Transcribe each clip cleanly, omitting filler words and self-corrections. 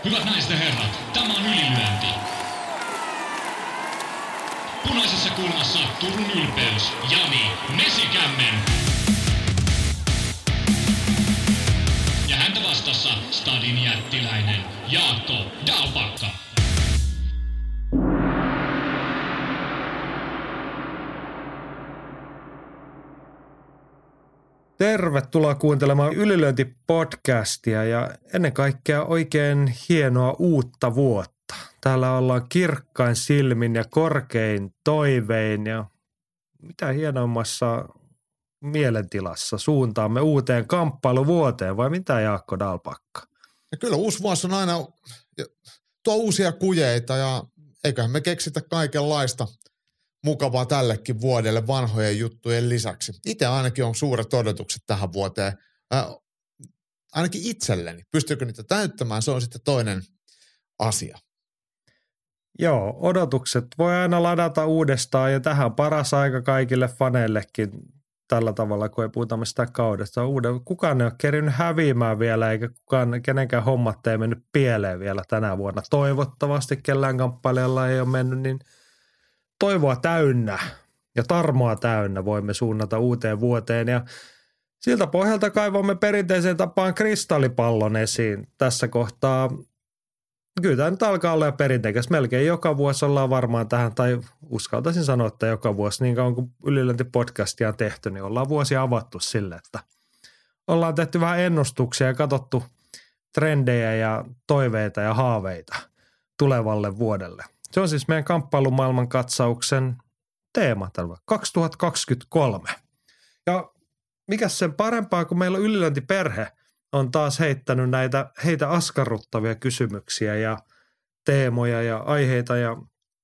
Hyvät naiset ja herrat, tämä on Ylilyönti. Punaisessa kulmassa Turun ylpeys, Jani Mesikämmen. Ja häntä vastassa Stadin jättiläinen Jaakko Dalpakka. Tervetuloa kuuntelemaan Ylilyönti-podcastia ja ennen kaikkea oikein hienoa uutta vuotta. Täällä ollaan kirkkain silmin ja korkein toivein ja mitä hienoimmassa mielentilassa suuntaamme uuteen kamppailuvuoteen, vai mitä Jaakko Dalpakka? Ja kyllä uusi vuosi on aina tuo uusia kujeita ja eiköhän me keksitä kaikenlaista mukavaa tällekin vuodelle vanhojen juttujen lisäksi. Itse ainakin on suuret odotukset tähän vuoteen. Ainakin itselleni. Pystyykö niitä täyttämään, se on sitten toinen asia. Joo, odotukset voi aina ladata uudestaan ja tähän paras aika kaikille faneillekin tällä tavalla, kun ei puhuta mistään kaudesta. Kukaan ei ole kerinyt häviämään vielä eikä kenenkään hommat ei mennyt pieleen vielä tänä vuonna. Toivottavasti kellään kamppailijalla ei ole mennyt, niin toivoa täynnä ja tarmoa täynnä voimme suunnata uuteen vuoteen ja siltä pohjalta kaivamme perinteiseen tapaan kristallipallon esiin tässä kohtaa. Kyllä tämä nyt alkaa olla jo perinteikäs. Melkein joka vuosi ollaan varmaan tähän, tai uskaltaisin sanoa, että joka vuosi niin kauan kuin Ylilyönti-podcastia on tehty, niin ollaan vuosia avattu sille, että ollaan tehty vähän ennustuksia ja katsottu trendejä ja toiveita ja haaveita tulevalle vuodelle. Se on siis meidän kamppailumaailman katsauksen teema tällä 2023. Ja mikäs sen parempaa, kun meillä on Ylilyöntiperhe on taas heittänyt heitä askarruttavia kysymyksiä ja teemoja ja aiheita ja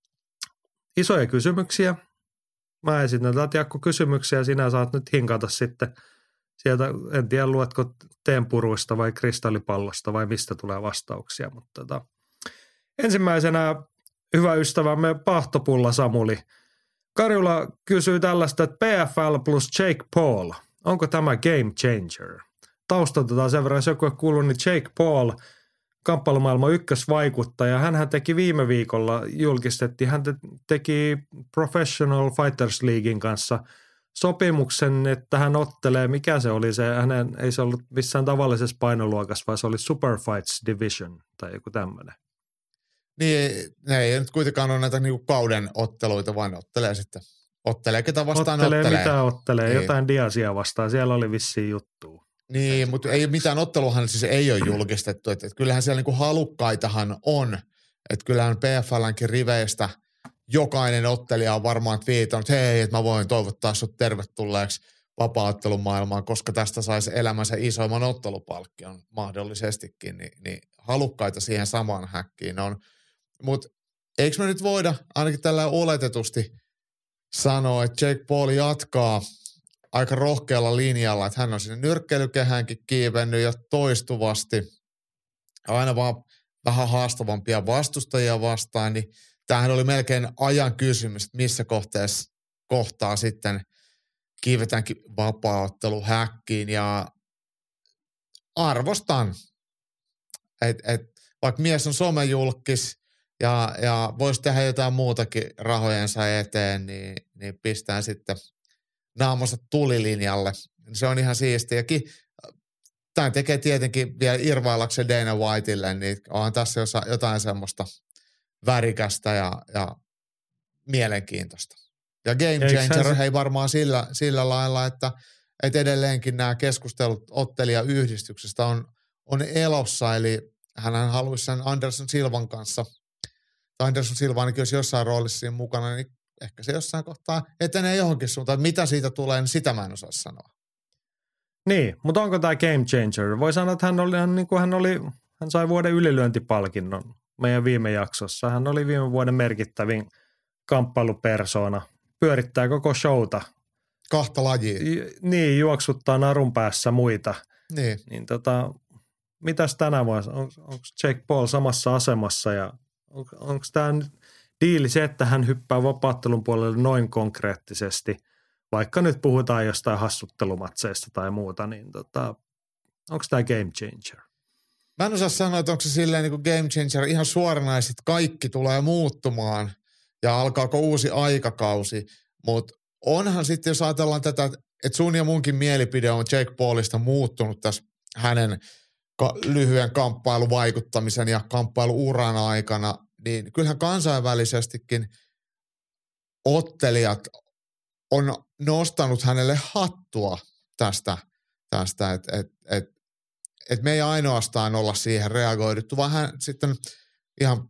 isoja kysymyksiä. Mä esitän täältä Jaakko kysymyksiä, sinä saat nyt hinkata sitten sieltä, en tiedä luetko teenpuruista vai kristallipallosta vai mistä tulee vastauksia, mutta ensimmäisenä hyvä ystävämme Pahtopulla Samuli. Karjula kysyy tällaista, että PFL plus Jake Paul, onko tämä game changer? Taustatetaan sen verran, jos joku on kuullut, niin Jake Paul, kamppailumaailman ykkösvaikuttaja, hänhän teki viime viikolla, hän teki Professional Fighters Leaguein kanssa sopimuksen, että hän ottelee, mikä se oli se, ei se ollut missään tavallisessa painoluokassa, vaan se oli Super Fights Division tai joku tämmöinen. Niin, ne ei nyt kuitenkaan ole näitä niinku kauden otteluita, vaan ottelee sitten. Ottelee, ketä vastaan ottelee. Mitä ottelee, niin. Jotain Diasia vastaan, siellä oli vissiin juttua. Niin, mutta ei mitään otteluhan siis ei ole julkistettu, että kyllähän siellä niinku halukkaitahan on, että kyllähän PFL:nkin riveistä jokainen ottelija on varmaan twiitannut, hei, että mä voin toivottaa sut tervetulleeksi vapaa-ottelumaailmaan, koska tästä saisi elämänsä isoimman ottelupalkkion mahdollisestikin, niin halukkaita siihen samaan häkkiin on. Mutta eikö me nyt voida ainakin tällä oletetusti sanoa, että Jake Paul jatkaa aika rohkealla linjalla, että hän on sinne nyrkkeilykehäänkin kiivennyt jo toistuvasti, aina vaan vähän haastavampia vastustajia vastaan, niin tämähän oli melkein ajan kysymys, että missä kohtaa sitten kiivetäänkin vapaa-ottelu häkkiin ja arvostan, että vaikka mies on somejulkis ja voisi tehdä jotain muutakin rahojensa eteen, niin pistää sitten naamansa tulilinjalle. Se on ihan siistiäkin. Tämä tekee tietenkin vielä irvaillakseen Dana Whiteille, niin onhan tässä jotain semmoista värikästä ja mielenkiintoista. Ja game changer ei varmaan sillä lailla, että edelleenkin nämä keskustelut ottelija-yhdistyksestä on elossa, eli hän haluaisi sen Anderson Silvan kanssa, tai Anderson Silva ainakin jos jossain roolissa siinä mukana, niin ehkä se jossain kohtaa etenee johonkin suuntaan. Mitä siitä tulee, niin sitä mä en osaa sanoa. Niin, mutta onko tämä game changer? Voi sanoa, että hän sai vuoden ylilyöntipalkinnon meidän viime jaksossa. Hän oli viime vuoden merkittävin kamppailupersona. Pyörittää koko showta. Kahta lajia. Niin, juoksuttaa narun päässä muita. Niin. Mitäs tänä vuonna? Onko Jake Paul samassa asemassa ja onko tämä diili se, että hän hyppää vapaattelun puolelle noin konkreettisesti, vaikka nyt puhutaan jostain hassuttelumatseista tai muuta, niin onko tämä game changer? Mä en osaa sanoa, että onko se silleen niin kuin game changer ihan suoranaisesti, kaikki tulee muuttumaan ja alkaako uusi aikakausi, mutta onhan sitten, jos ajatellaan tätä, että sun ja munkin mielipide on Jake Paulista muuttunut tässä hänen lyhyen kamppailuvaikuttamisen ja kamppailuuran aikana, niin kyllähän kansainvälisestikin ottelijat on nostanut hänelle hattua tästä että me ei ainoastaan olla siihen reagoiduttu, vaan hän sitten ihan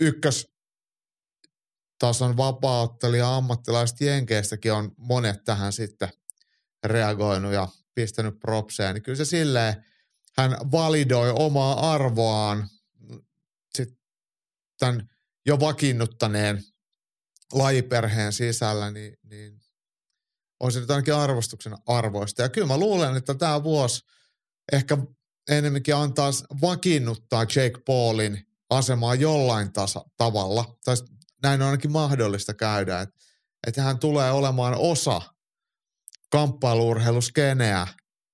ykköstason vapaa-ottelija ammattilaiset Jenkeistäkin on monet tähän sitten reagoinut ja pistänyt propseja, niin kyllä se silleen, hän validoi omaa arvoaan sitten tämän jo vakiinnuttaneen lajiperheen sisällä, niin on se nyt ainakin arvostuksen arvoista. Ja kyllä mä luulen, että tämä vuosi ehkä enemmänkin antaa vakiinnuttaa Jake Paulin asemaa jollain tavalla. Tai näin on ainakin mahdollista käydä, että hän tulee olemaan osa kamppailu-urheiluskeneä.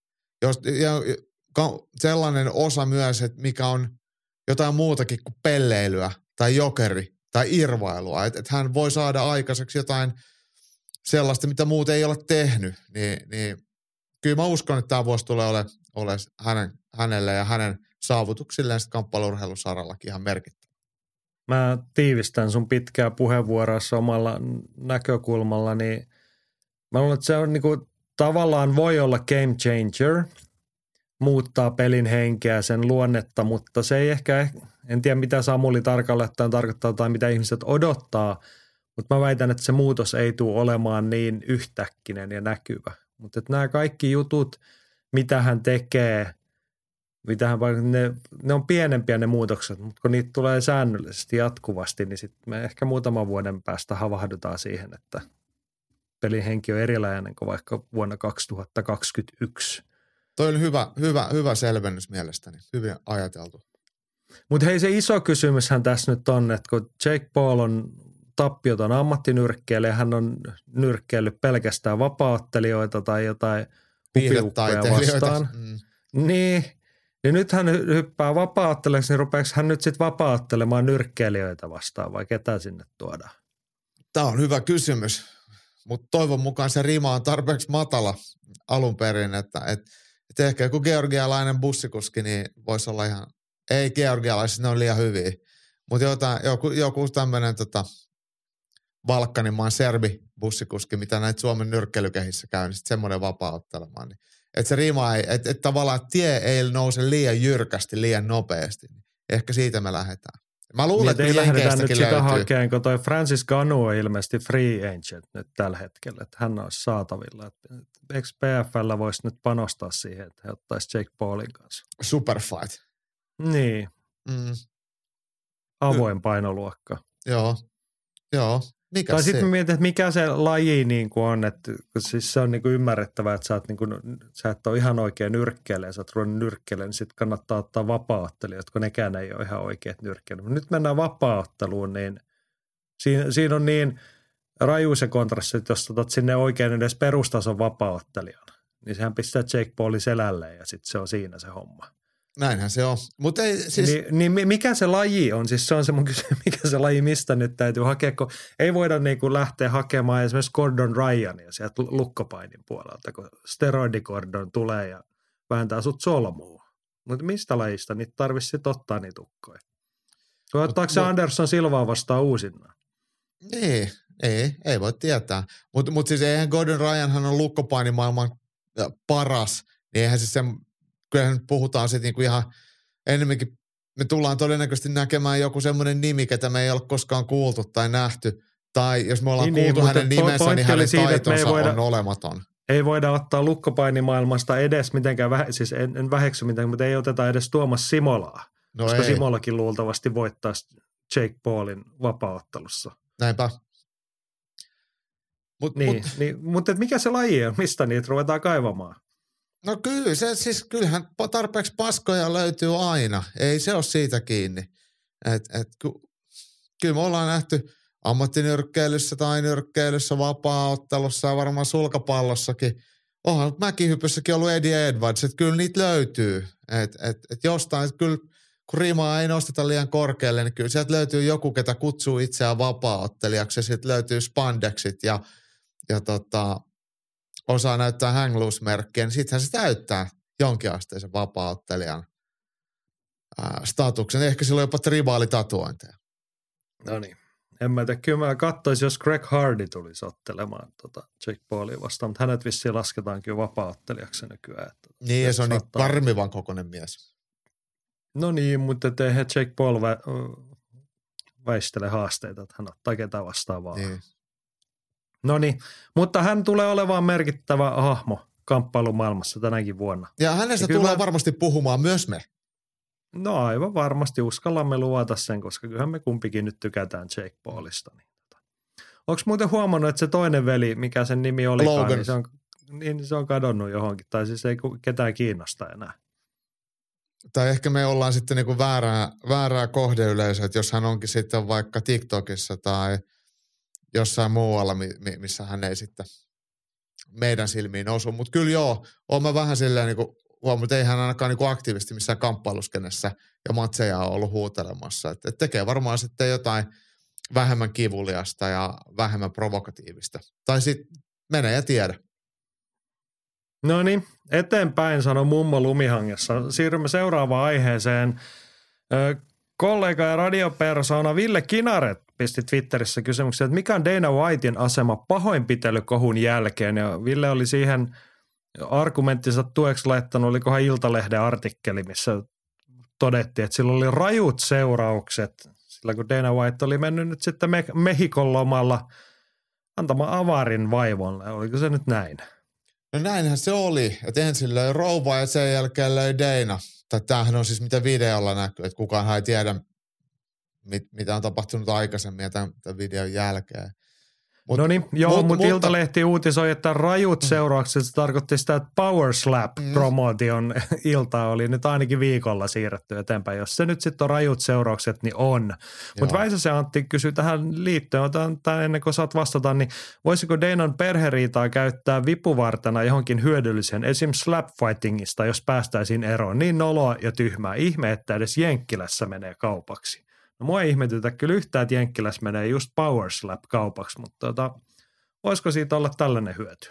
Sellainen osa myös, että mikä on jotain muutakin kuin pelleilyä tai jokeri tai irvailua. Että hän voi saada aikaiseksi jotain sellaista, mitä muut ei ole tehnyt. Niin kyllä mä uskon, että tämä vuosi tulee olemaan hänelle ja hänen saavutuksilleen kamppailu-urheilusarallakin ihan merkittävä. Mä tiivistän sun pitkää puheenvuoroa omalla näkökulmallani. Mä luulen, että se on niinku, tavallaan voi olla game changer, muuttaa pelin henkeä, sen luonnetta, mutta se ei ehkä, en tiedä mitä Samuli tarkalleen tarkoittaa tai mitä ihmiset odottaa, mutta mä väitän, että se muutos ei tule olemaan niin yhtäkkinen ja näkyvä. Mutta nämä kaikki jutut, mitä hän tekee, ne on pienempiä ne muutokset, mutta kun niitä tulee säännöllisesti jatkuvasti, niin sitten me ehkä muutaman vuoden päästä havahdutaan siihen, että pelin henki on erilainen kuin vaikka vuonna 2021. Toi on hyvä selvennys mielestäni. Hyvin ajateltu. Mutta hei, se iso kysymyshän tässä nyt on, että kun Jake Paul on tappioton ammattinyrkkeilijä, hän on nyrkkeillyt pelkästään vapaa-ottelijoita tai jotain hupiukkoja vastaan. Niin nyt hän hyppää vapaa-ottelijaksi, niin rupeeko hän nyt sitten vapaa-ottelemaan nyrkkeilijöitä vastaan vai ketä sinne tuodaan? Tämä on hyvä kysymys, mutta toivon mukaan se rima on tarpeeksi matala alun perin, että ehkä joku georgialainen bussikuski niin voisi olla ihan, ei georgialaiset, ne on liian hyviä, mutta joku tämmöinen Balkanimaan serbi-bussikuski, mitä näitä Suomen nyrkkeilykehissä käy, niin sitten semmoinen vapaa-ottelemaan. Niin, että se rima ei, että tavallaan tie ei nouse liian jyrkästi, liian nopeasti. Niin ehkä siitä me lähdetään. Mä luulen, että ei lähdetään nyt sitä löytyy. Hakeen, kun toi Francis Ngannou on ilmeisesti free agent nyt tällä hetkellä, että hän olisi saatavilla. Eikö PFL voisi nyt panostaa siihen, että he ottaisi Jake Paulin kanssa? Superfight. Niin. Avoin painoluokka. Joo. Mikä tai se? sitten mietin, että mikä se laji niin kuin on, että siis se on niin kuin ymmärrettävää, että sä et ole ihan oikein nyrkkeilijä, sä oot ruvennut nyrkkeilemään, niin sitten kannattaa ottaa vapaa-ottelijat, kun nekään ei ole ihan oikeat nyrkkeilijät. Nyt mennään vapaa-otteluun, niin siinä on niin raju se kontrassi, että jos otat sinne oikein edes perustason vapaa-ottelijan, niin sehän pistää Jake Paulin selälleen ja sitten se on siinä se homma. Näinhän se on. Mutta ei siis... Niin mikä se laji on? Siis se on se mun kysymys, mikä se laji, mistä nyt täytyy hakea, kun ei voida niin kuin lähteä hakemaan esimerkiksi Gordon Ryania sieltä lukkopainin puolelta, kun steroidi Gordon tulee ja vääntää sut solmuun. Mutta mistä lajista niitä tarvitsisi sitten ottaa niitä ukkoja? Ottaako se Anderson Silvaa vastaan uusinnan? Ei voi tietää. Mutta siis eihän Gordon Ryanhan on lukkopainimaailman paras, niin eihän se sen... Kyllähän nyt puhutaan sitten niinku ihan enemmänkin, me tullaan todennäköisesti näkemään joku semmoinen nimi, ketä me ei ole koskaan kuultu tai nähty. Tai jos me ollaan kuultu hänen nimensä, niin hänen taitonsa on olematon. Ei voida ottaa lukkopainimaailmasta edes mitenkään, siis en väheksy mitenkään, mutta ei oteta edes Tuomas Simolaa. No koska ei. Simolakin luultavasti voittaisi Jake Paulin vapaa-ottelussa. Näinpä. Mutta mikä se laji on? Mistä niitä ruvetaan kaivamaan? No kyllä, kyllähän tarpeeksi paskoja löytyy aina. Ei se ole siitä kiinni. Kyllä me ollaan nähty ammattinyrkkeilyssä tai nyrkkeilyssä, vapaa-ottelussa ja varmaan sulkapallossakin. Onhan mäkihypyssäkin ollut Eddie Edwards, että kyllä niitä löytyy. Jostain, kyllä kun rimaa ei nosteta liian korkealle, niin kyllä sieltä löytyy joku, ketä kutsuu itseään vapaa-ottelijaksi ja sitten löytyy spandexit ja osaa näyttää hang loose-merkkiä, niin sittenhän se täyttää jonkinasteisen vapaa-ottelijan statuksen. Ehkä sillä on jopa tribaalitatuointeja. No niin. En mä tiedä, kyllä mä katsoisin, jos Greg Hardy tulisi ottelemaan Jake Paulia vastaan, mutta hänet vissiin lasketaan kyllä vapaa-ottelijaksi nykyään. Niin, ja se on niin karmivan kokoinen mies. No niin, mutta eihän Jake Paul väistele haasteita, että hän ottaa ketä vastaan vaan. Niin. No niin, mutta hän tulee olemaan merkittävä hahmo kamppailumaailmassa tänäkin vuonna. Ja hänestä tulee varmasti puhumaan myös me. No aivan varmasti uskallamme luvata sen, koska kyllähän me kumpikin nyt tykätään Jake Paulista. Onko muuten huomannut, että se toinen veli, mikä sen nimi olikaan, niin se on kadonnut johonkin, tai siis ei ketään kiinnosta enää. Tai ehkä me ollaan sitten niinku väärää kohdeyleisöä, että jos hän onkin sitten vaikka TikTokissa tai jossain muualla, missä hän ei sitten meidän silmiin osu. Mutta kyllä joo, oon mä vähän silleen niinku huomannut, ei hän ainakaan niinku aktiivisesti missään kamppailuskenessä ja matseja on ollut huutelemassa. Et tekee varmaan sitten jotain vähemmän kivuliasta ja vähemmän provokatiivista. Tai sitten mene ja tiedä. No niin, eteenpäin sanoi mummo lumihangessa. Siirrymme seuraavaan aiheeseen. Kollega ja radiopersona Ville Kinaret pisti Twitterissä kysymyksen, että mikä on Dana Whiten asema pahoinpitelykohun jälkeen. Ja Ville oli siihen argumenttinsa tueksi laittanut, olikohan Iltalehden artikkeli, missä todettiin, että sillä oli rajut seuraukset. Sillä kun Dana White oli mennyt nyt sitten Mehikon lomalla antamaan avarin vaivolle. Oliko se nyt näin? No näinhän se oli, että ensin löi rouva ja sen jälkeen löi Dana. Tai tämähän on siis mitä videolla näkyy, että kukaan ei tiedä, mitä on tapahtunut aikaisemmin ja tämän videon jälkeen. No niin, joo, mutta Iltalehti uutisoi, että rajut seuraukset, se tarkoitti sitä, että Power Slap-promotion ilta oli nyt ainakin viikolla siirretty eteenpäin. Jos se nyt sitten on rajut seuraukset, niin on. Mutta Väisäsen Antti kysyi tähän liittyen, otan tämän ennen kuin saat vastata, niin voisiko Danan perheriitaa käyttää vipuvartena johonkin hyödylliseen, esim. Slapfightingista, jos päästäisiin eroon. Niin noloa ja tyhmää. Ihme, että edes Jenkkilässä menee kaupaksi. No mua ei ihmetytä kyllä yhtään, että Jenkkilässä menee just Power Slap kaupaksi, mutta voisiko siitä olla tällainen hyöty?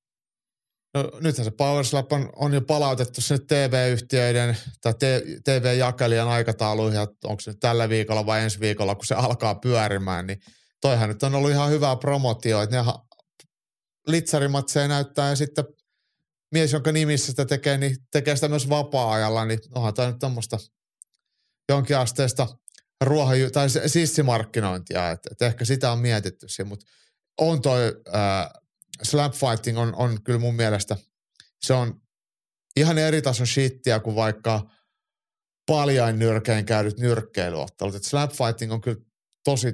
No nythän se Power Slap on jo palautettu sinne TV-yhtiöiden tai TV-jakelijan aikatauluihin, onko se nyt tällä viikolla vai ensi viikolla, kun se alkaa pyörimään, niin toihan nyt on ollut ihan hyvää promotioa, että ne litsarimatseja näyttää ja sitten mies, jonka nimissä sitä tekee, niin tekee sitä myös vapaa-ajalla, niin onhan tämä nyt tommoista jonkinasteista tai sissimarkkinointia, että ehkä sitä on mietitty siinä, mutta on toi slap fighting on kyllä mun mielestä, se on ihan eri tason shittiä kuin vaikka paljain nyrkein käydyt nyrkkeilyottelut. Et slap fighting on kyllä tosi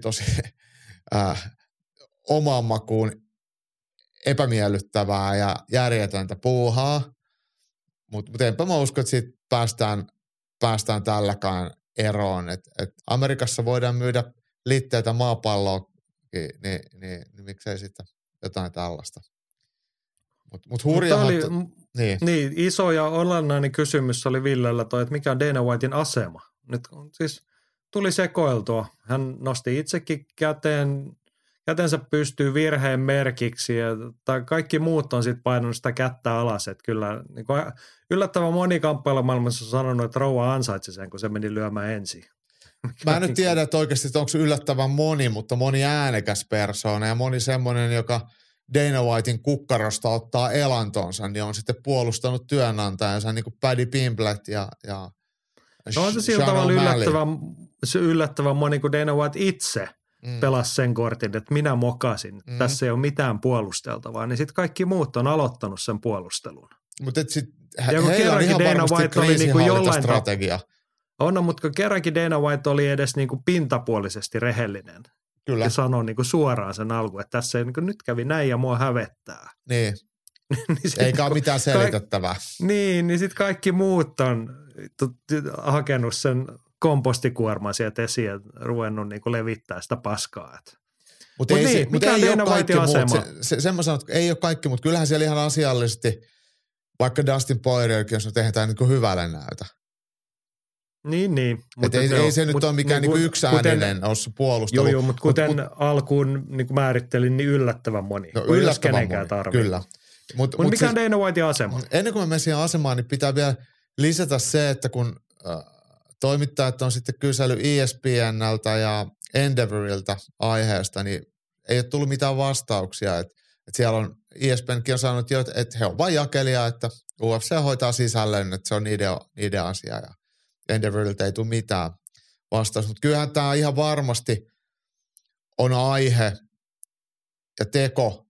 omaan makuun epämiellyttävää ja järjetöntä puuhaa, mutta enpä mä usko, että siitä päästään tälläkään eroon. Et Amerikassa voidaan myydä liitteitä maapalloa, niin miksei sitten jotain tällaista. Mut hurjahan... Niin, iso ja olennainen kysymys oli Villellä toi, että mikä on Dana Whiten asema. Nyt siis tuli sekoiltua. Hän nosti itsekin kätensä pystyy virheen merkiksi ja kaikki muut on sitten painanut sitä kättä alas. Että kyllä niin yllättävän moni kamppailumaailmassa on sanonut, että rouva ansaitsi sen, kun se meni lyömään ensin. Mä en nyt tiedä, että oikeasti onko se yllättävän moni, mutta moni äänekäs persoona ja moni semmoinen, joka Dana Whiten kukkarosta ottaa elantonsa, niin on sitten puolustanut työnantajansa niin kuin Paddy Pimblett ja no on se sillä tavalla yllättävän moni, kun Dana White itse pelasi sen kortin, että minä mokasin. Tässä ei ole mitään puolusteltavaa, niin sitten kaikki muut on aloittanut sen puolustelun. Mutta heillä on ihan Dana varmasti kriisinhallintastrategia. Mutta kerrankin Dana White oli edes niin kuin pintapuolisesti rehellinen. Kyllä. Ja sanoi niin kuin suoraan sen alkuun, että tässä ei, niin kuin, nyt kävi näin ja mua hävettää. Niin. Eikä ole mitään selitettävää. Niin sitten kaikki muut on hakenut sen kompostikuorman sieltä esiin ja ruvennut niin kuin levittää sitä paskaa. Mutta ei Dana Whiten asema? Sen mä sanon, että ei ole kaikki, mutta kyllähän siellä ihan asiallisesti, vaikka Dustin Poirierkin, jos ne tehdään niin kuin hyvälle näytä. Niin. Mutta ei se nyt ole mikään niinku yksääninen ole se puolustelu. Joo, mutta kuten alkuun niin määrittelin, niin yllättävän moni. No, yllättävän kenenkään moni, tarvitse. kyllä. Mutta mikä on Dana Whitein asema? Ennen kuin mä menen siihen asemaan, niin pitää vielä lisätä se, että kun toimittajat on sitten kysellyt ESPNltä ja Endeavorilta aiheesta, niin ei ole tullut mitään vastauksia. Että siellä on, ESPNkin on sanonut jo, että he on vain jakelija, että UFC hoitaa sisällön, että se on niiden asia ja Endeavorilta ei tule mitään vastausta. Mutta kyllähän tämä ihan varmasti on aihe ja teko,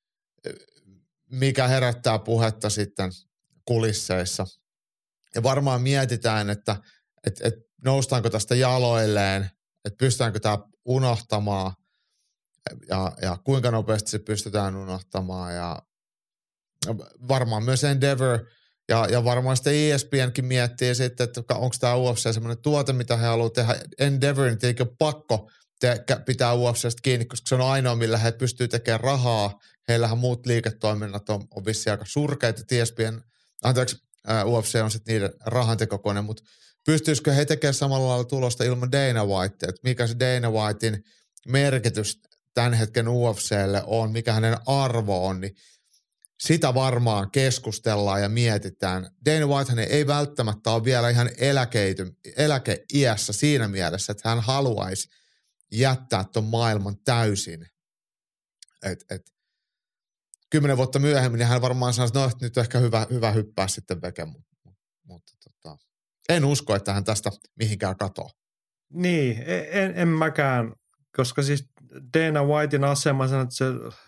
mikä herättää puhetta sitten kulisseissa. Ja varmaan mietitään, että noustaanko tästä jaloilleen, että pystytäänkö tämä unohtamaan ja kuinka nopeasti se pystytään unohtamaan. Ja varmaan myös Endeavor ja varmaan sitten ESPNkin miettii sitten, että onko tämä UFC semmoinen tuote, mitä he haluavat tehdä. Endeavorin tietenkin on pakko pitää UFCstä kiinni, koska se on ainoa, millä he pystyy tekemään rahaa. Heillähän muut liiketoiminnat on vissiin aika surkeita. UFC on sitten niiden rahantekokone, mutta pystyisikö he tekemään samalla lailla tulosta ilman Dana Whitea? Että mikä se Dana Whitein merkitys tämän hetken UFClle on, mikä hänen arvo on, niin sitä varmaan keskustellaan ja mietitään. Dana Whitehan ei välttämättä ole vielä ihan eläkeiässä siinä mielessä, että hän haluaisi jättää ton maailman täysin. 10 vuotta myöhemmin niin hän varmaan sanoi, että no, nyt on ehkä hyvä hyppää sitten veke, mutta en usko, että hän tästä mihinkään katoaa. Niin, en mäkään, koska siis Dana Whitein asema sanoo, että se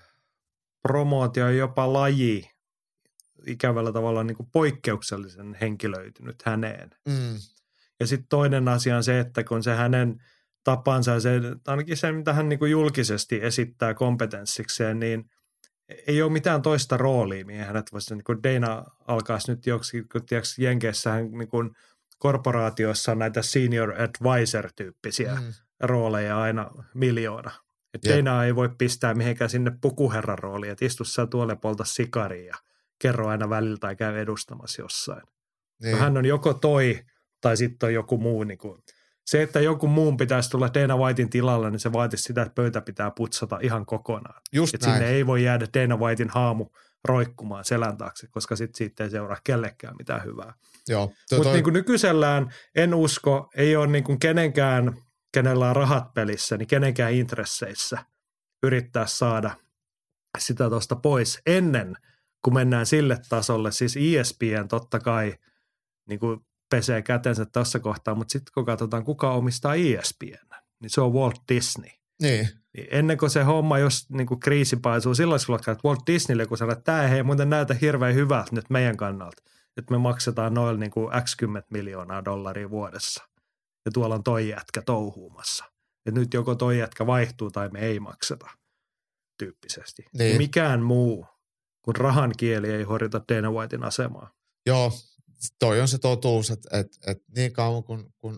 promootio on jopa laji ikävällä tavalla niin kuin poikkeuksellisen henkilöitynyt häneen. Mm. Ja sitten toinen asia on se, että kun se hänen tapansa, ainakin se, mitä hän niin kuin julkisesti esittää kompetenssikseen, niin ei ole mitään toista roolia, mihin hänet voisi, niin kuin Dana alkaisi nyt joksikin, kun tiedätkö, Jenkeissähän niin kuin korporaatioissa on näitä senior advisor-tyyppisiä rooleja aina miljoona. Että Dana ei voi pistää mihinkään sinne pukuherran rooliin, että istu sä tuolle polta sikaria ja kerro aina välillä tai käy edustamassa jossain. Niin. Hän on joko toi tai sitten on joku muu. Niin kuin, se, että joku muun pitäisi tulla Dana Whitein tilalla, niin se vaatisi sitä, että pöytä pitää putsata ihan kokonaan. Että sinne ei voi jäädä Dana Whitein haamu roikkumaan selän taakse, koska sitten siitä ei seuraa kellekään mitään hyvää. Mutta niin kuin nykyisellään en usko, ei ole niin kuin kenenkään, kenellä on rahat pelissä, niin kenenkään intresseissä yrittää saada sitä tuosta pois ennen kuin mennään sille tasolle. Siis ESPN totta kai niin kuin pesee kätensä tässä kohtaa, mutta sitten kun katsotaan, kuka omistaa ESPN, niin se on Walt Disney. Niin. Ennen kuin se homma, jos niin kuin kriisi paisuu, silloin että Walt Disneylle, kun sanoo, että tämä ei muuten näytä hirveän hyvältä nyt meidän kannalta, että me maksetaan noin niin kuin $10 miljoonaa vuodessa. Ja tuolla on toi jätkä touhuumassa. Että nyt joko toi jätkä vaihtuu tai me ei makseta tyyppisesti. Niin. Mikään muu kuin rahan kieli ei horjota Dana Whitein asemaa. Joo, toi on se totuus, että niin kauan kun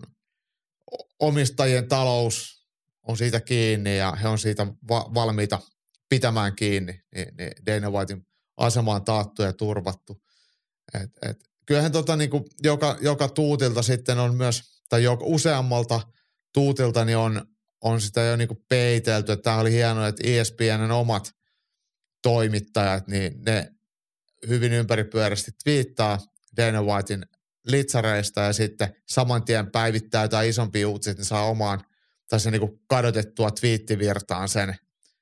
omistajien talous on siitä kiinni ja he on siitä valmiita pitämään kiinni, niin Dana Whitein asema on taattu ja turvattu. Kyllähän niinku joka tuutilta sitten on myös, tai useammalta tuutilta niin on sitä jo niinku peitelty. Tämä oli hienoa, että ESPN:n omat toimittajat, niin ne hyvin ympäripyörästi twiittaa Dana Whitein litsareista ja sitten saman tien päivittää jotain isompia uutisia, että ne saa omaan tässä niinku kadotettua twiittivirtaan sen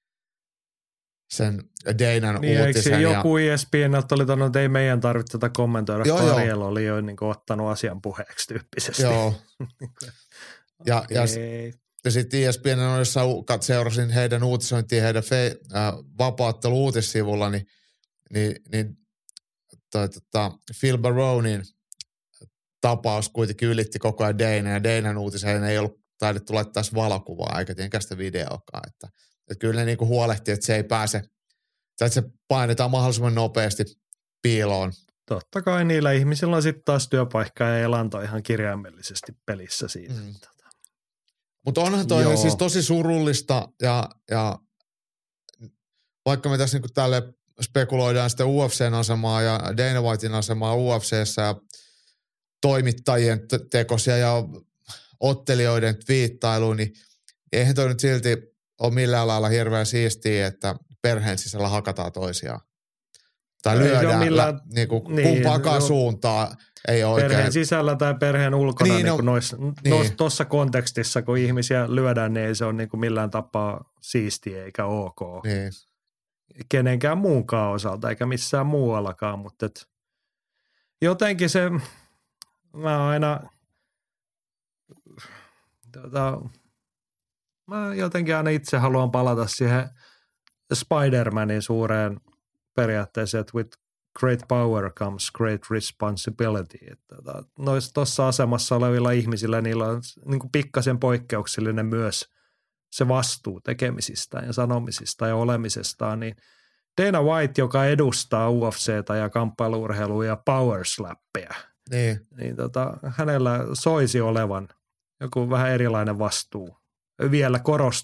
Danan uutisen. Niin, joku ESPN:ltä oli sanonut, että ei meidän tarvitse tätä kommentoida, kun Ariel oli jo niin kuin ottanut asian puheeksi tyyppisesti. Joo. Ja sitten ESPN on, jossa seurasin heidän uutisointia heidän vapaattelu-uutissivulla, niin Phil Baronin tapaus kuitenkin ylitti koko ajan Dana, ja Danan uutiseen ei ollut taidettu laittaa valokuvaa eikä tietenkään sitä videokaan. Että kyllä ne niinku huolehtii, että se ei pääse, että se painetaan mahdollisimman nopeasti piiloon. Totta kai niillä ihmisillä on sitten taas työpaikka ja elanto ihan kirjaimellisesti pelissä siinä. Mutta onhan toi siis tosi surullista ja vaikka me tässä niinku tälle spekuloidaan sitä UFCn asemaa ja Dana Whitein asemaa UFC:ssä ja toimittajien tekosia ja ottelijoiden twiittailu, niin eihän toi nyt silti ole millään lailla hirveän siistiä, että perheen sisällä hakataan toisiaan. Tai lyödään kumpaakaan suuntaan. Ei oikein. Perheen sisällä tai perheen ulkona tuossa kontekstissa, kun ihmisiä lyödään, niin ei se ole niin kuin millään tapaa siistiä eikä ok. Niin. Kenenkään muunkaan osalta eikä missään muuallakaan, mutta jotenkin se, mä jotenkin aina itse haluan palata siihen Spider-Manin suureen periaatteeseen, että with great power comes great responsibility. Tuossa asemassa olevilla ihmisillä niillä on niin kuin pikkasen poikkeuksellinen myös se vastuu tekemisistä ja sanomisista ja olemisestaan, niin Dana White, joka edustaa UFCtä ja kamppailuurheilua ja power slappia, niin hänellä soisi olevan joku vähän erilainen vastuu, vielä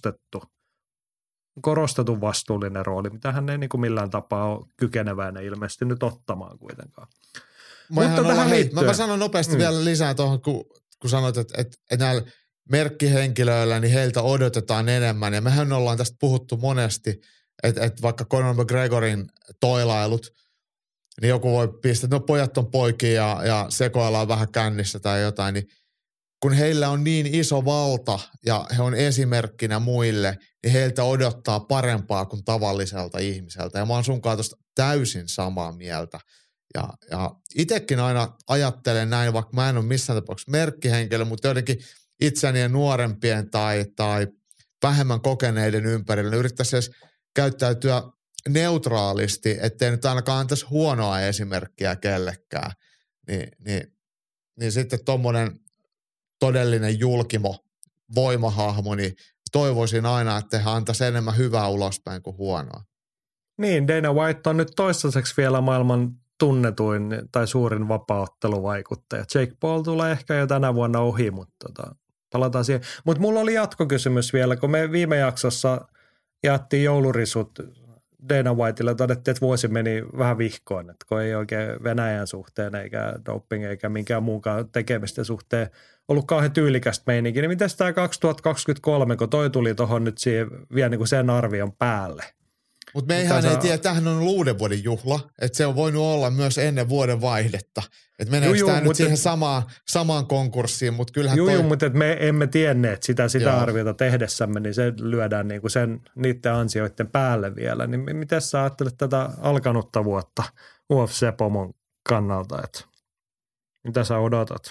korostetun vastuullinen rooli, mitä hän ei niin kuin millään tapaa ole kykeneväinen ilmeisesti nyt ottamaan kuitenkaan. Mä sanon nopeasti vielä lisää tuohon, kun sanoit, että näillä merkkihenkilöillä, niin heiltä odotetaan enemmän. Ja mehän ollaan tästä puhuttu monesti, että vaikka Conor McGregorin toilailut, niin joku voi pistää, että no pojat on poikia ja sekoillaan vähän kännissä tai jotain, niin kun heillä on niin iso valta ja he on esimerkkinä muille, niin heiltä odottaa parempaa kuin tavalliselta ihmiseltä. Ja mä oon sunkaan tuosta täysin samaa mieltä. Ja itsekin aina ajattelen näin, vaikka mä en ole missään tapauksessa merkkihenkilö, mutta jotenkin itseäni nuorempien tai vähemmän kokeneiden ympärillä yrittäisi edes käyttäytyä neutraalisti, ettei nyt ainakaan antaisi huonoa esimerkkiä kellekään. Niin sitten tommonen todellinen julkimo, voimahahmo, niin toivoisin aina, että he antaisi enemmän hyvää ulospäin kuin huonoa. Niin, Dana White on nyt toistaiseksi vielä maailman tunnetuin tai suurin vapaaotteluvaikuttaja. Jake Paul tulee ehkä jo tänä vuonna ohi, mutta palataan siihen. Mutta mulla oli jatkokysymys vielä, kun me viime jaksossa jaettiin joulurisut Dana Whiteille, todettiin, että vuosi meni vähän vihkoon, että kun ei oikein Venäjän suhteen eikä doping eikä minkään muunkaan tekemisten suhteen ollut kauhean tyylikästä meininkiä. Niin miten tämä 2023, kun toi tuli tuohon nyt siihen vielä niin kuin sen arvion päälle? Mutta meihän ei tiedä, tämähän on uuden vuoden juhla, että se on voinut olla myös ennen vuoden vaihdetta. Että meneekö tämä nyt siihen samaan konkurssiin, mutta kyllähän mutta me emme tienneet sitä arviota tehdessämme, niin se lyödään niinku niiden ansioiden päälle vielä. Niin miten sä ajattelet tätä alkanutta vuotta UFC-pomon kannalta, että mitä sä odotat?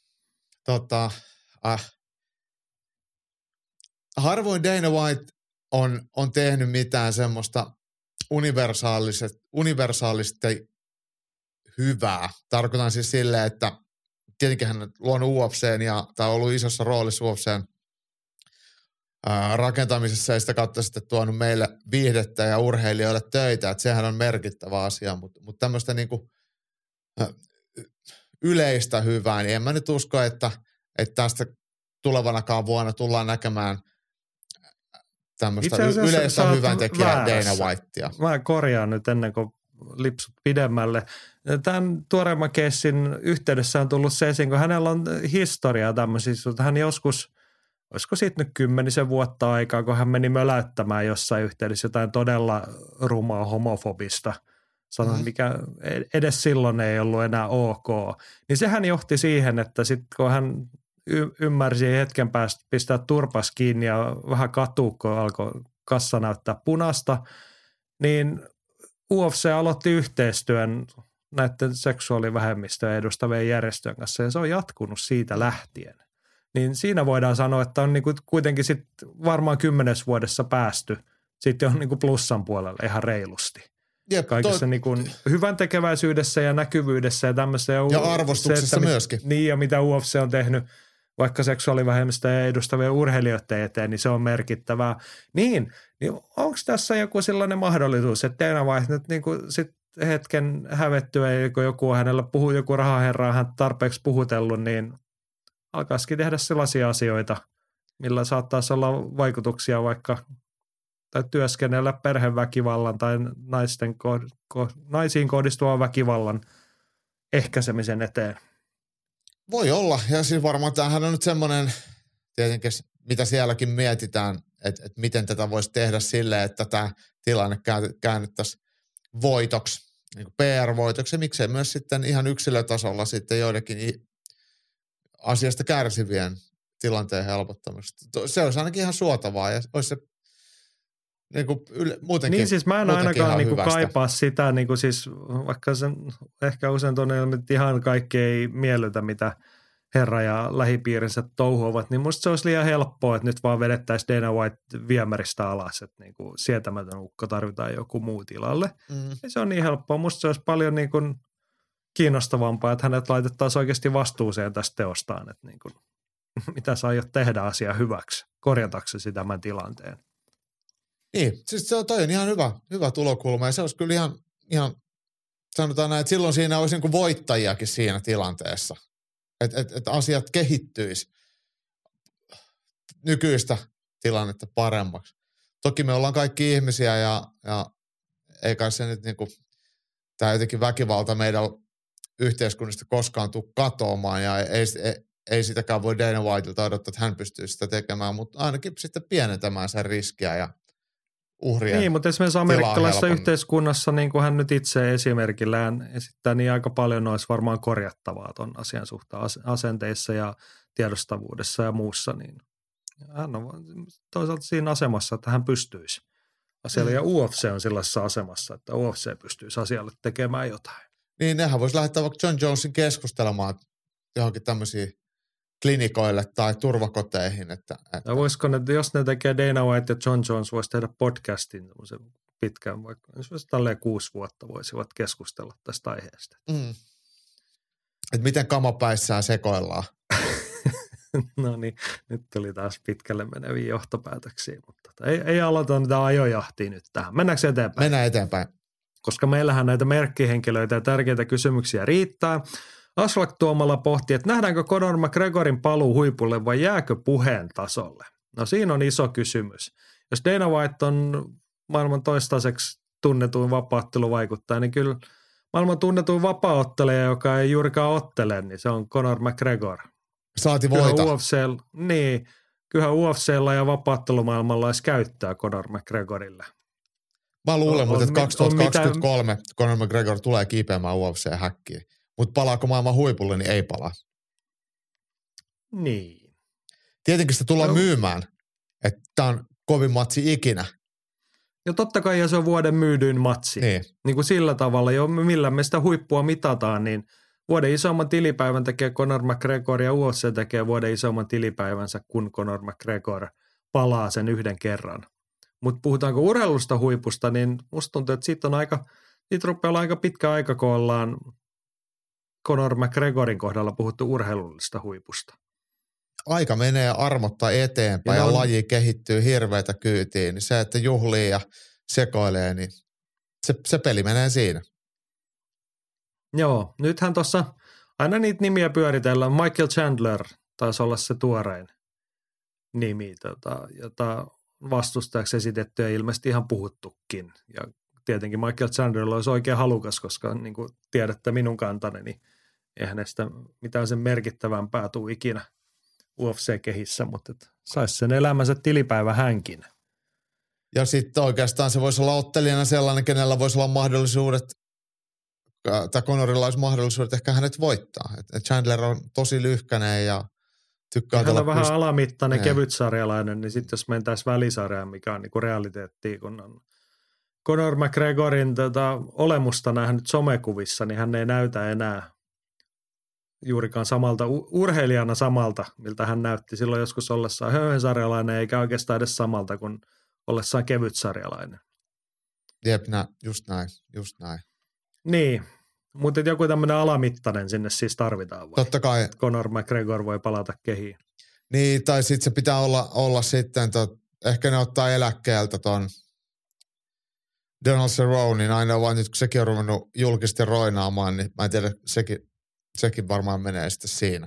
Harvoin Dana White on tehnyt mitään semmoista universaalisesti hyvää. Tarkoitan siis silleen, että tietenkin hän on luonut UFCn tai ollut isossa roolissa UFCn rakentamisessa ja sitä kautta sitten tuonut meille viihdettä ja urheilijoille töitä, että sehän on merkittävä asia, mutta tämmöistä niinku yleistä hyvää, niin en mä nyt usko, että tästä tulevanakaan vuonna tullaan näkemään tämmöistä yleistä hyvän tekijää Dana Whitea. Mä korjaan nyt ennen kuin lipsut pidemmälle. Tämän tuoreemman keissin yhteydessä on tullut se esiin, kun hänellä on historiaa tämmöisissä. Hän joskus, olisiko siitä nyt 10 vuotta aikaa, kun hän meni möläyttämään jossain yhteydessä jotain todella rumaa homofobista. Sanon, mikä edes silloin ei ollut enää ok. Niin sehän johti siihen, että sitten kun hän ymmärsi hetken päästä pistää turpas kiinni ja vähän katua, kun alkoi kassa näyttää punasta, niin UFC aloitti yhteistyön näiden seksuaalivähemmistöjä edustavien järjestöjen kanssa ja se on jatkunut siitä lähtien. Niin siinä voidaan sanoa, että on niinku kuitenkin sit varmaan 10 vuodessa päästy sitten on niinku plussan puolella ihan reilusti. Jep, kaikessa niinku hyvän tekeväisyydessä ja näkyvyydessä ja tämmöisessä. Ja arvostuksessa myöskin. Niin ja mitä UFC on tehnyt vaikka seksuaalivähemmistöjä edustavien urheilijoiden eteen, niin se on merkittävää. Niin onko tässä joku sellainen mahdollisuus, että Dana White nyt niin sit hetken hävettyä, kun joku hänellä puhuu, joku rahaherra on hän tarpeeksi puhutellut, niin alkaisikin tehdä sellaisia asioita, millä saattaisi olla vaikutuksia vaikka tai työskennellä perheväkivallan tai naisiin kohdistuvan väkivallan ehkäisemisen eteen. Voi olla, ja siis varmaan tämähän on nyt semmoinen, tietenkin mitä sielläkin mietitään, että miten tätä voisi tehdä silleen, että tämä tilanne käännettäisiin voitoksi, niin kuin PR-voitoksi, ja miksei myös sitten ihan yksilötasolla sitten joidenkin asiasta kärsivien tilanteen helpottamista. Se olisi ainakin ihan suotavaa, ja olisi se niin kuin muutenkin. Niin siis mä en ainakaan niin kuin kaipaa sitä, niin kuin siis, vaikka sen ehkä usein tuonne ihan kaikki ei miellytä, mitä herra ja lähipiirinsä touhuavat, niin musta se olisi liian helppoa, että nyt vaan vedettäisiin Dana White viemäristä alas, että niin kuin sietämätön ukko tarvitaan joku muu tilalle. Ja se on niin helppoa. Musta se olisi paljon niin kuin kiinnostavampaa, että hänet laitettaisiin oikeasti vastuuseen tästä teostaan, että niin kuin, mitä sä aiot tehdä asiaa hyväksi, korjataksesi tämän tilanteen. Niin, siis se on toi on ihan hyvä tulokulma ja se olisi kyllä ihan sanotaan näin, että silloin siinä olisi niin kuin voittajiakin siinä tilanteessa. Että asiat kehittyisi nykyistä tilannetta paremmaksi. Toki me ollaan kaikki ihmisiä ja ei kai se nyt niinku, tämä jotenkin väkivalta meidän yhteiskunnasta koskaan tule katoamaan ja ei sitäkään voi Dana Whitelta odottaa, että hän pystyy sitä tekemään, mutta ainakin sitten pienentämään sen riskiä ja uhrien. Niin, mutta esimerkiksi amerikkalaisessa yhteiskunnassa, niin kuin hän nyt itse esimerkillään esittää, niin aika paljon olisi varmaan korjattavaa tuon asian suhteen asenteissa ja tiedostavuudessa ja muussa, niin hän on toisaalta siinä asemassa, että hän pystyisi asialle, ja UFC on sellaisessa asemassa, että UFC pystyisi asialle tekemään jotain. Niin, nehän voisi lähettää vaikka John Jonesin keskustelemaan johonkin tämmöisiin klinikoille tai turvakoteihin. Ja voisiko ne, jos ne tekee Dana White ja John Jones, voisi tehdä podcastin pitkään, vaikka jos tälleen 6 vuotta voisivat keskustella tästä aiheesta. Että miten kamapäissään sekoillaan. No niin, nyt tuli taas pitkälle meneviä johtopäätöksiä, mutta ei aloita niitä ajojahtia nyt tähän. Mennäänkö eteenpäin? Mennään eteenpäin. Koska meillähän näitä merkkihenkilöitä ja tärkeitä kysymyksiä riittää. Aslak Tuomala pohti, että nähdäänkö Conor McGregorin paluu huipulle vai jääkö puheen tasolle? No siinä on iso kysymys. Jos Dana White on maailman toistaiseksi tunnetuin vapaaotteluvaikuttaja, niin kyllä maailman tunnetuin vapaaottelija, joka ei juurikaan ottele, niin se on Conor McGregor. Saati voita. Kyllähän UFC:llä ja vapaattelumaailmalla olisi käyttöä Conor McGregorille. Mä luulen, että 2023 Conor McGregor tulee kiipeämään UFC-häkkiin. Mutta palaako maailman huipulle, niin ei palaa. Niin. Tietenkin sitä tullaan myymään, että tämä on kovin matsi ikinä. Ja totta kai, ja se on vuoden myydyin matsi. Niin kuin sillä tavalla, jo millä me sitä huippua mitataan, niin vuoden isomman tilipäivän tekee Conor McGregor ja UFC tekee vuoden isomman tilipäivänsä, kun Conor McGregor palaa sen yhden kerran. Mutta puhutaanko urheilusta huipusta, niin musta tuntuu, että siitä rupeaa olla aika pitkä aika, kun ollaan Conor McGregorin kohdalla puhuttu urheilullista huipusta. Aika menee armotta eteenpäin ja laji kehittyy hirveätä kyytiin. Niin se, että juhlii ja sekoilee, niin se peli menee siinä. Joo, nythän tuossa aina niitä nimiä pyöritellään. Michael Chandler taisi olla se tuorein nimi, jota vastustajaksi esitetty ja ilmeisesti ihan puhuttukin. Ja tietenkin Michael Chandler olisi oikein halukas, koska niin kuin tiedätte minun kantani, niin eihän näistä mitään sen merkittävämpää tule ikinä UFC-kehissä, mutta saisi sen elämänsä tilipäivä hänkin. Ja sitten oikeastaan se voisi olla ottelijana sellainen, kenellä voisi olla mahdollisuudet, tai Conorilla olisi mahdollisuudet ehkä hänet voittaa. Et Chandler on tosi lyhkäinen ja tykkää hän on vähän alamittainen, kevytsarjalainen, niin sitten jos mentäisiin välisarjaan, mikä on niinku realiteettia, kun on Conor McGregorin olemusta nähnyt somekuvissa, niin hän ei näytä enää juurikaan urheilijana samalta, miltä hän näytti silloin joskus ollessaan höyhensarjalainen, eikä oikeastaan edes samalta kuin ollessaan kevytsarjalainen. Jep, just näin. Niin, mutta joku tämmöinen alamittainen sinne siis tarvitaan vai? Totta kai. Conor McGregor voi palata kehiin. Niin, tai sitten se pitää olla sitten, ehkä ne ottaa eläkkeeltä ton Donald Cerronein, aina vaan nyt kun sekin on ruvennut julkisesti roinaamaan, niin mä en tiedä, sekin varmaan menee sitten siinä.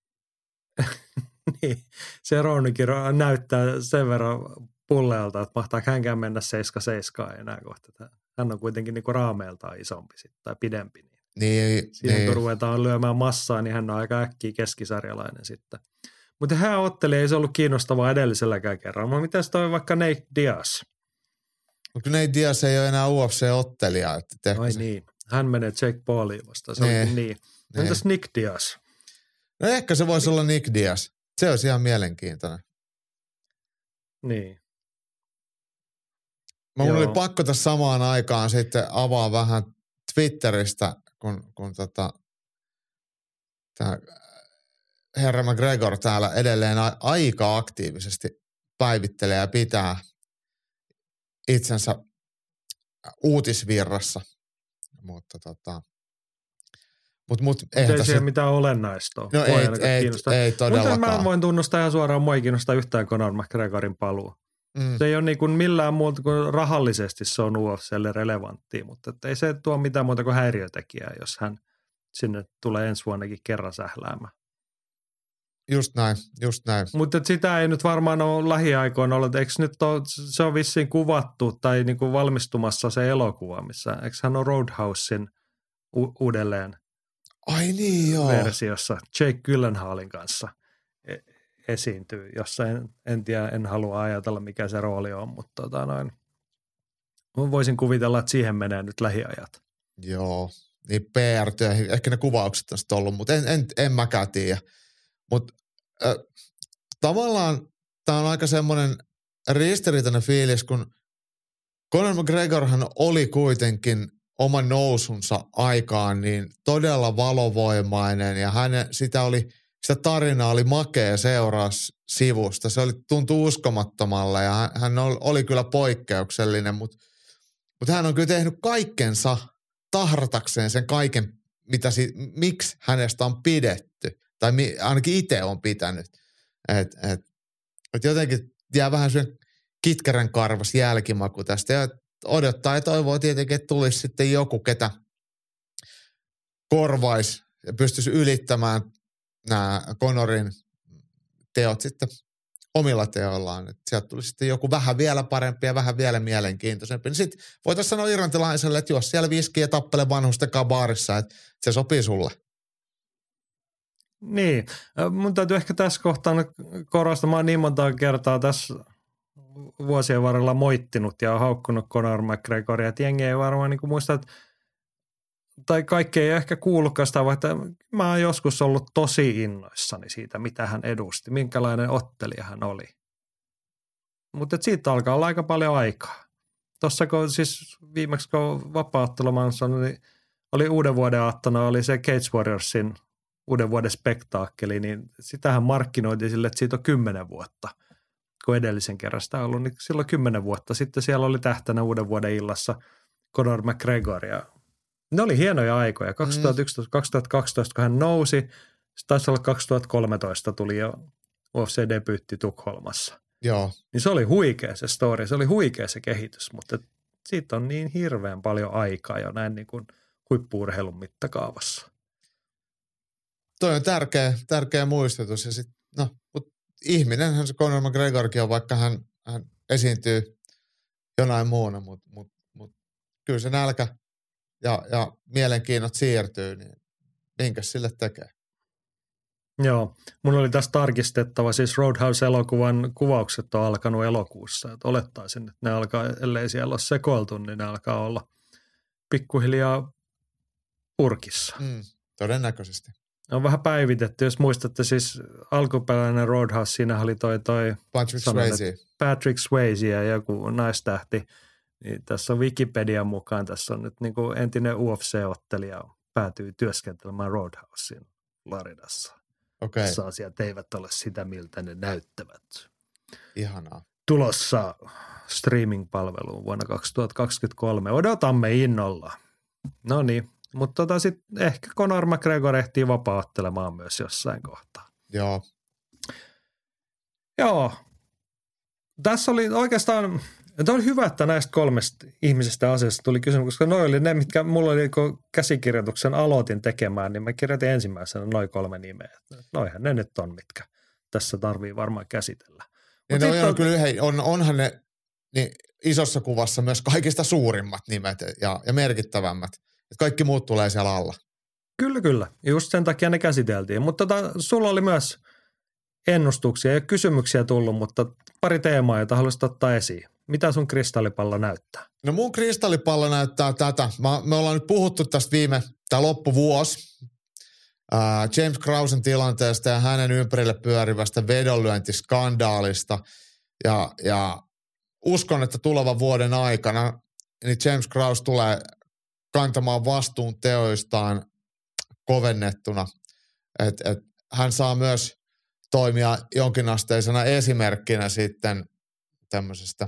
Niin, Cerronekin näyttää sen verran pulleelta, että mahtaako hänkään mennä 7-7 enää kohta. Hän on kuitenkin niinku raameeltaan isompi sit, tai pidempi. Niin. Siihen kun ruvetaan lyömään massaa, niin hän on aika äkkiä keskisarjalainen sitten. Mutta hän otteli, ei se ollut kiinnostavaa edelliselläkään kerralla. Mitäs toi vaikka Nate Diaz? Mutta Nate Diaz ei ole enää UFC-ottelija. Ai niin, hän menee Jake Pauliin vastaan, se onkin niin. Entäs Nick Diaz? No ehkä se voisi olla Nick Diaz. Se olisi ihan mielenkiintoinen. Niin. Mun oli pakko tässä samaan aikaan sitten avaa vähän Twitteristä, kun tämä herra McGregor täällä edelleen aika aktiivisesti päivittelee ja pitää itsensä uutisvirrassa. Mutta ei siellä mitään olennaista ole. No ei todellakaan. Mutta mä voin tunnustaa ihan suoraan, mua ei kiinnosta yhtään Conor McGregorin paluu. Se ei ole niin kuin millään muuta kuin rahallisesti se on UFClle relevanttia, mutta ei se tuo mitään muuta kuin häiriötekijää, jos hän sinne tulee ensi vuonnakin kerran sähläämään. Just näin. Mutta sitä ei nyt varmaan ole lähiaikoina ollut. Eikö nyt se on vissiin kuvattu tai niin kuin valmistumassa se elokuva, missä eikö hän ole Roadhousein uudelleen ai niin, joo. versiossa Jake Gyllenhaalin kanssa esiintyy, jossa en tiedä, en halua ajatella mikä se rooli on, mutta voisin kuvitella, että siihen menee nyt lähiajat. Joo, niin PR-työ, ehkä ne kuvaukset on sitten ollut, mutta en mäkään tiedä. Mutta tavallaan tämä on aika semmoinen ristiriitainen fiilis, kun Conor McGregorhan oli kuitenkin oman nousunsa aikaan niin todella valovoimainen ja sitä tarinaa oli makea seuraa sivusta. Se tuntui uskomattomalle ja hän oli kyllä poikkeuksellinen, mutta hän on kyllä tehnyt kaikkensa tahratakseen sen kaiken, miksi hänestä on pidetty. Tai ainakin itse on pitänyt. Et jotenkin jää vähän sellainen kitkärän karvas jälkimaku tästä. Ja odottaa ja toivoo tietenkin, että tulisi sitten joku, ketä korvaisi ja pystyisi ylittämään nämä Conorin teot sitten omilla teoillaan. Että sieltä tulisi sitten joku vähän vielä parempi ja vähän vielä mielenkiintoisempi. Sitten voitaisiin sanoa irlantilaiselle, että jos siellä viskii ja tappele vanhustenkaan baarissa, että se sopii sulle. Niin, mun täytyy ehkä tässä kohtaa korostaa, mä oon niin monta kertaa tässä vuosien varrella moittinut ja haukkunut Conor McGregoria, että jengi ei varmaan niin muista, että tai kaikki ei ehkä kuullutkaan sitä, vaikka mä oon joskus ollut tosi innoissani siitä, mitä hän edusti, minkälainen ottelija hän oli. Mutta siitä alkaa olla aika paljon aikaa. Tuossa kun siis viimeksi kun vapaa-ottelumaansa oli uuden vuoden aattona, oli se Cage Warriorsin uuden vuoden spektaakkeli, niin sitähän markkinoitiin sille, että siitä on 10 vuotta, kun edellisen kerran sitä on ollut, niin silloin 10 vuotta. Sitten siellä oli tähtänä uuden vuoden illassa Conor McGregor ja ne oli hienoja aikoja. 2011-2012, kun hän nousi, se taisi olla 2013 tuli jo UFC-debyytti Tukholmassa. Joo. Niin se oli huikea se story, se oli huikea se kehitys, mutta siitä on niin hirveän paljon aikaa jo näin niin kuin huippu-urheilun mittakaavassa. Toi on tärkeä muistutus. Ja sit, mutta ihminenhän se Conor McGregorkin on, vaikka hän esiintyy jonain muuna, mutta kyllä se nälkä ja mielenkiinnot siirtyy, niin minkäs sille tekee? Joo, mun oli tässä tarkistettava, siis Roadhouse-elokuvan kuvaukset on alkanut elokuussa, että olettaisin, että ne alkaa, ellei siellä ole sekoiltu, niin ne alkaa olla pikkuhiljaa purkissa. Todennäköisesti. On vähän päivitetty, jos muistatte siis alkuperäinen Roadhouse, siinä oli toi Patrick Swayze ja joku naistähti, niin tässä on Wikipedian mukaan, tässä on nyt niin kuin entinen UFC-ottelija päätyy työskentelemään Roadhouseen Floridassa. Okei. Tässä asiat eivät ole sitä, miltä ne näyttävät. Ihanaa. Tulossa streaming-palveluun vuonna 2023. Odotamme innolla. No niin, mutta sitten ehkä Conor McGregor ehtii vapaa-ottelemaan myös jossain kohtaa. Joo. Tässä oli oikeastaan, tämä oli hyvä, että näistä 3 ihmisestä asiasta tuli kysymys, koska noi oli ne, mitkä mulla oli, kun käsikirjoituksen aloitin tekemään, niin mä kirjoitin ensimmäisenä noin 3 nimeä. Noihän ne nyt on, mitkä tässä tarvii varmaan käsitellä. Ja onhan ne niin isossa kuvassa myös kaikista suurimmat nimet ja merkittävämmät. kaikki muut tulee siellä alla. Kyllä. Just sen takia ne käsiteltiin. Mutta sulla oli myös ennustuksia ja kysymyksiä tullut, mutta pari teemaa, jota haluaisit ottaa esiin. Mitä sun kristallipallo näyttää? No mun kristallipallo näyttää tätä. Me ollaan nyt puhuttu tästä loppuvuosi James Krausen tilanteesta ja hänen ympärille pyörivästä vedonlyöntiskandaalista. Ja uskon, että tulevan vuoden aikana niin James Krause tulee kantamaan vastuun teoistaan kovennettuna. Et hän saa myös toimia jonkinasteisena esimerkkinä sitten tämmöisestä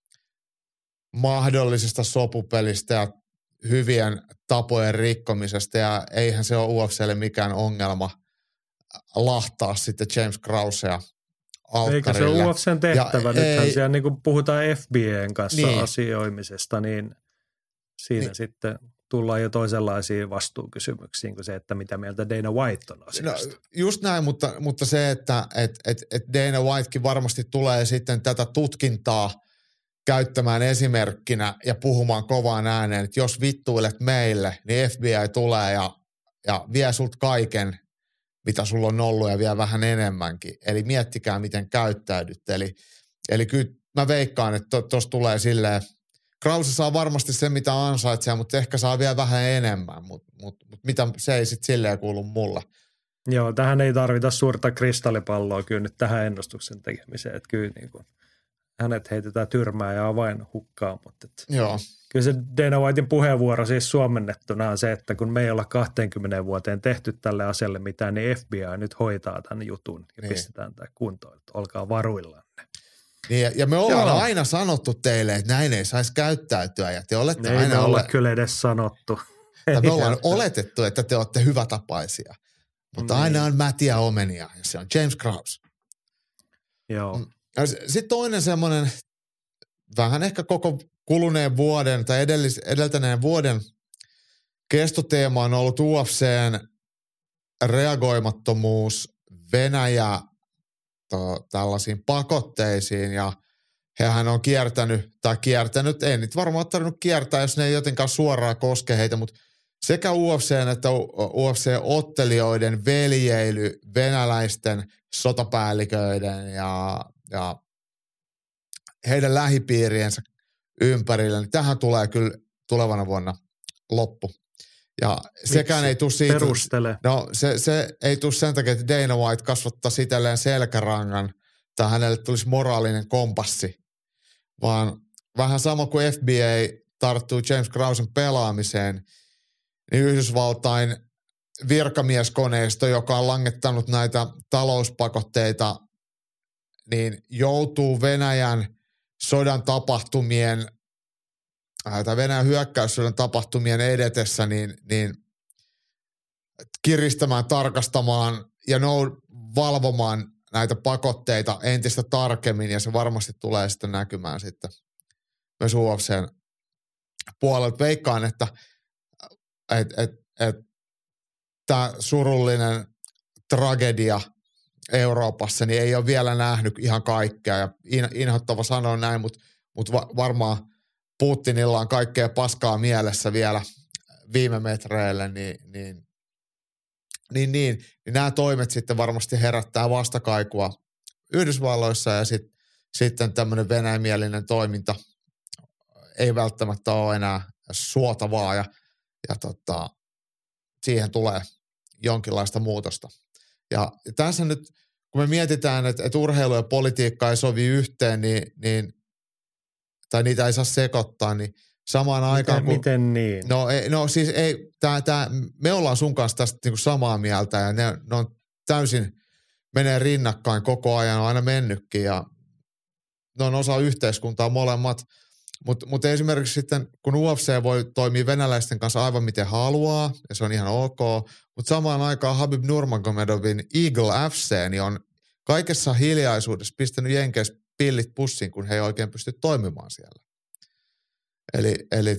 mahdollisesta sopupelistä ja hyvien tapojen rikkomisesta. Ja eihän se ole UFClle mikään ongelma lahtaa sitten James Krausea alttarille. Eikä se ole UFCn tehtävä. Ja nythän siellä niin kuin puhutaan FBA:n kanssa asioimisesta, niin siinä sitten tullaan jo toisenlaisiin vastuukysymyksiin kuin se, että mitä mieltä Dana White on asiasta. No, just näin, mutta se, että Dana Whitekin varmasti tulee sitten tätä tutkintaa käyttämään esimerkkinä ja puhumaan kovaan ääneen, että jos vittuilet meille, niin FBI tulee ja vie sult kaiken, mitä sulla on ollut ja vielä vähän enemmänkin. Eli miettikää, miten käyttäydytte. Eli kyllä mä veikkaan, että tuossa tulee silleen, Krause saa varmasti sen, mitä ansaitsee, mutta ehkä saa vielä vähän enemmän, mutta mitä se ei sitten silleen kuulu mulle. Joo, tähän ei tarvita suurta kristallipalloa kyllä nyt tähän ennustuksen tekemiseen, että kyllä niin kuin hänet heitetään tyrmää ja avain hukkaan, mutta joo. Kyllä se Dana Whitein puheenvuoro siis suomennettuna on se, että kun me ei olla 20 vuoteen tehty tälle asialle mitään, niin FBI nyt hoitaa tämän jutun ja pistetään tämä kuntoon, että olkaa varuillanne. Niin, ja me ollaan aina sanottu teille, että näin ei saisi käyttäytyä ja te olette ne aina ole kyllä edes sanottu. Me ollaan oletettu, että te olette hyvätapaisia, mutta aina on mätiä omenia ja se on James Krause. Joo. Sitten toinen semmoinen vähän ehkä koko kuluneen vuoden tai edeltäneen vuoden kestoteema on ollut UFC:n reagoimattomuus Venäjä tällaisiin pakotteisiin ja hehän on kiertänyt, ei niitä varmaan tarvinnut kiertää, jos ne ei jotenkaan suoraan koske heitä, mutta sekä UFC:n että UFC-ottelijoiden veljeily venäläisten sotapäälliköiden ja heidän lähipiiriensä ympärillä, niin tähän tulee kyllä tulevana vuonna loppu. Ja sekään ei tule siitä. Perustele. No se ei tule sen takia, että Dana White kasvattaisi itselleen selkärangan tai hänelle tulisi moraalinen kompassi, vaan vähän sama kuin FBA tarttuu James Krausen pelaamiseen, niin Yhdysvaltain virkamieskoneisto, joka on langettanut näitä talouspakotteita, niin joutuu Venäjän sodan tapahtumien tai Venäjän hyökkäyssodan tapahtumien edetessä niin kiristämään, tarkastamaan ja valvomaan näitä pakotteita entistä tarkemmin ja se varmasti tulee sitten näkymään sitten myös UFC:n puolelta. Veikkaan, että tämä surullinen tragedia Euroopassa niin ei ole vielä nähnyt ihan kaikkea ja inhottava sanoa näin, mutta varmaan Putinilla on kaikkea paskaa mielessä vielä viime metreille, niin nämä toimet sitten varmasti herättää vastakaikua Yhdysvalloissa ja sitten tämmöinen venäjämielinen toiminta ei välttämättä ole enää suotavaa ja siihen tulee jonkinlaista muutosta. Ja tässä nyt, kun me mietitään, että urheilu ja politiikka ei sovi yhteen, tai niitä ei saa sekoittaa, niin samaan aikaan kun... Miten niin? No siis ei, me ollaan sun kanssa tästä niinku samaa mieltä ja ne on täysin, menee rinnakkain koko ajan, on aina mennytkin ja ne on osa yhteiskuntaa molemmat. Mutta esimerkiksi sitten, kun UFC voi toimia venäläisten kanssa aivan miten haluaa, ja se on ihan ok, mutta samaan aikaan Habib Nurmagomedovin Eagle FC niin on kaikessa hiljaisuudessa pistänyt Jenkeissä pillit pussiin, kun he ei oikein pysty toimimaan siellä. Eli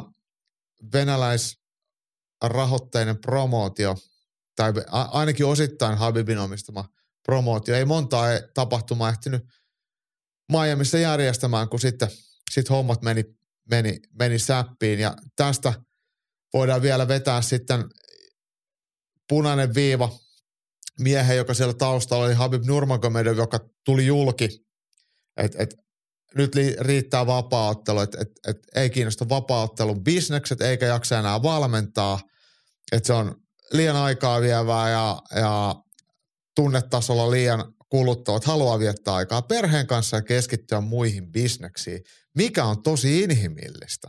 venäläisrahoitteinen promootio, tai ainakin osittain Habibin omistama promootio, ei montaa tapahtumaa ehtinyt Miamiissa järjestämään, kun sitten hommat meni säppiin. Ja tästä voidaan vielä vetää sitten punainen viiva miehen, joka siellä taustalla oli Habib Nurmagomedov, joka tuli julki, että nyt riittää vapaaottelu, että ei kiinnosta vapaaottelun bisnekset eikä jaksa enää valmentaa, että se on liian aikaa vievää ja tunnetasolla liian kuluttavat, haluaa viettää aikaa perheen kanssa ja keskittyä muihin bisneksiin, mikä on tosi inhimillistä.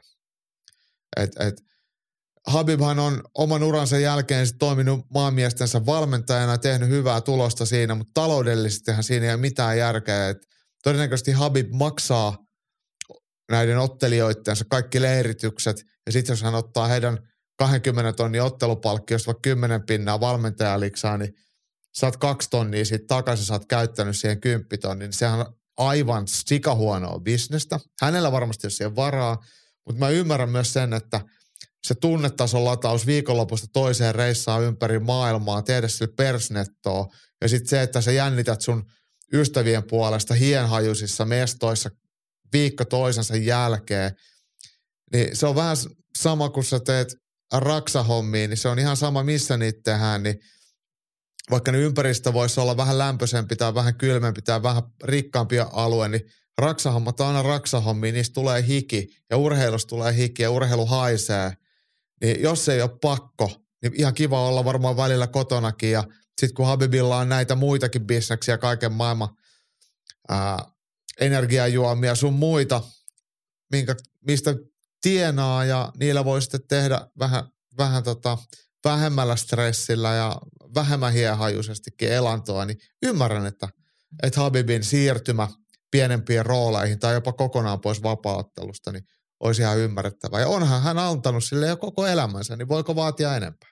Habibhan on oman uransa jälkeen toiminut maamiestensä valmentajana ja tehnyt hyvää tulosta siinä, mutta taloudellisestihan siinä ei ole mitään järkeä. Todennäköisesti Habib maksaa näiden ottelijoittensa kaikki leiritykset ja sitten jos hän ottaa heidän 20 tonnia ottelupalkkiosta vaikka 10 pinnaa valmentajaliksaa, niin saat 2 tonnia siitä takaisin, sä oot käyttänyt siihen 10 tonnia, niin sehän on aivan sikahuonoa bisnestä. Hänellä varmasti on siihen varaa, mutta mä ymmärrän myös sen, että se tunnetason lataus viikonlopusta toiseen reissaa ympäri maailmaa, tehdä sille persnettoa ja sitten se, että sä jännität sun ystävien puolesta hienhajuisissa mestoissa viikko toisensa jälkeen, niin se on vähän sama, kun sä teet raksahommiin, niin se on ihan sama, missä niitä tehdään, niin vaikka ne ympäristö voisi olla vähän lämpöisempi tai vähän kylmempi tai vähän rikkaampi alue, niin raksahommat on aina raksahommiin, niistä tulee hiki ja urheilusta tulee hiki ja urheilu haisee. Niin jos ei ole pakko, niin ihan kiva olla varmaan välillä kotonakin ja sitten kun Habibilla on näitä muitakin bisneksiä, kaiken maailman energiajuomia sun muita, mistä tienaa ja niillä voi sitten tehdä vähän vähemmällä stressillä ja vähemmän hiehajuisestikin elantoa, niin ymmärrän, että Habibin siirtymä pienempiin rooleihin tai jopa kokonaan pois vapaaottelusta, niin olisi ihan ymmärrettävää. Ja onhan hän antanut sille jo koko elämänsä, niin voiko vaatia enempää?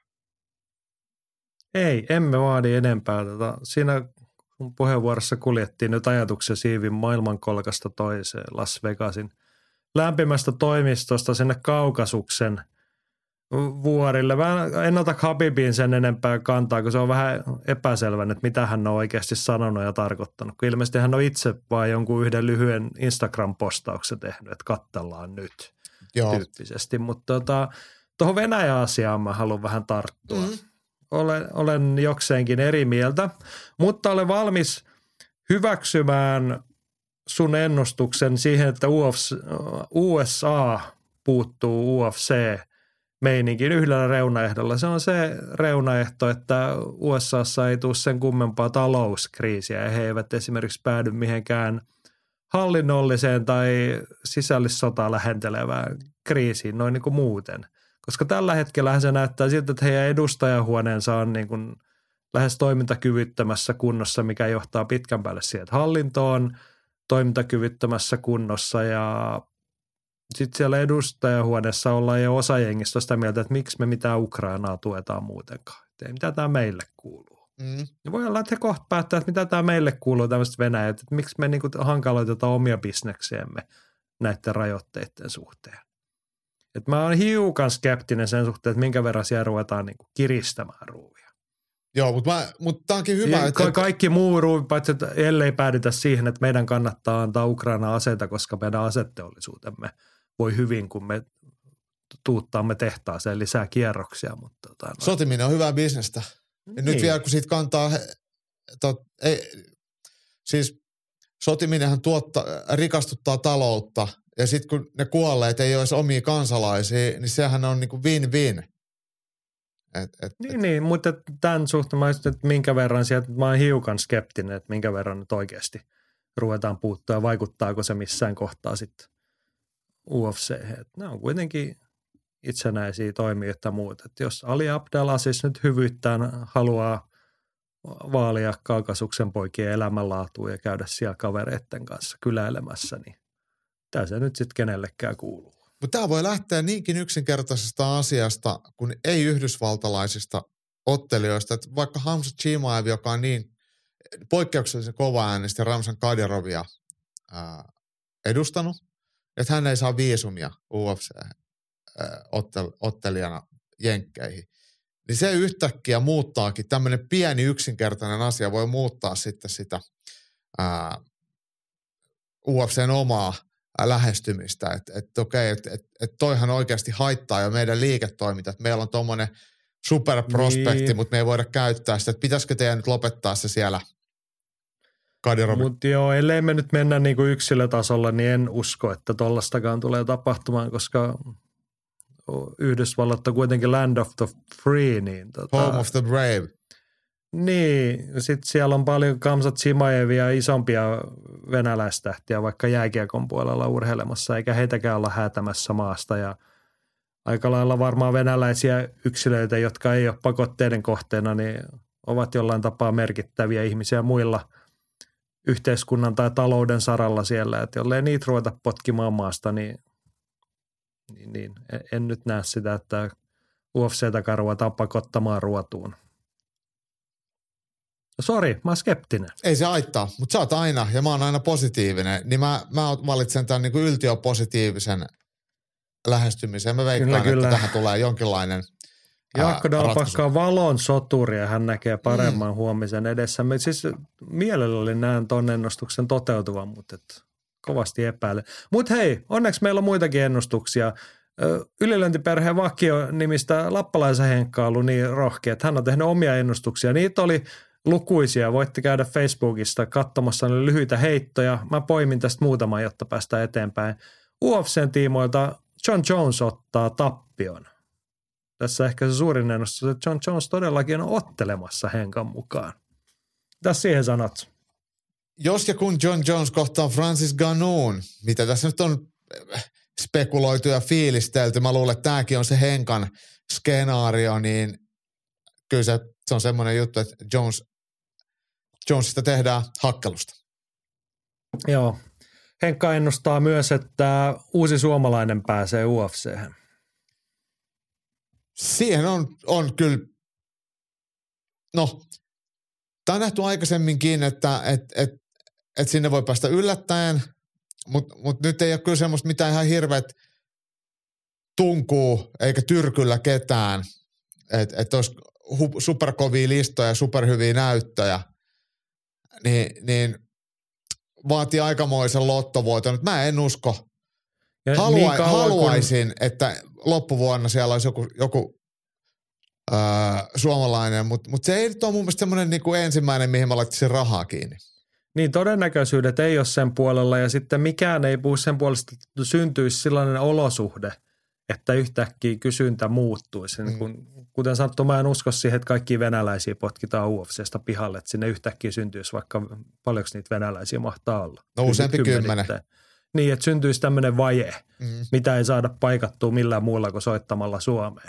Ei, emme vaadi enempää. Siinä puheenvuorossa kuljettiin nyt ajatuksen siivin maailmankolkasta toiseen Las Vegasin lämpimästä toimistosta sinne Kaukasuksen vuorille. Mä en ota Habibin sen enempää kantaa, kun se on vähän epäselvän, että mitä hän on oikeasti sanonut ja tarkoittanut. Kun ilmeisesti hän on itse vaan jonkun yhden lyhyen Instagram-postauksen tehnyt, että katsellaan nyt tyyppisesti. Mutta tuohon Venäjä-asiaan mä haluan vähän tarttua. Olen jokseenkin eri mieltä, mutta olen valmis hyväksymään sun ennustuksen siihen, että USA puuttuu UFC-meininkin yhdellä reunaehdolla. Se on se reunaehto, että USAssa ei tule sen kummempaa talouskriisiä ja he eivät esimerkiksi päädy mihinkään hallinnolliseen tai sisällissotaa lähentelevään kriisiin noin niin kuin muuten. Koska tällä hetkellä se näyttää siltä, että heidän edustajahuoneensa on niin kuin lähes toimintakyvyttömässä kunnossa, mikä johtaa pitkän päälle siihen, että hallinto on toimintakyvyttömässä kunnossa ja sitten siellä edustajahuoneessa ollaan jo osa jengistä sitä mieltä, että miksi me mitään Ukrainaa tuetaan muutenkaan. Että ei mitä tämä meille kuuluu. Ja voi olla, että he kohta päättää, että mitä tämä meille kuuluu tämmöistä Venäjää, että miksi me niinku hankaloitetaan omia bisneksiämme näiden rajoitteiden suhteen. Että mä oon hiukan skeptinen sen suhteen, että minkä verran siellä ruvetaan niinku kiristämään ruuvia. Joo, mutta tämä onkin hyvä. Että kaikki muu ruuvi, paitsi että ellei päädytä siihen, että meidän kannattaa antaa Ukraina aseita, koska meidän aseteollisuutemme voi hyvin, kun me tuuttaamme tehtaaseen lisää kierroksia. Mutta sotiminen on hyvää bisnestä. Ja nyt vielä kun siitä kantaa, siis sotiminenhan rikastuttaa taloutta ja sitten kun ne kuolleet ei olisi omia kansalaisia, niin sehän on niinku win-win. Niin, mutta tämän suhteen mä ajattelin, että minkä verran sieltä, mä oon hiukan skeptinen, että minkä verran nyt oikeasti ruvetaan puuttua ja vaikuttaako se missään kohtaa sitten UFC:hen. Nämä on kuitenkin itsenäisiä toimijoita ja muuta. Että jos Ali Abdelaziz nyt hyvyyttään haluaa vaalia Kaukasuksen poikien elämänlaatua ja käydä siellä kavereiden kanssa kyläilemässä, niin tämä se nyt sitten kenellekään kuuluu. Mutta tämä voi lähteä niinkin yksinkertaisesta asiasta, kun ei yhdysvaltalaisista ottelijoista. Että vaikka Hamza Chimaev, joka on niin poikkeuksellisen kova äänestä Ramzan Kadyrovia edustanut, että hän ei saa viisumia UFC-ottelijana jenkkeihin. Niin se yhtäkkiä muuttaakin, tämmöinen pieni yksinkertainen asia voi muuttaa sitten sitä UFCn omaa lähestymistä. Että okei, että toihan oikeasti haittaa jo meidän liiketoiminta. Että meillä on tuommoinen superprospekti, mutta me ei voida käyttää sitä. Että pitäisikö teidän nyt lopettaa se siellä Kadirovin? Mutta joo, ellei me nyt mennä niinku yksilötasolla, niin en usko, että tollastakaan tulee tapahtumaan, koska Yhdysvallat on kuitenkin land of the free. Niin Home of the brave. Niin, sitten siellä on paljon Khamzat Chimaevia isompia venäläistähtiä vaikka jääkiekon puolella urheilemassa, eikä heitäkään olla häätämässä maasta. Ja aika lailla varmaan venäläisiä yksilöitä, jotka ei ole pakotteiden kohteena, niin ovat jollain tapaa merkittäviä ihmisiä muilla yhteiskunnan tai talouden saralla siellä. Että jollei niitä ruveta potkimaan maasta, niin en nyt näe sitä, että UFC:täkään ruvetaan pakottamaan ruotuun. Sori, mä oon skeptinen. Ei se haittaa, mutta sä oot aina, ja mä oon aina positiivinen, niin mä valitsen tämän niin yltiöpositiivisen lähestymisen. Mä veikkaan, kyllä. Että tähän tulee jonkinlainen Jaakko Dalpakka on valon soturi ja hän näkee paremman huomisen edessä. Me siis mielelläni näen ton ennustuksen toteutuvan, mutta kovasti epäilen. Mutta hei, onneksi meillä on muitakin ennustuksia. Ylilöintiperheen vakio nimistä Lappalaisen Henkka on ollut niin rohkea, että hän on tehnyt omia ennustuksia. Niitä oli lukuisia. Voitte käydä Facebookista katsomassa lyhyitä heittoja. Mä poimin tästä muutaman, jotta päästään eteenpäin. UFCn tiimoilta John Jones ottaa tappion. Tässä ehkä se suurin ennustus, että John Jones todellakin on ottelemassa Henkan mukaan. Mitä siihen sanot? Jos ja kun John Jones kohtaa Francis Ngannou'n, mitä tässä nyt on spekuloitu ja fiilistelty, mä luulen, että tämäkin on se Henkan skenaario, niin kyllä se on semmoinen juttu, että Jonesista tehdään hakkelusta. Joo. Henkka ennustaa myös, että uusi suomalainen pääsee UFC:hen. Siihen on kyllä, no, tämä on nähty aikaisemminkin, että sinne voi päästä yllättäen, mutta nyt ei ole kyllä semmoista mitään ihan hirveät tunkuu eikä tyrkyllä ketään, että olisi superkovia listoja ja superhyviä näyttöjä, niin vaatii aikamoisen lottovoiton. Mä en usko. Haluaisin, että loppuvuonna siellä olisi joku suomalainen, mutta se ei nyt ole mun mielestä semmoinen niin kuin ensimmäinen, mihin mä laittaisin rahaa kiinni. Niin todennäköisyydet ei ole sen puolella ja sitten mikään ei puhu sen puolesta, että syntyisi sellainen olosuhde, että yhtäkkiä kysyntä muuttuisi. Kuten sanottu, mä en usko siihen, että kaikki venäläisiä potkitaan UFC:stä pihalle, että sinne yhtäkkiä syntyisi vaikka paljonko niitä venäläisiä mahtaa olla. No useampi 10. Niin, että syntyisi tämmöinen vaje, mitä ei saada paikattua millään muulla kuin soittamalla Suomeen.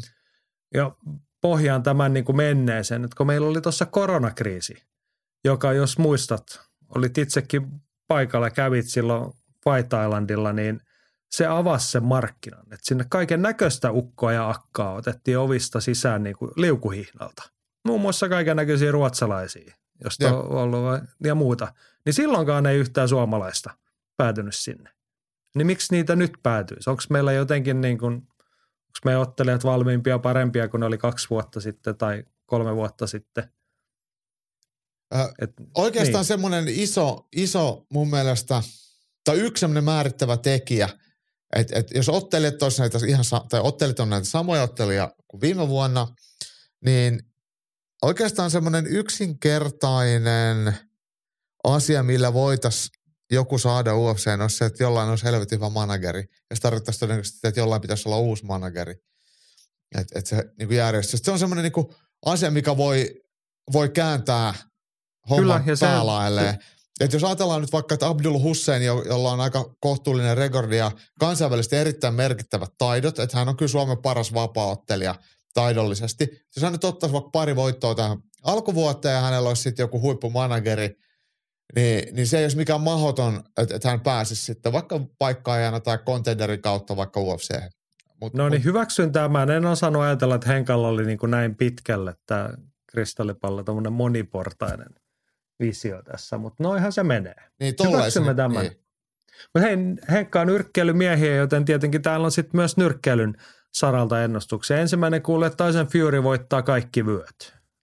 Ja pohjaan tämän niin kuin menneeseen, että kun meillä oli tuossa koronakriisi, joka jos muistat, olit itsekin paikalla, kävit silloin Fight Islandilla, niin se avasi sen markkinan. Että sinne kaiken näköistä ukkoa ja akkaa otettiin ovista sisään niin kuin liukuhihnalta. Muun muassa kaiken näköisiä ruotsalaisia, josta on ollut ja muuta. Niin silloinkaan ei yhtään suomalaista päätynyt sinne. Niin miksi niitä nyt päätyisi? Onko meillä jotenkin niin kuin, onko meidän ottelijat valmiimpia parempia kuin ne oli 2 vuotta sitten tai 3 vuotta sitten? Oikeastaan niin. Semmoinen iso mun mielestä, tai yksi semmoinen määrittävä tekijä, että jos ottelijat olisi näitä tai ottelit on näitä samoja ottelia kuin viime vuonna, niin oikeastaan semmoinen yksinkertainen asia, millä voitaisiin joku saada UFC:n, on se, että jollain olisi helvetin hyvä manageri. Ja se tarkoittaisi todennäköisesti, että jollain pitäisi olla uusi manageri. Että se niin järjestys. Se on semmoinen niin asia, mikä voi kääntää homman päälaelleen. Että jos ajatellaan nyt vaikka, että Abdul Hussein, jolla on aika kohtuullinen rekordi ja kansainvälisesti erittäin merkittävät taidot, että hän on kyllä Suomen paras vapaa-ottelija taidollisesti. Jos hän nyt ottaisi vaikka pari voittoa tähän alkuvuoteen ja hänellä olisi sitten joku huippumanageri, niin se ei olisi mikään mahdoton, että hän pääsisi sitten vaikka paikkaajana tai contenderin kautta vaikka UFC:hen. Niin hyväksyn tämän. En osannut ajatella, että Henkalla oli niin kuin näin pitkälle tämä kristallipallo, tämmöinen moniportainen visio tässä, mutta noinhan se menee. Niin, hyväksymme tämän. Niin. Mutta hei, Henkka on nyrkkeilymiehiä, joten tietenkin täällä on sitten myös nyrkkeilyn saralta ennustuksia. Ensimmäinen kuulee, että Tyson Fury voittaa kaikki vyöt.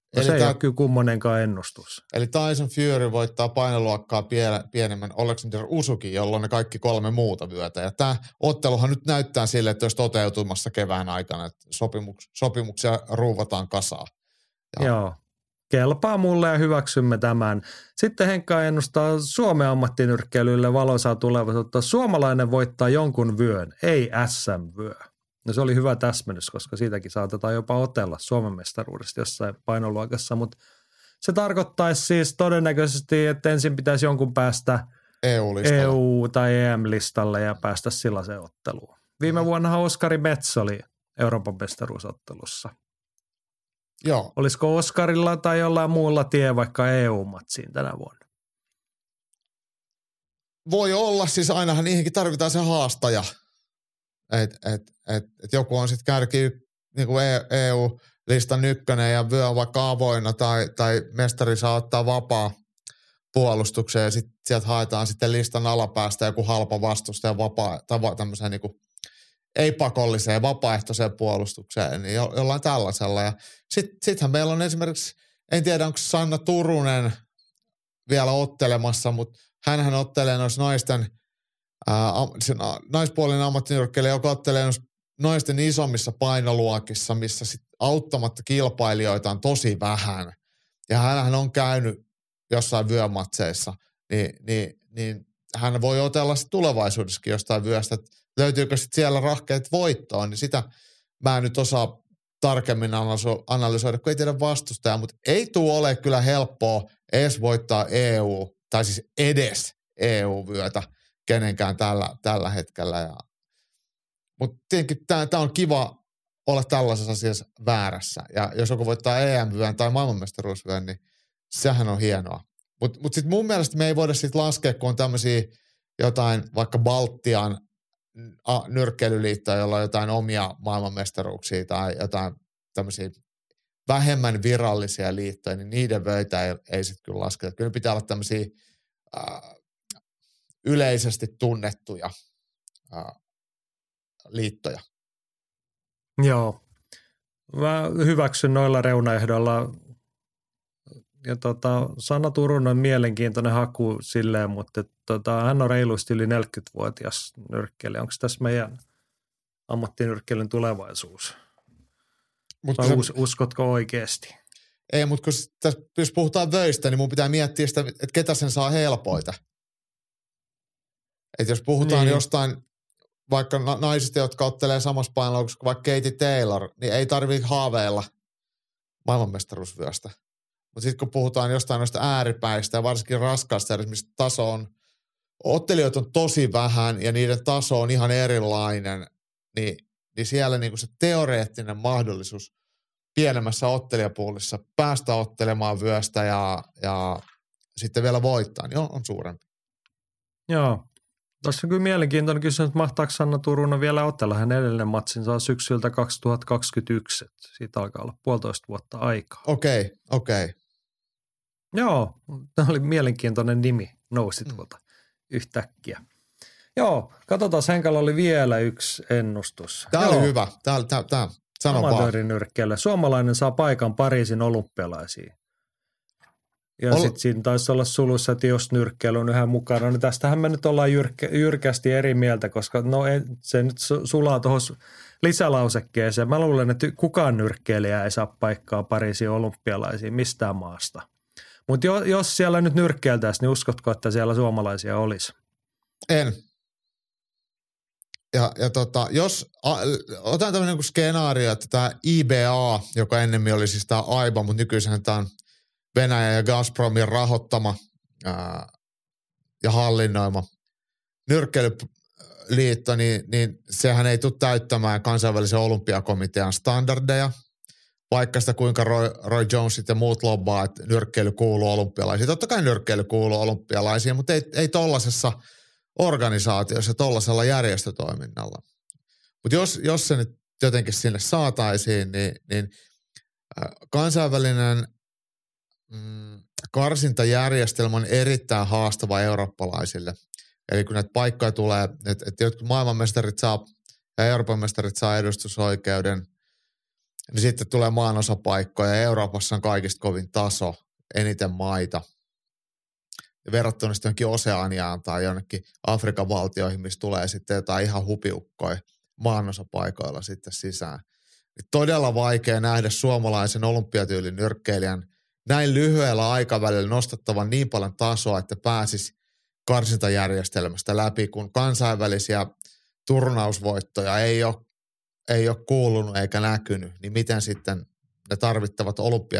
No se ei ole kyllä kummonenkaan ennustus. Eli Tyson Fury voittaa painoluokkaa pienemmän Alexander Usykin, jolloin ne kaikki 3 muuta vyötä. Ja tämä otteluhan nyt näyttää sille, että olisi toteutumassa kevään aikana, että sopimuksia ruuvataan kasaan. Joo, kelpaa mulle ja hyväksymme tämän. Sitten Henkka ennustaa Suomen ammattinyrkkeilylle valoisaa tulevaisuutta. Suomalainen voittaa jonkun vyön, ei SM-vyö. No se oli hyvä täsmennys, koska siitäkin saatetaan jopa otella Suomen mestaruudesta jossain painoluokassa, mutta se tarkoittaisi siis todennäköisesti, että ensin pitäisi jonkun päästä EU- tai EM-listalle ja päästä sellaiseen otteluun. Viime vuonnahan Oskari Metz oli Euroopan mestaruusottelussa. Joo. Olisiko Oskarilla tai jollain muulla tie vaikka EU-matsiin tänä vuonna? Voi olla, siis ainahan niihinkin tarvitaan se haastaja. Et joku on sitten kärki niin kuin EU-listan ykkönen ja vyö on vaikka avoinna tai mestari saa ottaa vapaa puolustukseen ja sitten sieltä haetaan sitten listan alapäästä joku halpa vastustaja tämmöiseen niin kuin ei-pakolliseen vapaaehtoiseen puolustukseen, niin jollain tällaisella. Ja sittenhän meillä on esimerkiksi, en tiedä onko Sanna Turunen vielä ottelemassa, mutta hänhän ottelee noissa naispuolinen ammattinyrkkeilijä, joka ottelee naisten isommissa painoluokissa, missä sitten auttamatta kilpailijoita on tosi vähän. Ja hänhän on käynyt jossain vyömatseissa, niin hän voi otella sitten tulevaisuudessakin jostain vyöstä. Löytyykö sitten siellä rahkeet voittoon, niin sitä mä en nyt osaa tarkemmin analysoida, kun ei tiedä vastustajaa, mutta ei tule ole kyllä helppoa edes voittaa EU, tai siis edes EU-vyötä kenenkään tällä hetkellä. Mutta tietenkin tämä on kiva olla tällaisessa asiassa väärässä. Ja jos joku voittaa EM-vyön tai maailmanmestaruusvyön, niin sehän on hienoa. Mutta sitten mun mielestä me ei voida sitten laskea, kun on tämmöisiä jotain vaikka Baltian nyrkkeilyliittoja, jolla on jotain omia maailmanmestaruuksia tai jotain tämmöisiä vähemmän virallisia liittoja, niin niiden vöitä ei sitten kyllä lasketa. Kyllä pitää olla tämmöisiä yleisesti tunnettuja liittoja. Joo. Mä hyväksyn noilla reunaehdoilla. Ja Sanna Turunen on mielenkiintoinen haku silleen, mutta hän on reilusti yli 40-vuotias nyrkkeilijä. Onko tässä meidän ammattinyrkkeilyn tulevaisuus? Uskotko oikeasti? Ei, mutta jos puhutaan vöistä, niin mun pitää miettiä sitä, että ketä sen saa helpoita. Että jos puhutaan jostain vaikka naisista, jotka ottelee samassa painoksessa kuin vaikka Katie Taylor, niin ei tarvitse haaveilla maailmanmestaruusvyöstä. Mutta sitten kun puhutaan jostain noista ääripäistä ja varsinkin raskaasta, missä taso on, ottelijoita on tosi vähän ja niiden taso on ihan erilainen, niin siellä niinku se teoreettinen mahdollisuus pienemmässä ottelijapuolissa päästä ottelemaan vyöstä ja sitten vielä voittaa, niin on suurempi. Joo. Tuossa on kyllä mielenkiintoinen kysymys, että mahtaako Sanna Turunen vielä otella. Hän edellinen matsinsa on syksyltä 2021. Siitä alkaa olla 1,5 vuotta aikaa. Okei. Joo, tämä oli mielenkiintoinen nimi, nousi tuolta yhtäkkiä. Joo, katsotaan, Henkalla oli vielä yksi ennustus. Tämä oli hyvä, tämä sano vaan. Amatöörinyrkkeelle. Suomalainen saa paikan Pariisin olympialaisiin. Ja sitten siinä taisi olla sulussa, että jos nyrkkeily on yhä mukana, niin tästähän me nyt ollaan jyrkästi eri mieltä, koska se nyt sulaa tuohon lisälausekkeeseen. Mä luulen, että kukaan nyrkkeilijä ei saa paikkaa Pariisin olympialaisiin mistään maasta. Mutta jos siellä nyt nyrkkeiltäisiin, niin uskotko, että siellä suomalaisia olisi? En. Jos otan tämmöinen niin skenaario, että tämä IBA, joka ennemmin oli siis tämä AIBA, mutta nykyisenhän tämä on Venäjä ja Gazpromin rahoittama ja hallinnoima nyrkkeilyliitto, niin sehän ei tule täyttämään kansainvälisen olympiakomitean standardeja, vaikka sitä kuinka Roy Jonesit ja muut lobbaa, että nyrkkeily kuuluu olympialaisiin. Totta kai nyrkkeily kuuluu olympialaisiin, mutta ei tollaisessa organisaatiossa, tollaisella järjestötoiminnalla. Mutta jos se nyt jotenkin sinne saataisiin, niin kansainvälinen karsintajärjestelmä on erittäin haastava eurooppalaisille. Eli kun näitä paikkoja tulee, että jotkut maailmanmestarit saa ja Euroopan mestarit saa edustusoikeuden niin sitten tulee maanosapaikkoja. Euroopassa on kaikista kovin taso, eniten maita. Ja verrattuna sitten jonkin Oseaniaan tai jonnekin Afrikan valtioihin, missä tulee sitten jotain ihan hupiukkoja maanosapaikoilla sitten sisään. Todella vaikea nähdä suomalaisen olympiatyylin nyrkkeilijän näin lyhyellä aikavälillä nostattavan niin paljon tasoa, että pääsisi karsintajärjestelmästä läpi, kun kansainvälisiä turnausvoittoja ei ole kuulunut eikä näkynyt, niin miten sitten ne tarvittavat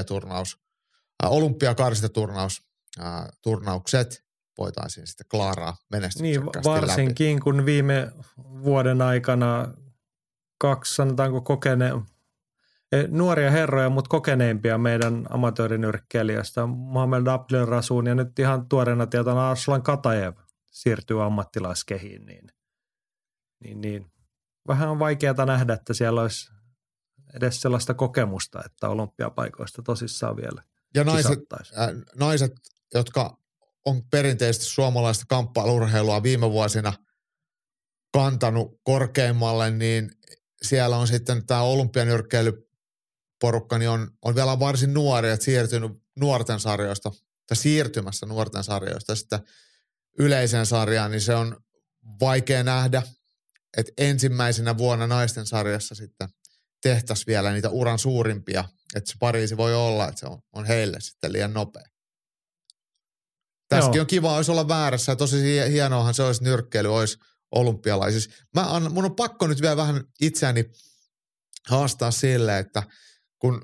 olympiakarsintaturnaukset voitaisiin sitten klaaraa menestyksekkäästi niin, varsinkin läpi. Kun viime vuoden aikana sanotaanko nuoria herroja, mutta kokeneimpia meidän amatöörinyrkkeilijöistä, Mohamed Abdelrasoun ja nyt ihan tuoreena tietona Arslan Katajev siirtyy ammattilaiskehiin, niin vähän on vaikeaa nähdä, että siellä olisi edes sellaista kokemusta, että olympiapaikoista tosissaan vielä ja naiset, jotka on perinteisesti suomalaista kamppailurheilua viime vuosina kantanut korkeimmalle, niin siellä on sitten tämä olympianyrkkeilyporukka, niin on vielä varsin nuoria, että siirtymässä nuorten sarjoista sitten yleiseen sarjaan, niin se on vaikea nähdä, että ensimmäisenä vuonna naisten sarjassa sitten tehtäisiin vielä niitä uran suurimpia, että se Pariisi voi olla, että se on heille sitten liian nopea. Tässäkin on kiva, olisi olla väärässä ja tosi hienoahan se olisi nyrkkeily, olisi olympialaisissa. Mun on pakko nyt vielä vähän itseäni haastaa sille, että kun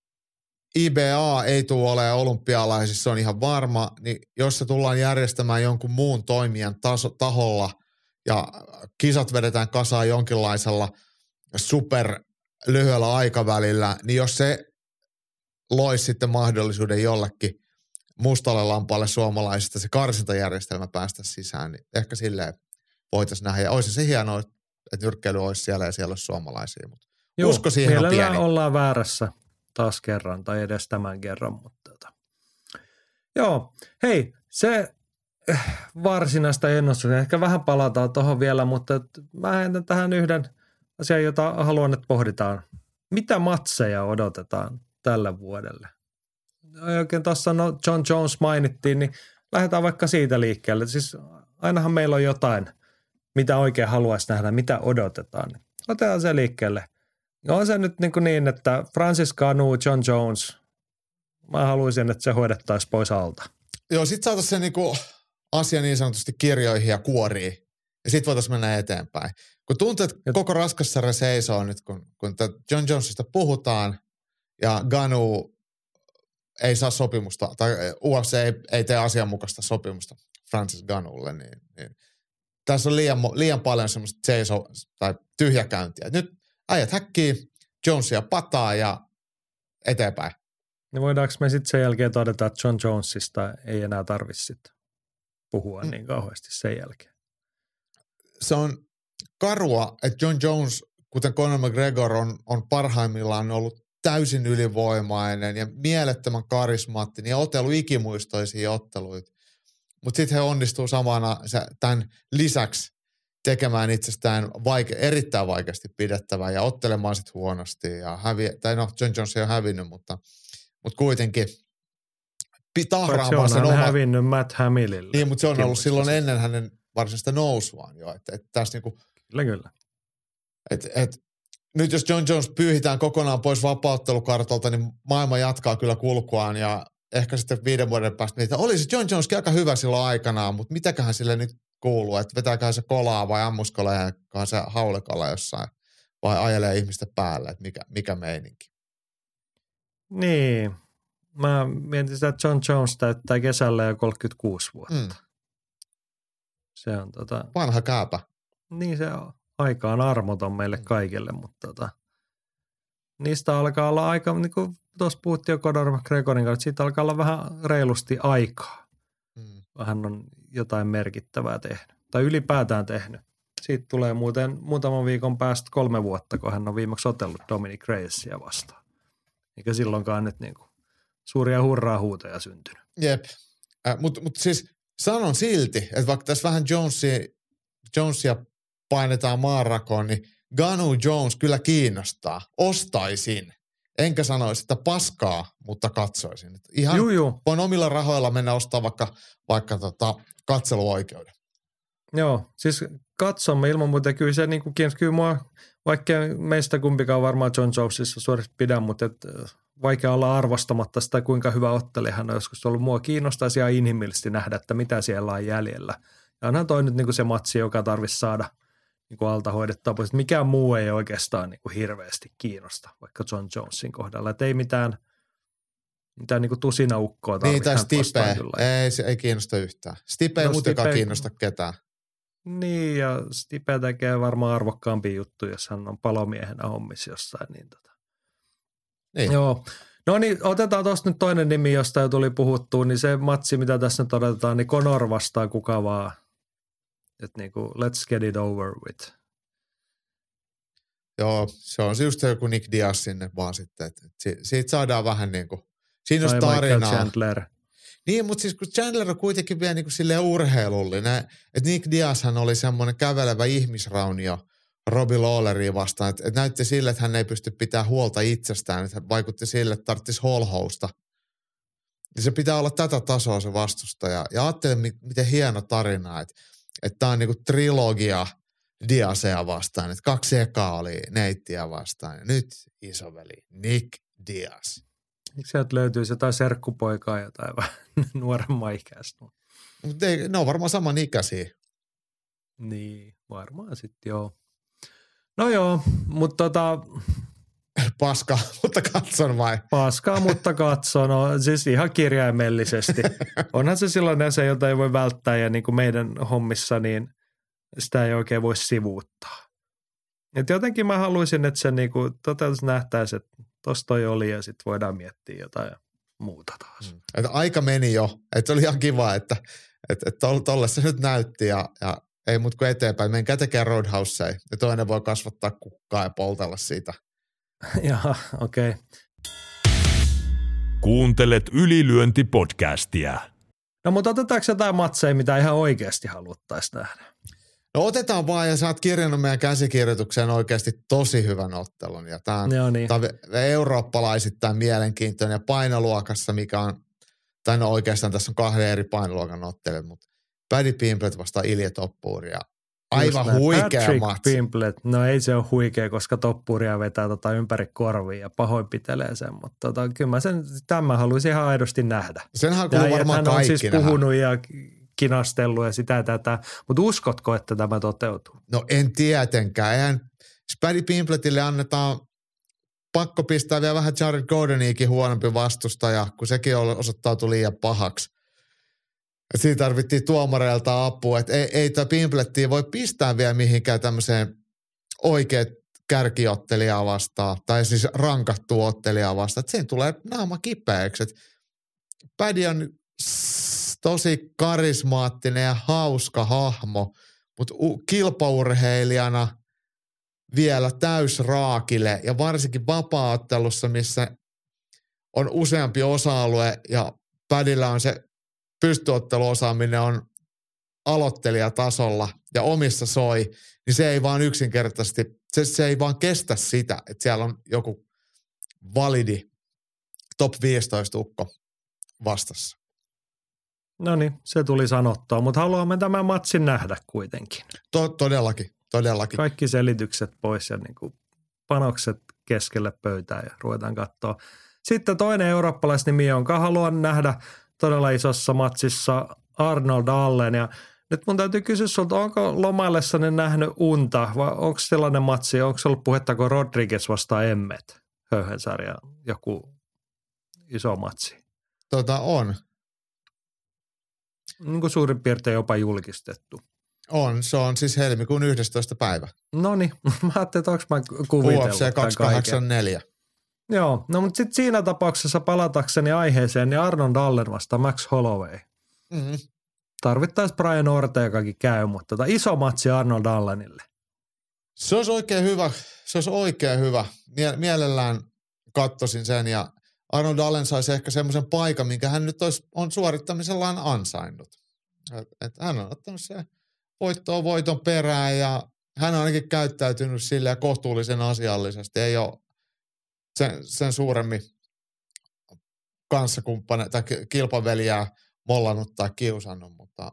IBA ei tule olemaan olympialaisissa, se on ihan varma, niin jos se tullaan järjestämään jonkun muun toimijan taholla ja kisat vedetään kasaan jonkinlaisella super lyhyellä aikavälillä, niin jos se loisi sitten mahdollisuuden jollekin mustalle lampaalle suomalaisista se karsintajärjestelmä päästä sisään, niin ehkä silleen voitaisiin nähdä. Ja olisi se hienoa, että nyrkkeily olisi siellä ja siellä olisi suomalaisia, mutta usko siihen on pieni. Ollaan väärässä taas kerran tai edes tämän kerran, mutta joo, hei, se varsinaista ennustusta, ehkä vähän palataan tuohon vielä, mutta mä heitän tähän yhden asian, jota haluan, että pohditaan. Mitä matseja odotetaan tälle vuodelle? Oikein tuossa John Jones mainittiin, niin lähdetään vaikka siitä liikkeelle. Siis ainahan meillä on jotain, mitä oikein haluaisi nähdä, mitä odotetaan. Otetaan se liikkeelle. On se nyt niin, että Francis Ngannou, John Jones, mä haluaisin, että se hoidettaisiin pois alta. Joo, sit saataisiin se niinku asia niin sanotusti kirjoihin ja kuoriin. Ja sit voitaisiin mennä eteenpäin. Kun tuntuu, että koko raskassarja seisoo nyt, kun John Jonesista puhutaan ja Ngannou ei saa sopimusta, tai UFC ei tee asianmukaista sopimusta Francis Ngannoulle, niin tässä on liian paljon semmoista tai tyhjäkäyntiä. Nyt äijät häkkii Jonesia pataa ja eteenpäin. Niin voidaanko me sitten sen jälkeen todeta, että John Jonesista ei enää tarvitse sitten puhua niin kauheasti sen jälkeen? Se on karua, että John Jones, kuten Conor McGregor, on parhaimmillaan ollut täysin ylivoimainen ja mielettömän karismaattinen ja otellut ikimuistoisia otteluita. Mutta sitten he onnistuu samana tämän lisäksi tekemään itsestään erittäin vaikeasti pidettävää ja ottelemaan sitten huonosti. Ja John Jones ei ole hävinnyt, mutta kuitenkin tahraamaan sen oman. Se on hävinnyt Matt Hamillille. Niin, mutta se on ollut silloin ennen hänen varsinaista nousuaan jo. Tässä niinku, kyllä. Nyt jos John Jones pyyhitään kokonaan pois vapauttelukartalta, niin maailma jatkaa kyllä kulkuaan ja ehkä sitten 5 vuoden päästä niitä. Olisi John Joneskin aika hyvä silloin aikanaan, mutta mitäköhän sille nyt kuuluu, että vetääköhän se kolaa vai ammuskolehan se haulekalla jossain vai ajelee ihmistä päälle, että mikä meininki. Niin, mä mietin sitä, että John Jones täyttää kesällä jo 36 vuotta. Se on vanha kääpä. Niin se on. Aika on armoton meille kaikille, mutta niistä alkaa olla aika, niin kuin tuossa puhuttiin jo Conor McGregorin kanssa, siitä alkaa olla vähän reilusti aikaa. Hän on jotain merkittävää tehnyt, tai ylipäätään tehnyt. Siitä tulee muutaman viikon päästä 3 vuotta, kun hän on viimeksi otellut Dominic Reyesia vastaan. Eikä silloinkaan nyt niin kuin suuria hurraa-huutoja syntynyt. Jep, mutta siis sanon silti, että vaikka tässä vähän Jonesia painetaan maanrakoon, niin Ngannou Jones kyllä kiinnostaa. Ostaisin. enkä sanoisi, että paskaa, mutta katsoisin. Ihan voin omilla rahoilla mennä ostaa vaikka katseluoikeuden. Joo, siis katsomme ilman muuta. Kyllä se niin kuin kyllä mua, vaikka meistä kumpikaan varmaan John Jonesissa suorasti pidän, mutta vaikea olla arvostamatta sitä, kuinka hyvä ottelija hän on joskus ollut. Mua kiinnostaisi ihan inhimillisesti nähdä, että mitä siellä on jäljellä. Ja onhan toi nyt niin kuin se matsi, joka tarvitsisi saada niin kuin alta hoidettua pois. Mikään muu ei oikeastaan niin kuin hirveästi kiinnosta, vaikka John Jonesin kohdalla. Että ei mitään niin kuin tusinaukkoa tarvitse. Niin, tai Stipe. Ei kiinnosta yhtään. Stipe ei muutenkaan kiinnosta ketään. Niin, ja Stipe tekee varmaan arvokkaampi juttu, jos hän on palomiehenä hommissa jossain. Niin. Joo. No niin, otetaan tuosta nyt toinen nimi, josta jo tuli puhuttua, niin se matsi, mitä tässä nyt odotetaan, niin Conor vastaa kuka vaan. Että niin kuin, let's get it over with. Joo, se on just joku Nick Diaz sinne vaan sitten, että siitä saadaan vähän niin kuin, siinä olisi tarinaa. Chandler. Niin, mutta siis kun Chandler on kuitenkin vielä niin kuin silleen urheilullinen, että Nick Diazhan oli semmoinen kävelevä ihmisraunio Robbie Lawleria vastaan, että näytti sille, että hän ei pysty pitämään huolta itsestään, että vaikutti sille, että tarvitsisi holhousta. Ja se pitää olla tätä tasoa se vastustaja. Ja ajattelin, miten hieno tarina, että tämä on niinku trilogia Diazea vastaan, että 2 ekaa oli Neittiä vastaan ja nyt isoveli Nick Diaz. Miksi sieltä löytyisi jotain serkkupoikaa jotain vähän nuoremman ikäistä? Mutta ne on varmaan saman ikäisiä. Niin, varmaan sitten joo. No joo, mutta Paskaa, mutta katson vai? Paskaa, mutta katson. No, siis ihan kirjaimellisesti. Onhan se sellainen asia, jota ei voi välttää ja niin kuin meidän hommissa, niin sitä ei oikein voi sivuuttaa. Et jotenkin mä haluaisin, että se niin kuin nähtäisiin, että tossa toi oli ja sitten voidaan miettiä jotain muuta taas. Että aika meni jo. Että oli ihan kiva, että tolle se nyt näytti ja ei mut kuin eteenpäin. Menkää tekemään Roadhousea ja toinen voi kasvattaa kukkaa ja poltella siitä. Jaha, okei. Okay. Kuuntelet Ylilyönti-podcastia. No mutta otetaanko jotain matseja, mitä ihan oikeasti haluttaisiin nähdä? No otetaan vaan ja sä oot kirjannut meidän käsikirjoitukseen oikeasti tosi hyvän ottelun. Ja tää on eurooppalaisittain mielenkiintoinen ja painoluokassa, mikä on, tai no oikeastaan tässä on 2 eri painoluokan ottelut, mutta Paddy Pimblett vastaan Ilja Toppuri ja aivan huikea matsi. Pimblett, no ei se ole huikea, koska Toppuria vetää ympäri korvia ja pahoinpitelee sen, mutta kyllä mä tämän haluaisin ihan aidosti nähdä. Senhän kuuluu varmaan kaikki nähdä. Hän on siis puhunut ja kinastellut ja sitä tätä, mutta uskotko, että tämä toteutuu? No en tietenkään. Eihän Paddy Pimblettille annetaan pakko pistää vielä vähän Jared Gordoniakin huonompi vastustaja, kun sekin osoittautui liian pahaksi. Et siinä tarvittiin tuomareilta apua, että ei tämä Pimblettiä voi pistää vielä mihinkään tämmöiseen oikeat kärkiottelijaa vastaan, tai siis rankattua ottelijaa vastaan, että siinä tulee naama kipeäksi. Et Paddy on tosi karismaattinen ja hauska hahmo, mutta kilpaurheilijana vielä täysraakille ja varsinkin vapaa-ottelussa, missä on useampi osa-alue ja Paddyllä on se pystyotteluosaaminen on aloittelijatasolla ja omissa soi, niin se ei vaan yksinkertaisesti, se ei vaan kestä sitä, että siellä on joku validi top 15 ukko vastassa. No niin, se tuli sanottua, mutta haluamme tämän matsin nähdä kuitenkin. Todellakin. Kaikki selitykset pois ja niin kuin panokset keskelle pöytää ja ruvetaan katsoa. Sitten toinen eurooppalaisnimi, jonka haluan nähdä todella isossa matsissa, Arnold Allen. Ja nyt mun täytyy kysyä sulta, onko lomaillessani nähnyt unta vai onko sellainen matsi, onko ollut puhettako Rodriguez vastaan Emmet, Höyhensarja, joku iso matsi? On. Niin kuin suurin piirtein jopa julkistettu. Se on siis helmikuun 11. päivä. No niin, mä ajattelin, että onko mä kuvitellut UFC 284. Joo, no mutta sitten siinä tapauksessa palatakseni aiheeseen, niin Arnold Allen vastaan Max Holloway. Mm-hmm. Tarvittaisiin Brian Ortegakin käy, mutta iso matsi Arnold Allenille. Se olisi oikein hyvä. Mielellään katsoisin sen ja Arnold Allen saisi ehkä semmoisen paikan, minkä hän nyt on suorittamisellaan ansainnut. Hän on ottanut se voiton perään ja hän on ainakin käyttäytynyt silleen kohtuullisen asiallisesti. Ei ole sen suuremmin kanssakumppane tai kilpaveliä mollannut tai kiusannut, mutta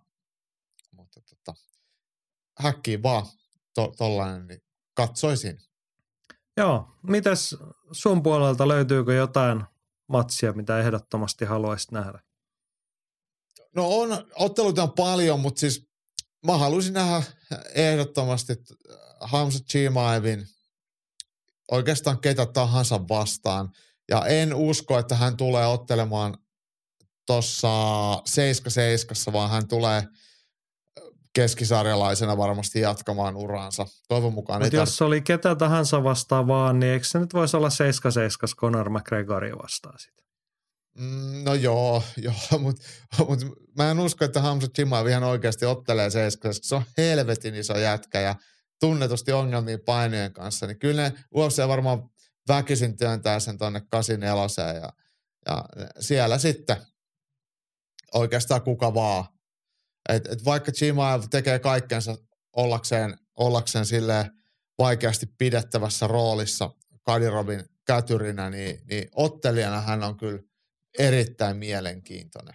häkkiin vaan tollainen, niin katsoisin. Joo, mitäs sun puolelta löytyykö jotain matsia, mitä ehdottomasti haluaisit nähdä? No otteluita on paljon, mutta siis mä haluaisin nähdä ehdottomasti Hamza Chimaevin oikeastaan ketä tahansa vastaan. Ja en usko, että hän tulee ottelemaan tuossa 7-7, vaan hän tulee keskisarjalaisena varmasti jatkamaan uraansa. Toivon mukaan mutta jos oli ketä tahansa vastaan vaan, niin eikö se nyt voisi olla 7-7 Conor McGregoria vastaan sitä? No joo, mutta mä en usko, että Hamza Chimaev ihan oikeasti ottelee 7. Se on helvetin iso jätkä ja tunnetusti ongelmia painojen kanssa. Niin kyllä ne UFC varmaan väkisin työntää sen tonne 84 ja siellä sitten oikeastaan kuka vaan. Et vaikka Chimaev tekee kaikkensa ollakseen silleen vaikeasti pidettävässä roolissa Kadirovin kätyrinä, niin ottelijana hän on kyllä erittäin mielenkiintoinen.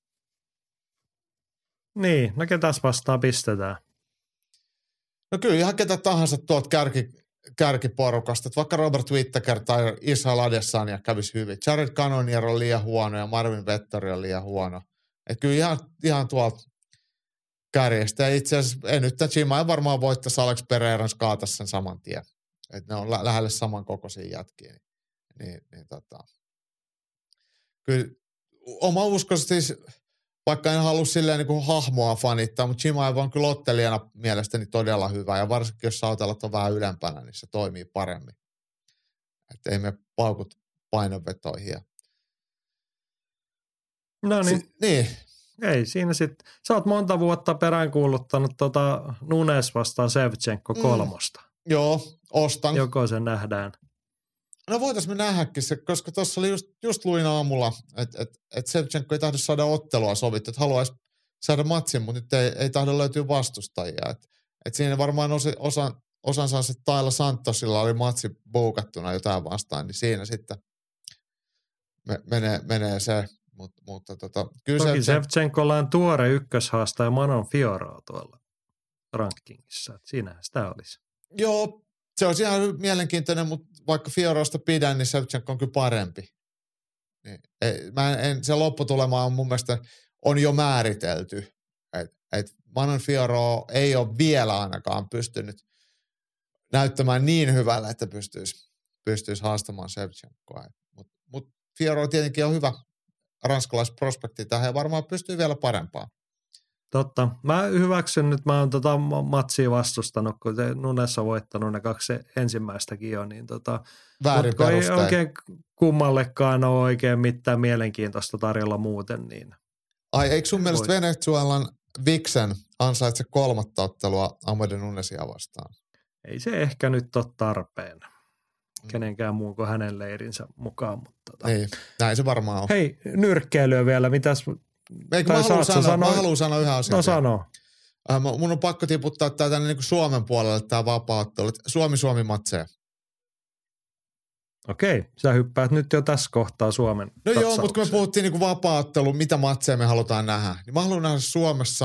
Niin, no ketäs vastaan pistetään? No kyllä ihan ketä tahansa tuolta kärkiporukasta, että vaikka Robert Whittaker tai Israel Adesanya kävisi hyvin. Jared Cannonier on liian huono ja Marvin Vettori on liian huono. Että kyllä ihan tuolta kärjestä. Ja itse asiassa en nyt Chimaev varmaan voittaisi Alex Pereiran kaatasi sen saman tien. Että ne on lähelle samankokoisia jätkiä. Kyllä oma usko siis, vaikka en halua silleen niin kuin hahmoa fanittaa, mutta Chimaev on kyllä ottelijana mielestäni todella hyvä. Ja varsinkin jos sautelat on vähän ylempänä, niin se toimii paremmin. Että ei me paukut painonvetoihin. No niin. Niin. Ei siinä sitten. Sä oot monta vuotta peräänkuuluttanut Nunes vastaan Shevchenko 3. Joo, ostan. Joko se nähdään? No voitaisiin me nähdäkin se, koska tuossa oli just luin aamulla, että Shevchenko ei tahdo saada ottelua sovittu, että haluaisi saada matsin, mutta nyt ei tahdo löytyä vastustajia. Että siinä varmaan osansa se Taila Santosilla oli matsi buukattuna jotain vastaan, niin siinä sitten menee se. Mutta kyllä toki Shevchenkolla on tuore ykköshaastaja Manon Fioroa tuolla rankingissa. Että siinähän sitä olisi. Joo, se olisi ihan mielenkiintoinen, mutta vaikka Fiorosta pidän, niin Shevchenko on kyllä parempi. Se lopputulema on mun mielestä on jo määritelty. Et Manon Fioro ei ole vielä ainakaan pystynyt näyttämään niin hyvällä, että pystyisi haastamaan Shevchenkoa. Mutta Fioro tietenkin on hyvä ranskalaisprospekti tähän ja varmaan pystyy vielä parempaan. Totta. Mä hyväksyn nyt, mä oon matsia vastustanut, kun Nunes on voittanut ne 2 ensimmäistäkin jo, niin väärin perustein. Ei oikein kummallekaan ole oikein mitään mielenkiintoista tarjolla muuten. Niin ai, eikö sun mielestä Venezuelan Vixen ansaitse 3. ottelua Amade Nunesia vastaan? Ei se ehkä nyt ole tarpeen. Kenenkään muun kuin hänen leirinsä mukaan. Mutta niin, näin se varmaan on. Hei, nyrkkeilyä vielä, mitäs... Mä haluan sanoa yhden asian. No sano. Mun on pakko tiputtaa tää tänne niin kuin Suomen puolelle tää vapaa-ottelu. Suomi matseja. Okei, sä hyppäät nyt jo tässä kohtaa Suomen No joo, mutta kun me puhuttiin niin kuin vapaa-ottelu, mitä matseja me halutaan nähdä, niin mä haluan nähdä Suomessa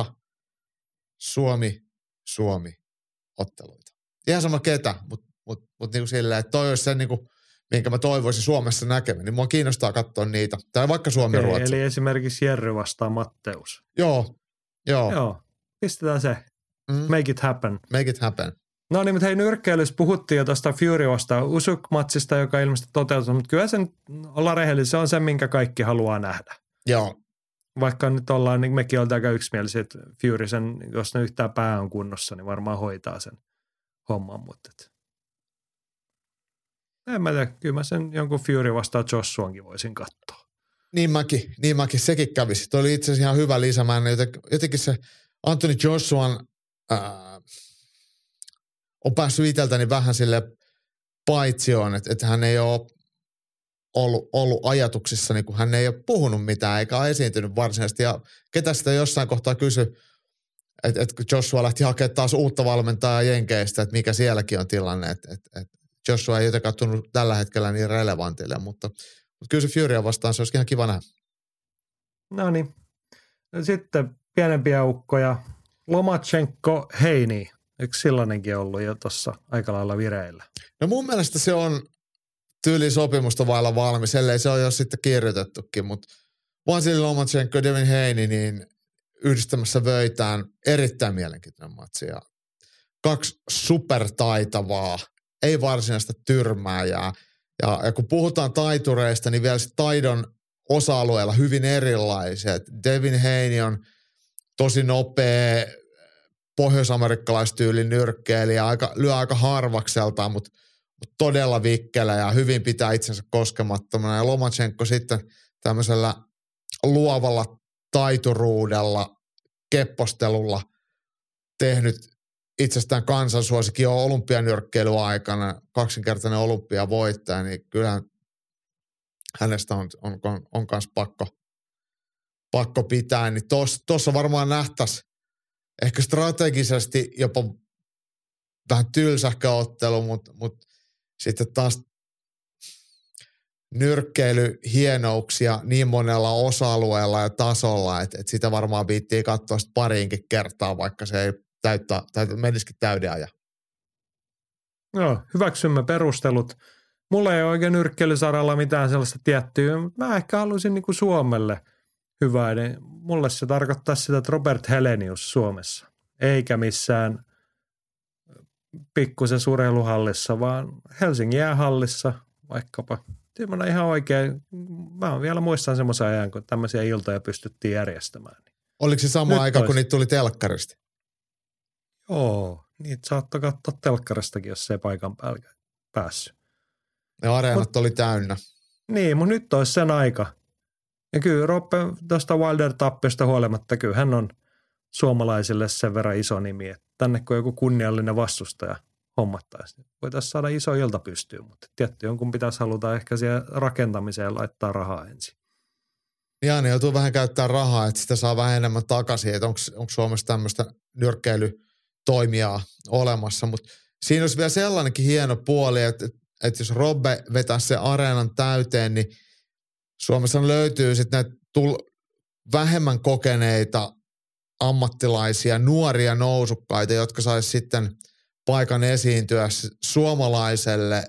Suomi-otteluita. Ihan sama ketä, mutta niin kuin silleen, että toi olisi se niin kuin minkä mä toivoisin Suomessa näkemään, niin mua kiinnostaa katsoa niitä. Tai vaikka Suomi-Ruotsi. Eli esimerkiksi Jerry vastaan Matteus. Joo. Pistetään se. Make it happen. Make it happen. No niin, mutta hei, nyrkkeilyssä puhuttiin jo tuosta Fury vastaan Usyk-matsista, joka ilmeisesti toteutuu, mutta kyllä sen, ollaan rehellisiä, se on se, minkä kaikki haluaa nähdä. Joo. Vaikka nyt ollaan, niin mekin ollaan aika yksimielisiä, että Fury sen, jos ne yhtään pää on kunnossa, niin varmaan hoitaa sen homman, mutta en mä tiedä, kyllä mä sen jonkun Fury vastaan Joshuankin voisin katsoa. Niin mäkin, sekin kävisi. Tuo oli itse asiassa ihan hyvä lisämään. Jotenkin se Anthony Joshuan on päässyt itseltäni vähän sille paitsioon, että hän ei ole ollut ajatuksissa, niin kuin hän ei ole puhunut mitään eikä ole esiintynyt varsinaisesti. Ja ketä sitä jossain kohtaa kysyi, että kun Joshua lähti hakemaan taas uutta valmentajaa Jenkeistä, että mikä sielläkin on tilanne, että Joshua ei jotenkaan tunnu tällä hetkellä niin relevantille, mutta kyllä se Furya vastaan se olisi ihan kiva nähdä. No niin. Sitten pienempiä ukkoja. Lomachenko Heini. Eikö sellainenkin ollut jo tuossa aika lailla vireillä? No mun mielestä se on tyyli sopimusta vailla valmis, ellei se ole jo sitten kirjoitettukin, mutta Vasili Lomachenko ja Devin Haney niin yhdistämässä vöitään erittäin mielenkiintoinen matsi. Ja 2 supertaitavaa, ei varsinaista tyrmääjää. Ja kun puhutaan taitureista, niin vielä taidon osa-alueella hyvin erilaiset. Devin Haney on tosi nopea pohjois-amerikkalaistyylin nyrkkeilijä, lyö aika harvakseltaan, mutta todella vikkelä ja hyvin pitää itsensä koskemattomana. Ja Lomachenko sitten tämmöisellä luovalla taituruudella, keppostelulla tehnyt itsestään kansansuosikin jo olympianyrkkeilyaikana, 2-kertainen olympiavoittaja, niin kyllähän hänestä on kans pakko pitää. Niin tossa varmaan nähtäisi ehkä strategisesti jopa vähän tylsähkö ottelu, mutta sitten taas nyrkkeilyhienouksia niin monella osa-alueella ja tasolla, että sitä varmaan viittii katsoa sitten pariinkin kertaa, vaikka se ei menisikin täyden ajan. Joo, hyväksymme perustelut. Mulla ei ole oikein nyrkkeilysaralla mitään sellaista tiettyä, mutta mä ehkä haluaisin niin kuin Suomelle hyvää. Niin mulle se tarkoittaa sitä, että Robert Helenius Suomessa, eikä missään pikkusen urheiluhallissa, vaan Helsingin jäähallissa vaikkapa. Semmoinen ihan oikein, mä vielä muistan semmoisen ajan, kun tämmöisiä iltoja pystyttiin järjestämään. Oliko se sama aika, kun niitä tuli telkkarista? Joo, niitä saattoi katsoa telkkaristakin, jos ei paikan päälle päässyt. Ja areenat oli täynnä. Niin, mutta nyt olisi sen aika. Ja kyllä Roppe tuosta Wilder-tappiosta huolimatta, kyllä hän on suomalaisille sen verran iso nimi, että tänne kun joku kunniallinen vastustaja hommattaisi, voitaisiin saada iso ilta pystyyn, mutta tietty jonkun pitäisi haluta ehkä siihen rakentamiseen laittaa rahaa ensin. Jaa, ne joutuu vähän käyttämään rahaa, että sitä saa vähän enemmän takaisin, että onko Suomessa tämmöistä nyrkkeilytoimijaa olemassa, mutta siinä olisi vielä sellainenkin hieno puoli, että jos Robbe vetäisi se areenan täyteen, niin Suomessa löytyy sitten näitä vähemmän kokeneita ammattilaisia, nuoria nousukkaita, jotka saisi sitten paikan esiintyä suomalaiselle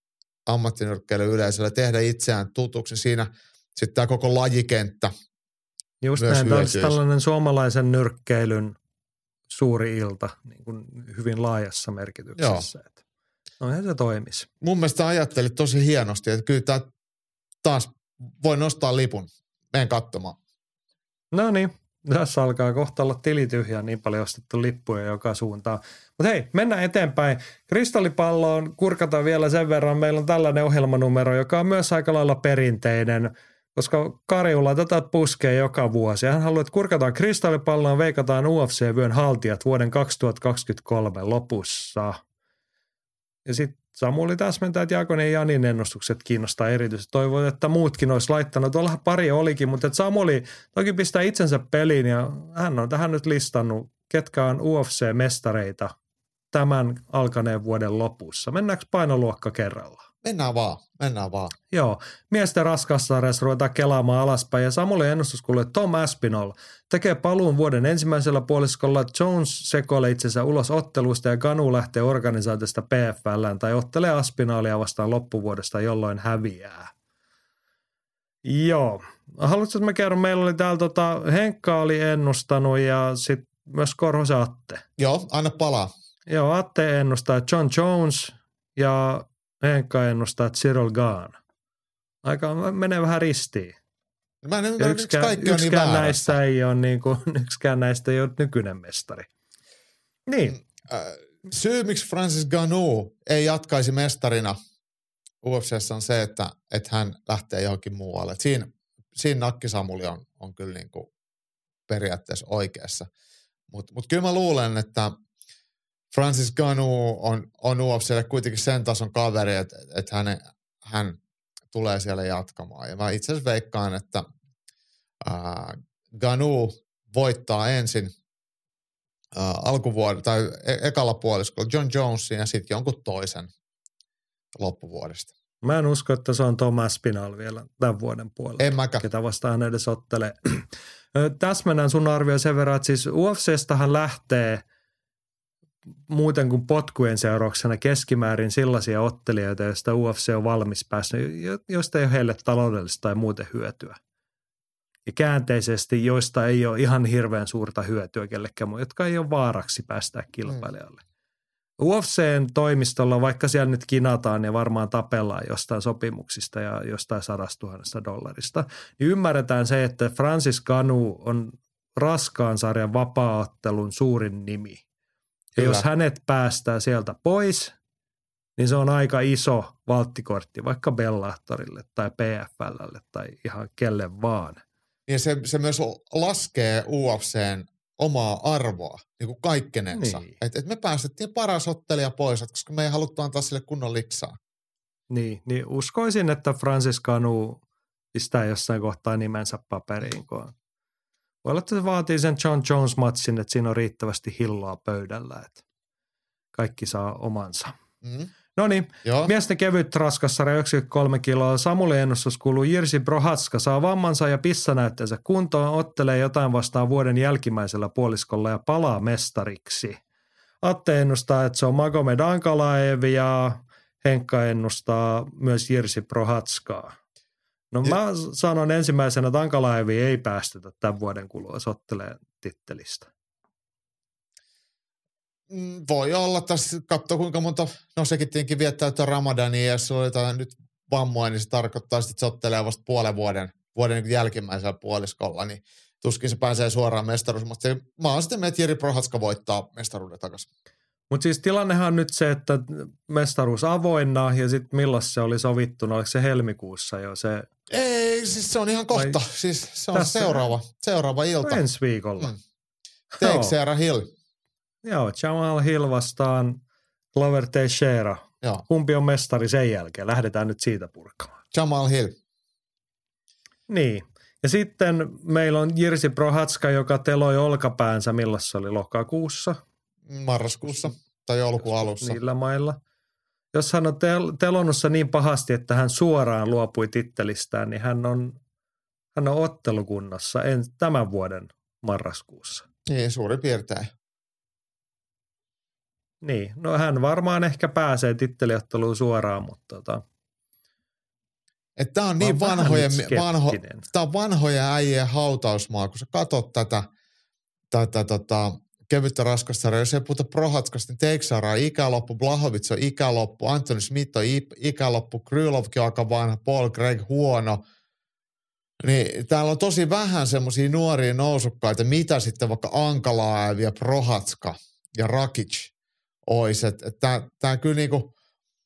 ammattinyrkkeilyyleisölle, tehdä itseään tutuksi. Siinä sitten tämä koko lajikenttä just myös näin, tämä olisi hyötyisi. tällainen suomalaisen nyrkkeilyn suuri ilta niin kuin hyvin laajassa merkityksessä. Noihän se toimisi. Mun mielestä ajattelit tosi hienosti, että kyllä tämä taas voi nostaa lipun. Menen katsomaan. No niin, tässä alkaa kohta olla tilityhjää, niin paljon ostettu lippuja joka suuntaan. Mutta hei, mennään eteenpäin. Kristallipalloon kurkataan vielä sen verran. Meillä on tällainen ohjelmanumero, joka on myös aika lailla perinteinen, koska Karjulla tätä puskee joka vuosi. Hän haluaa, että kurkataan kristallipalloon, veikataan UFC-vyön haltijat vuoden 2023 lopussa. Ja sitten Samuli täsmentää, että Jaakonen ja Janin ennustukset kiinnostaa erityisesti. Toivon, että muutkin olisi laittanut. Tuollahan pari olikin, mutta että Samuli toki pistää itsensä peliin ja hän on tähän nyt listannut, ketkä on UFC-mestareita tämän alkaneen vuoden lopussa. Mennäänkö painoluokka kerrallaan? Mennään vaan. Joo, miesten raskassarjassa ruvetaan kelaamaan alaspäin ja Samuli ennustus kuulee, Tom Aspinall tekee paluun vuoden ensimmäisellä puoliskolla. Jones sekoilee itsensä ulos otteluista ja Ganu lähtee organisaatiosta PFL:ään tai ottelee Aspinallia vastaan loppuvuodesta, jolloin häviää. Joo, haluatko, että mä kerron, meillä oli täällä Henkka oli ennustanut ja sitten myös Korhosen Atte. Joo, anna palaa. Joo, Atte ennustaa John Jones ja Henkka ennustaa Cyril Gane. Aika menee vähän ristiin. Mä en ymmärrä, miksi kaikki on niin väärässä. Yksikään näistä ei ole nykyinen mestari. Niin. Syy, miksi Francis Ngannou ei jatkaisi mestarina UFC:ssä on se, että hän lähtee johonkin muualle. Siinä Nakki-Samuli on kyllä niin kuin periaatteessa oikeassa. Mut kyllä mä luulen, että Francis Ngannou on UFC:lle kuitenkin sen tason kaveri, että hän tulee siellä jatkamaan. Ja mä itse asiassa veikkaan, että Ngannou voittaa ensin alkuvuoden tai ekalla puoliskolla John Jonesin ja sitten jonkun toisen loppuvuodesta. Mä en usko, että se on Tom Aspinall vielä tämän vuoden puolella. En mäkään. Ketä vastaan hän edes ottelee. Täsmennän sun arvio sen verran, että siis UFC:stähän lähtee muuten kuin potkujen seurauksena keskimäärin sellaisia ottelijoita, joista UFC on valmis päässyt, joista ei ole heille taloudellista tai muuten hyötyä. Ja käänteisesti, joista ei ole ihan hirveän suurta hyötyä kellekään muu, jotka ei ole vaaraksi päästä kilpailijalle. UFC:n toimistolla, vaikka siellä nyt kinataan ja varmaan tapellaan jostain sopimuksista ja jostain $100,000, niin ymmärretään se, että Francis Ngannou on raskaan sarjan vapaaottelun suurin nimi. Ja jos hänet päästää sieltä pois, niin se on aika iso valttikortti vaikka Bellatorille tai PFL:lle tai ihan kelle vaan. Ja se myös laskee UFC:n omaa arvoa niin kuin kaikkenensa. Niin. Et me päästettiin paras ottelija pois, koska me ei haluttu antaa sille kunnon liksaa. Niin uskoisin, että Francis Ngannou pistää jossain kohtaa nimensä paperiin. Voi olla, että se vaatii sen John Jones-matsin, että siinä on riittävästi hilloa pöydällä, että kaikki saa omansa. No niin, miesten kevyt raskassarja 93 kiloa. Samuli ennustus kuuluu Jirsi Prohatska saa vammansa ja pissanäytteensä kuntoon, ottelee jotain vastaan vuoden jälkimmäisellä puoliskolla ja palaa mestariksi. Atte ennustaa, että se on Magomed Ankalaev ja Henkka ennustaa myös Jirsi Prohatskaa. No mä sanon ensimmäisenä, että Ankalaevi ei päästetä tämän vuoden kuluessa otteleen tittelistä. Voi olla, tässä katsoo kuinka monta, no sekin tietenkin viettää Ramadania, ja jos on jotain nyt vammoja, niin se tarkoittaa sitten, että se ottelee vasta puolen vuoden jälkimmäisellä puoliskolla, niin tuskin se pääsee suoraan mestaruus, mutta mä oon sitten, että Jiri Prohatska voittaa mestaruuden takaisin. Mutta siis tilannehan on nyt se, että mestaruus avoinna ja sitten milloin se oli sovittuna, oliko se helmikuussa jo se? Ei, siis se on ihan kohta, siis se on seuraava ilta. No ensi viikolla. Teixeira Hill. Joo, Jamal Hill vastaan Glover Teixeira. Joo. Kumpi on mestari sen jälkeen? Lähdetään nyt siitä purkamaan. Jamal Hill. Niin. Ja sitten meillä on Jirsi Prohatska, joka teloi olkapäänsä, milloin se oli lokakuussa? Marraskuussa tai joulukuun alussa. Niillä mailla. Jos hän on telonnussa niin pahasti, että hän suoraan luopui tittelistään, niin hän on ottelukunnassa tämän vuoden marraskuussa. Niin, suurin piirtein. Niin, no hän varmaan ehkä pääsee titteliotteluun suoraan, mutta Tämä on niin vanhojen äijien hautausmaa, kun sä katot tätä kevyttä raskasta, jos ei puhuta Prohatskasta, niin Teixeira on ikäloppu, Blachowicz on ikäloppu, Anthony Smith on ikäloppu, Krylovkin on aika vanha, Paul Craig huono. Niin täällä on tosi vähän semmoisia nuoria nousukkaita, mitä sitten vaikka Ankalaev ja Prohatska ja Rakic olisi. Tämä kyllä niinku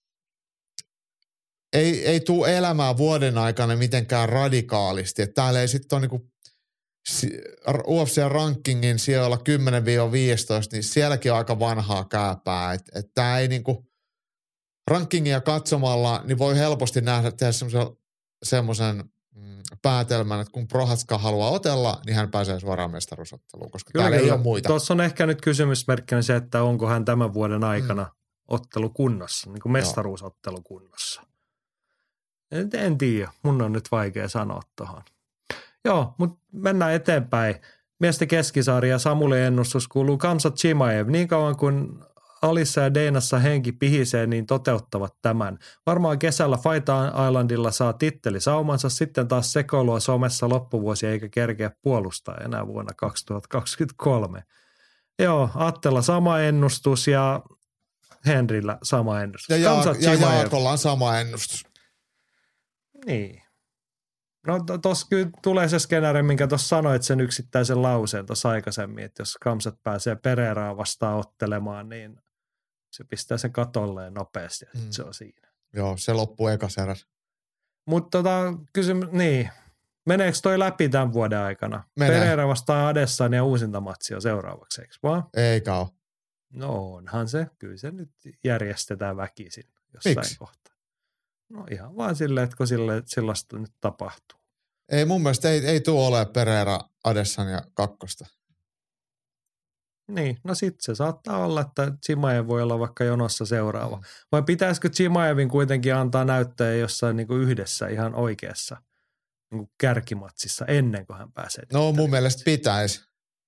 ei tule elämään vuoden aikana mitenkään radikaalisti. Että täällä ei sitten ole niinku UFC-rankingin sijoilla 10-15, niin sielläkin on aika vanhaa kääpää. Että tämä ei niinku rankingia katsomalla, niin voi helposti tehdä semmoisen päätelmän, että kun Prohatska haluaa otella, niin hän pääsee suoraan mestaruusotteluun, koska täällä ei ole muita. Tuossa on ehkä nyt kysymysmerkkinä se, että onko hän tämän vuoden aikana ottelukunnossa, niin kuin mestaruusottelukunnossa. En tiedä, mun on nyt vaikea sanoa tuohon. Joo, mutta mennään eteenpäin. Miesten keskisarja Samuli ennustus kuuluu Khamzat Chimaev. Niin kauan kuin Alissa ja Deinassa henki pihisee, niin toteuttavat tämän. Varmaan kesällä Fight Islandilla saa titteli saumansa, sitten taas sekoilua somessa loppuvuosi eikä kerkeä puolustaa enää vuonna 2023. Joo, Attella sama ennustus ja Henrillä sama ennustus. Ja Jaakolla on sama ennustus. Niin. No tuossa kyllä tulee se skenaario, minkä tuossa sanoit sen yksittäisen lauseen tuossa aikaisemmin, että jos Khamzat pääsee Pereiraa vastaan ottelemaan, niin se pistää sen katolleen nopeasti ja se on siinä. Joo, se loppuu ekas eräs. Mutta niin, meneekö toi läpi tämän vuoden aikana? Menee. Pereira vastaan Adesanya ja uusintamatsi on seuraavaksi, eikö vaan? Eikä ole. No onhan se, kyllä se nyt järjestetään väkisin jossain Miksi? kohtaa. No ihan vaan silleen, että kun sellaista nyt tapahtuu. Ei mun mielestä ei tule ole Pereira Adesanya kakkosta. Niin, no sitten se saattaa olla, että Chimaev voi olla vaikka jonossa seuraava. Vai pitäisikö Chimaevin kuitenkin antaa näyttöjä jossain niin kuin yhdessä ihan oikeassa niin kuin kärkimatsissa ennen kuin hän pääsee? No mun mielestä pitäisi.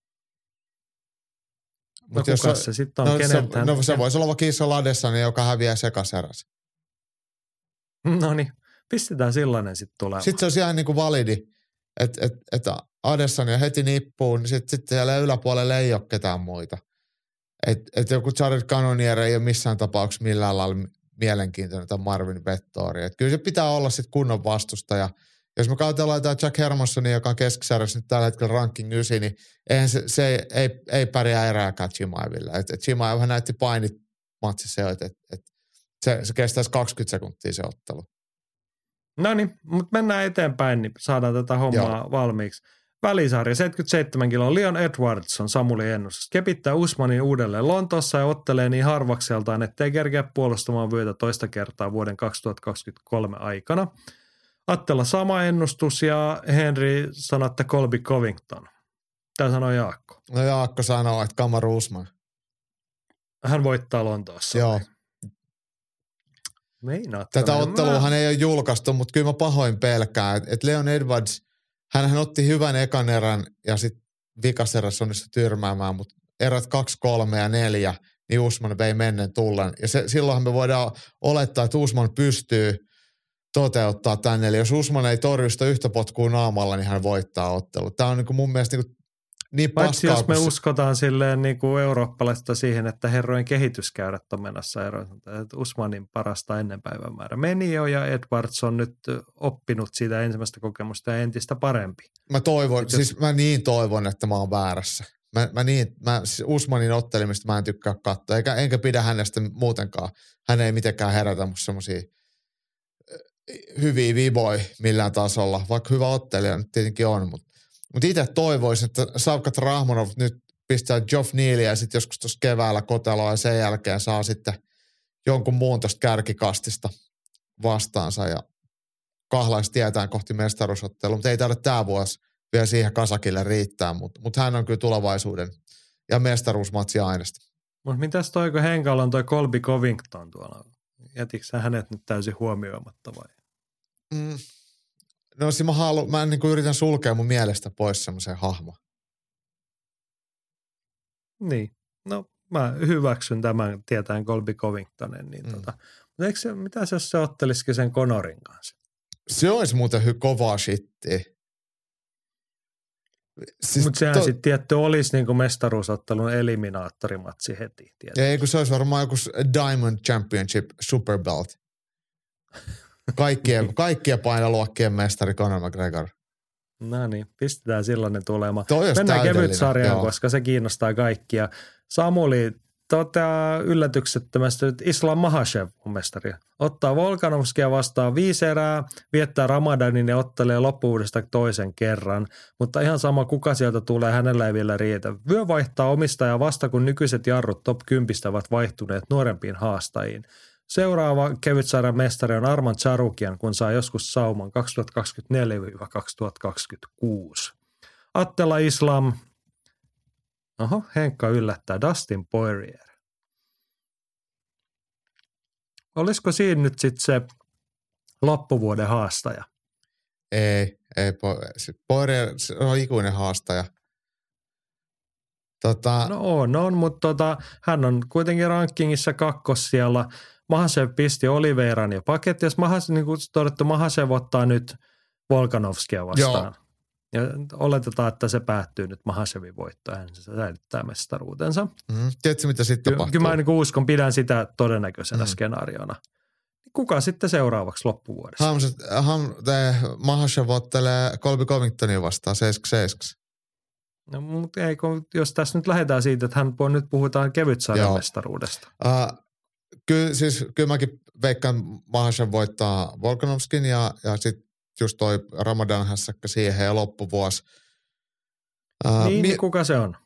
No kuka se sitten on? Se voisi olla vaikka Iso Ladessani, joka häviää sekaserässä. No niin, pistetään sellainen sitten tulemaan. Sitten se olisi ihan niin kuin validi, että Adesanya heti nippuun, niin sitten siellä yläpuolella ei ole ketään muita. Että joku Jared Cannonier ei ole missään tapauksessa millään lailla mielenkiintoinen tai Marvin Vettori. Että kyllä se pitää olla sitten kunnon vastustaja. Jos me katsotaan Jack Hermanssonia, joka on keskisarjassa nyt tällä hetkellä ranking 9, niin eihän se ei pärjää erääkään Chimaevillä. Chimaevhän näytti painit matsissa jo, että se kestäisi 20 sekuntia se ottelu. No niin, mutta mennään eteenpäin, niin saadaan tätä hommaa valmiiksi. Välisarja 77 kiloa. Leon Edwardson Samuli ennustus. Kepittää Usmanin uudelleen Lontoossa ja ottelee niin harvakseltaan, ettei kerkeä puolustamaan vyötä toista kertaa vuoden 2023 aikana. Attila sama ennustus ja Henry sanoi, että Colby Covington. Tämä sanoi Jaakko. No Jaakko sanoo, että Kamaru Usman. Hän voittaa Lontoossa. Joo. Tätä otteluahan ei ole julkaistu, mutta kyllä mä pahoin pelkään, että Leon Edwards, hänhän otti hyvän ekan erän ja sitten vikaserässä onnistui tyrmäämään, mutta erät 2, 3 ja 4, niin Usman vei mennen tullen. Ja silloinhan me voidaan olettaa, että Usman pystyy toteuttaa tänne. Eli jos Usman ei torju sitä yhtä potkua naamalla, niin hän voittaa ottelu. Tämä on niin kuin mun mielestä niin paskaa. Paitsi jos me uskotaan silleen niin kuin eurooppalaista siihen, että herrojen kehityskäyrät on menossa eroon. Usmanin parasta ennen päivämäärä meni jo ja Edwards on nyt oppinut siitä ensimmäistä kokemusta ja entistä parempi. Mä niin toivon, että mä oon väärässä. Siis Usmanin ottelemista mä en tykkää katsoa, enkä pidä hänestä muutenkaan. Hän ei mitenkään herätä musta semmosia hyviä viboja millään tasolla, vaikka hyvä ottelija nyt tietenkin on, mutta itse toivoisin, että Shavkat Rakhmonov nyt pistää Geoff Nealia ja sitten joskus tuossa keväällä koteloa ja sen jälkeen saa sitten jonkun muun tuosta kärkikastista vastaansa ja kahlaisi tietään kohti mestaruusottelua, mutta ei tarvitse tämä vuosi vielä siihen Kasakille riittää, mutta hän on kyllä tulevaisuuden ja mestaruusmatsi aineesta. Mutta mitäs toiko Henkalla on toi Colby Covington tuolla? Jätikö sä hänet nyt täysin huomioimatta vai? No mä niin kuin yritän sulkea mun mielestä pois semmoisen hahmon. Niin, no mä hyväksyn tämän tietäen Colby Covingtonen. Niin mitäs jos se ottelisikin sen Conorin kanssa? Se olisi muuten kovaa shittiä. Siis mutta sehän sitten tietty olisi niin kuin mestaruusottelun eliminaattorimatsi heti. Tietysti. Ei, kun se olisi varmaan joku Diamond Championship Superbelt. Kaikkien painoluokkien mestari Conor McGregor. No niin, pistetään sellainen tulemaan. Mennään kevyt sarjaan, koska se kiinnostaa kaikkia. Samuli, yllätyksettömästi, että Islam Makhachev on mestari. Ottaa Volkanovskia vastaan 5 erää, viettää Ramadanin ja ottelee loppuudesta toisen kerran. Mutta ihan sama, kuka sieltä tulee, hänellä ei vielä riitä. Vyö vaihtaa omistajaa vasta, kun nykyiset jarrut top 10 ovat vaihtuneet nuorempiin haastajiin. Seuraava kevytsarjan mestari on Arman Tsarukyan, kun saa joskus sauman 2024-2026. Attila Islam. Oho, Henkka yllättää Dustin Poirier. Olisiko siinä nyt sitten se loppuvuoden haastaja? Ei. Poirier on ikuinen haastaja. No on, mutta hän on kuitenkin rankingissa kakkossijalla. Makhachev pisti Oliveiran ja paketti. Jos niin kuin todettu, Makhachev ottaa nyt Volkanovskia vastaan. Joo. Ja oletetaan, että se päättyy nyt Makhachevin voittoon. Hän se säilyttää mestaruutensa. Tiedätkö, mitä sitten tapahtuu? Kyllä mä niin uskon, pidän sitä todennäköisenä skenaariona. Kuka sitten seuraavaksi loppuvuodessa? Makhachev ottelee Colby Covingtonia vastaan 7-7. No, mutta jos tässä nyt lähdetään siitä, että nyt puhutaan kevytsarjan mestaruudesta. Kyllä mäkin veikkaan Makhachev voittaa Volkanovskin ja sitten just toi Ramadan hässäkkä siihen ja loppuvuosi. Kuka se on?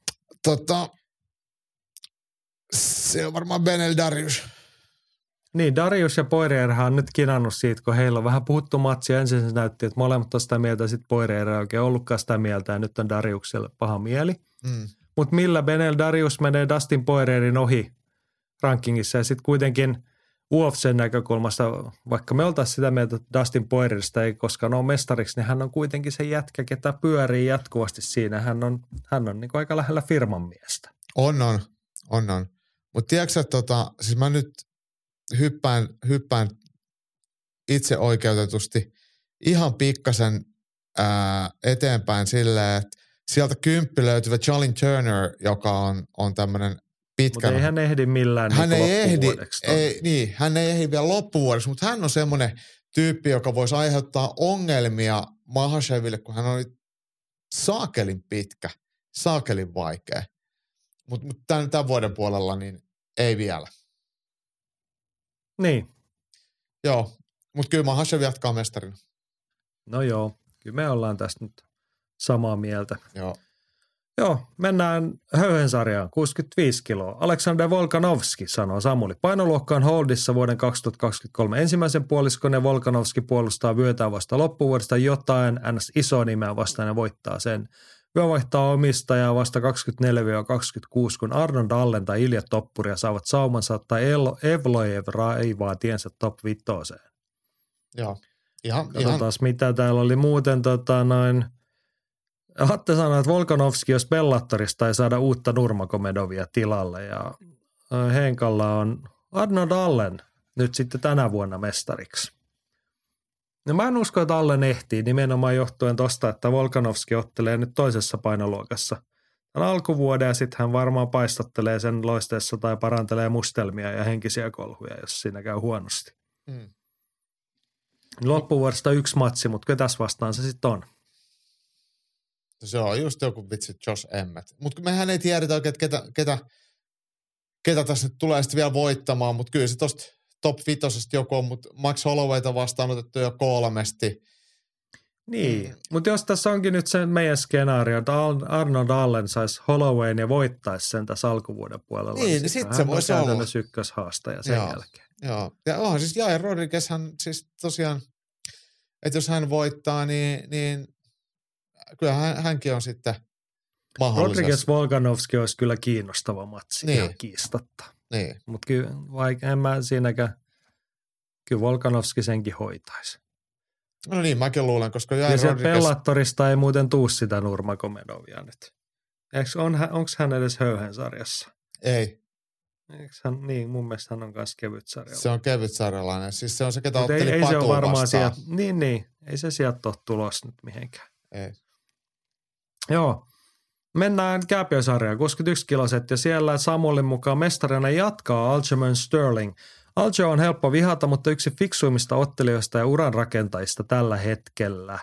Se on varmaan Benel Darius. Niin, Darius ja Poirierhan on nyt kinannut siitä, kun heillä on vähän puhuttu matsia. Ensin se näytti, että molemmat on sitä mieltä, ja sitten Poirier ei oikein ollutkaan sitä mieltä, ja nyt on Dariuksella paha mieli. Mutta millä Benel Darius menee Dustin Poirierin ohi rankingissa ja sitten kuitenkin UFCn näkökulmasta, vaikka me oltaisiin sitä mieltä, että Dustin Poirierista ei koskaan ole mestariksi, niin hän on kuitenkin se jätkä, ketä pyörii jatkuvasti siinä. Hän on niin kuin aika lähellä firman miestä. On. Mutta tiedätkö, että siis mä nyt hyppään itse oikeutetusti ihan pikkasen eteenpäin silleen, että sieltä 10 löytyvä Jolin Turner, joka on tämmöinen pitkän. Mutta ei hän ehdi millään hän ei ehdi, hän ei ehdi vielä loppuvuodeksi, mutta hän on semmoinen tyyppi, joka voisi aiheuttaa ongelmia Mahasheville, kun hän on saakelin pitkä, saakelin vaikea. Mutta tämän vuoden puolella niin ei vielä. Niin. Joo, mutta kyllä Mahashev jatkaa mestarina. No joo, kyllä me ollaan tästä nyt samaa mieltä. Joo, mennään höyhensarjaan, 65 kiloa. Aleksander Volkanovski, sanoo Samuli. Painoluokka on holdissa vuoden 2023 ensimmäisen puoliskon ja Volkanovski puolustaa vyötään vasta loppuvuodesta jotain ns. Iso nimeä vastaan ja voittaa sen. Vyö vaihtaa omistajaa vasta 24-26, kun Arnold Allen tai Ilja Toppuria saavat saumansa tai Evloev raivaa tiensä top 5. Joo. Ihan. Mitä täällä oli muuten Atte sanoi, että Volkanovski, jos Bellatorista ei saada uutta Nurmagomedovia tilalle ja Henkalla on Arnold Allen nyt sitten tänä vuonna mestariksi. No mä en usko, että Allen ehtii nimenomaan johtuen tosta, että Volkanovski ottelee nyt toisessa painoluokassa tämän alkuvuoden ja sitten hän varmaan paistattelee sen loisteessa tai parantelee mustelmia ja henkisiä kolhuja, jos siinä käy huonosti. Loppuvuodesta 1 matsi, mutta ketäs vastaan se sitten on? Se on just joku vitsi Josh Emmett. Mutta mehän ei tiedetä oikein, että ketä tässä nyt tulee sitten vielä voittamaan, mutta kyllä se tosta top 5 joku on, mutta Max Hollowayta vastaan otettu jo 3. Niin, mutta jos tässä onkin nyt se meidän skenaario, että Arnold Allen saisi Hollowayn ja voittaisi sen tässä alkuvuoden puolella. Niin sitten se voisi olla. Hän on käytännössä ykköshaastaja sen jälkeen. Joo, ja onhan siis Jair Rodriguez hän siis tosiaan, että jos hän voittaa, niin kyllä hänkin on sitten mahdollisessa. Rodriguez Volkanovski olisi kyllä kiinnostava matsi, niin. ihan kiistatta. Niin. Mutta kyllä, vaikka en mä siinäkään, kyllä Volkanovski senkin hoitaisi. No niin, mäkin luulen, koska Jair ja Rodriguez. Ja Bellatorista ei muuten tuu sitä Nurmagomedovia nyt. Onko hän edes höyhensarjassa? Ei. Niin, mun mielestä hän on myös kevyt sarjalla. Se on kevyt sarjalainen. Siis se on se, ketä otteli ei Patua se ole varmaan vastaan. Niin, ei se sieltä ole tulos nyt mihinkään. Ei. Joo, mennään kääpiösarjaan, 61-kiloset ja siellä Samuelin mukaan mestarina jatkaa Aljamain Sterling. Aljo on helppo vihata, mutta yksi fiksuimmista ottelijoista ja uranrakentajista tällä hetkellä.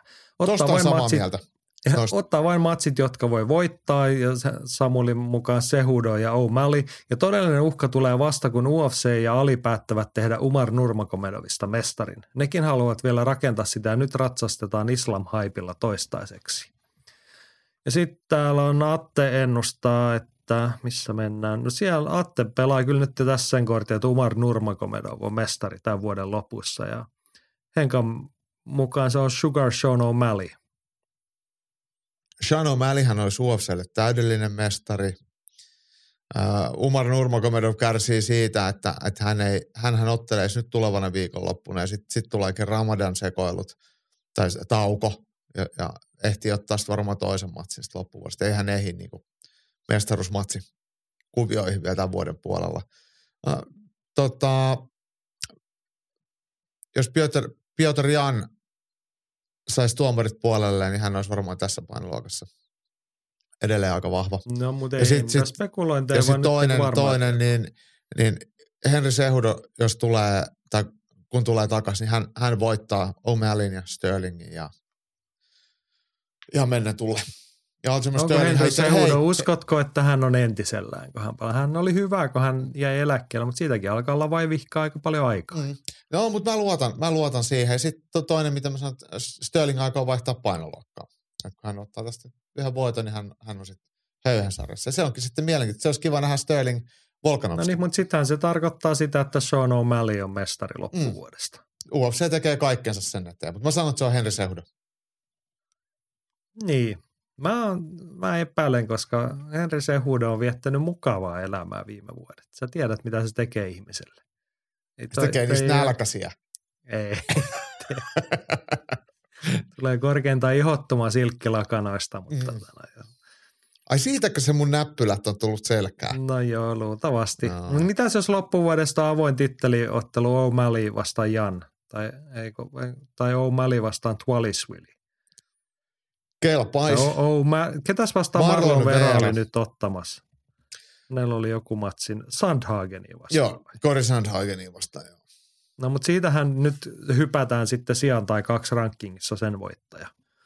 Ottaa vain matsit, jotka voi voittaa, ja Samuelin mukaan Cejudo ja O'Malley. Ja todellinen uhka tulee vasta, kun UFC ja Ali päättävät tehdä Umar Nurmagomedovista mestarin. Nekin haluavat vielä rakentaa sitä ja nyt ratsastetaan Islam-haipilla toistaiseksi. Ja sitten täällä on Atte ennustaa, että missä mennään. No siellä Atte pelaa kyllä nyt tässä sen kortin, että Umar Nurmagomedov on mestari tämän vuoden lopussa. Ja Henkan mukaan se on Sugar Sean O'Malley. Sean O'Malleyhän olisi UFClle täydellinen mestari. Umar Nurmagomedov kärsii siitä, että hän ottelee nyt tulevana viikonloppuna ja sitten tuleekin Ramadan sekoilut tai tauko ja ehtii ottaa sitten varmaan toisen matsin sitten loppuvuodesta. Ei hän ehdi niinku mestaruusmatsi kuvioihin vielä tämän vuoden puolella. Jos Piotr Jan saisi tuomarit puolelle, niin hän olisi varmaan tässä painoluokassa edelleen aika vahva. No, mutta ei mitään spekulointeja. Ja sitten toinen niin Henry Cejudo, jos tulee, tai kun tulee takaisin, niin hän voittaa O'Malleyn ja Sterlingin ja mennä tulle. Ja onko Henry Cejudo, uskotko, että hän on entisellään? Hän oli hyvä, kun hän jäi eläkkeelle, mutta siitäkin alkaa olla vaivihkaa aika paljon aikaa. No, mutta mä luotan siihen. Ja sitten toinen, mitä mä sanon, että Sterling aikoo vaihtaa painoluokkaa. Et kun hän ottaa tästä yhden voiton, niin hän on sitten höyhensarjassa. Ja se onkin sitten mielenkiintoista. Se olisi kiva nähdä Sterling Volkanovski. No niin, mutta sittenhän se tarkoittaa sitä, että Sean O'Malley on mestari loppuvuodesta. UFC tekee kaikkensa sen eteen, mutta mä sanon, että se on Henry Cejudo. Niin, Mä epäilen, koska Henry Cejudo on viettänyt mukavaa elämää viime vuodet. Sä tiedät, mitä se tekee ihmiselle. Se tekee niistä nälkäisiä. Ei. Tulee korkeintaan ihottumaan silkkilakanoista, mutta Ai siitäkö se mun näppylät on tullut selkään? No joo, luultavasti. No. Mitäs jos loppuvuodesta avoin titteliottelu O'Malley vastaan Jan? Tai O'Malley vastaan Twaliswilly? Kelpais. Ketäs vastaan Marlon Vera oli nyt ottamassa? Meillä oli joku matsin Sandhagenia vastaan. Joo, Cory Sandhagenia vastaan, joo. No mutta siitähän nyt hypätään sitten sijan tai 2 rankingissa sen voittaja.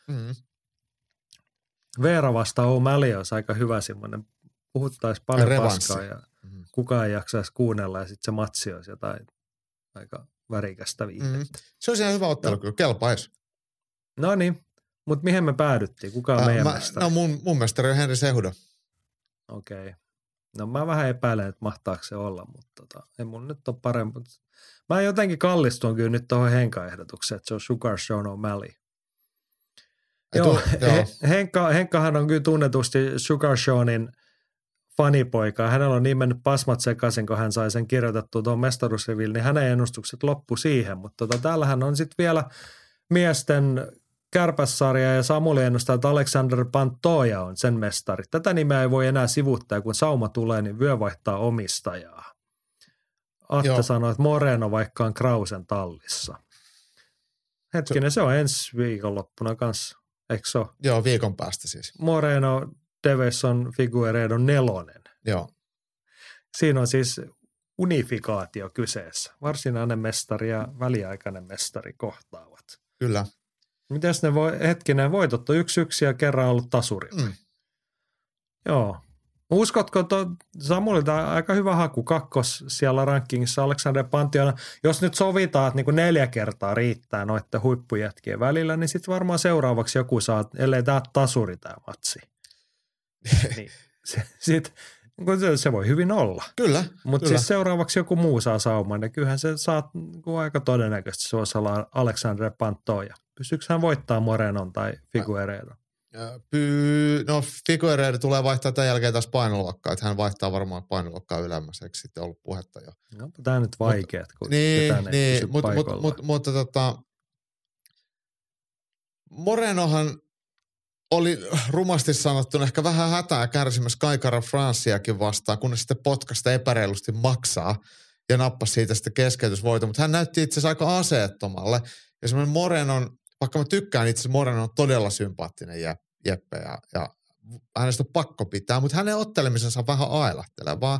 Veera vastaan O'Malley olisi aika hyvä semmoinen, puhuttaisiin paljon paskaa ja kukaan ei jaksaisi kuunnella ja sitten se matsi olisi jotain aika värikästä viihdettä. Se olisi ihan hyvä ottelu kyllä, kelpaisi. No niin, mutta mihin me päädyttiin? Kuka on meidän mestari? No mun mestari on Henry Cejudo. Okei. No mä vähän epäilen, että mahtaako se olla, mutta ei mun nyt ole parempi. Mä jotenkin kallistun kyllä nyt tuohon Henka-ehdotukseen, että se on Sugar Sean O'Malley. Joo, Henkkahan on kyllä tunnetusti Sugar Seanin fanipoika. Hänellä on niin mennyt pasmat sekaisin, kun hän sai sen kirjoitettua tuon mestaruusriville, niin hänen ennustukset loppu siihen. Mutta täällähän on sitten vielä miesten kärpässarja ja Samuli ennustaa, että Alexander Pantoja on sen mestari. Tätä nimeä ei voi enää sivuttaa, kun sauma tulee, niin vyö vaihtaa omistajaa. Atte sanoi, että Moreno vaikka on Krausen tallissa. Hetkinen, se on ensi viikonloppuna kanssa, eikö se ole? Joo, viikon päästä siis. Moreno, Deveson, Figueiredo 4. Joo. Siinä on siis unifikaatio kyseessä. Varsinainen mestari ja väliaikainen mestari kohtaavat. Kyllä. Mites ne voitot on 1-1 ja kerran ollut tasuri? Joo. Uskotko, Samulilta aika hyvä haku, 2 siellä rankingissa Alexander Pantoja. Jos nyt sovitaan, että niin 4 kertaa riittää noiden huippujätkien välillä, niin sitten varmaan seuraavaksi joku saa, ellei tämä tasuri tämä matsi. Niin, se voi hyvin olla. Kyllä. Mutta siis seuraavaksi joku muu saa sauman, ja kyllähän se saa aika todennäköisesti se voisi olla Alexander Pantoja. Pystyykö hän voittaa Morenon tai Figueiredon? No Figueiredo tulee vaihtaa tämän jälkeen taas painoluokkaa, että hän vaihtaa varmaan painoluokkaa ylemmäs, eikö sitten ollut puhetta jo. No, tämä on nyt vaikeat, kun ketään ei pysy paikoilla. Mutta Morenohan oli rumasti sanottuna ehkä vähän hätää kärsimässä Kaikara Franciakin vastaan, kunnes sitten potkasta epäreilusti maksaa ja nappasi siitä sitten keskeytysvoiton, mutta hän näytti itse asiassa aika aseettomalle. Ja semmoinen Morenon, vaikka mä tykkään itse asiassa, Morenon on todella sympaattinen Jeppe ja hänestä on pakko pitää, mutta hänen ottelemisensa on vähän ailahtelevaa.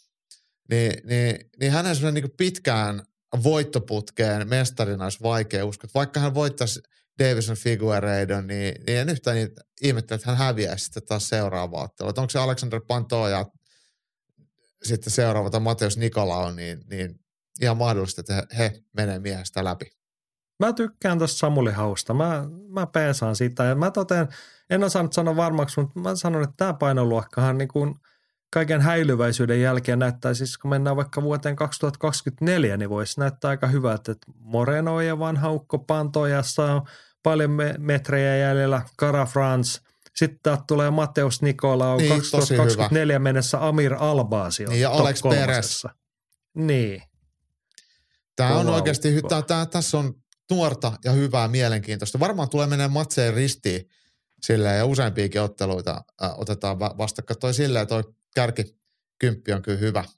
Niin hänen semmoinen niin pitkään voittoputkeen mestarina olisi vaikea uskoa. Vaikka hän voittaisi Davison Figueiredon, niin en yhtään ihmettele, että hän häviäisi sitten taas seuraavaa ottelua. Onko se Alexander Pantoja sitten seuraava tai Mateus Nicolau, niin ihan mahdollista, että he menee miehestä läpi. Mä tykkään tuosta Samuli Hausta. Mä peesaan sitä ja mä en osannut sanoa varmaksi, mutta mä sanon, että tämä painoluokkahan niin kuin kaiken häilyväisyyden jälkeen näyttää, siis kun mennään vaikka vuoteen 2024, niin voisi näyttää aika hyvältä, että Moreno ja vanha ukko Pantojassa on paljon metrejä jäljellä, Cara France, sitten tulee Mateus Nicolau, niin, 2024 mennessä Amir Albaasio. Niin, ja Alex Perez. Niin. Tämä on oikeasti, tässä on nuorta ja hyvää mielenkiintoista. Varmaan tulee menemään matseen ristiin silleen, ja useampiakin otteluita otetaan vastakkain. Toi silleen, toi kärkikymppi on kyllä hyvä.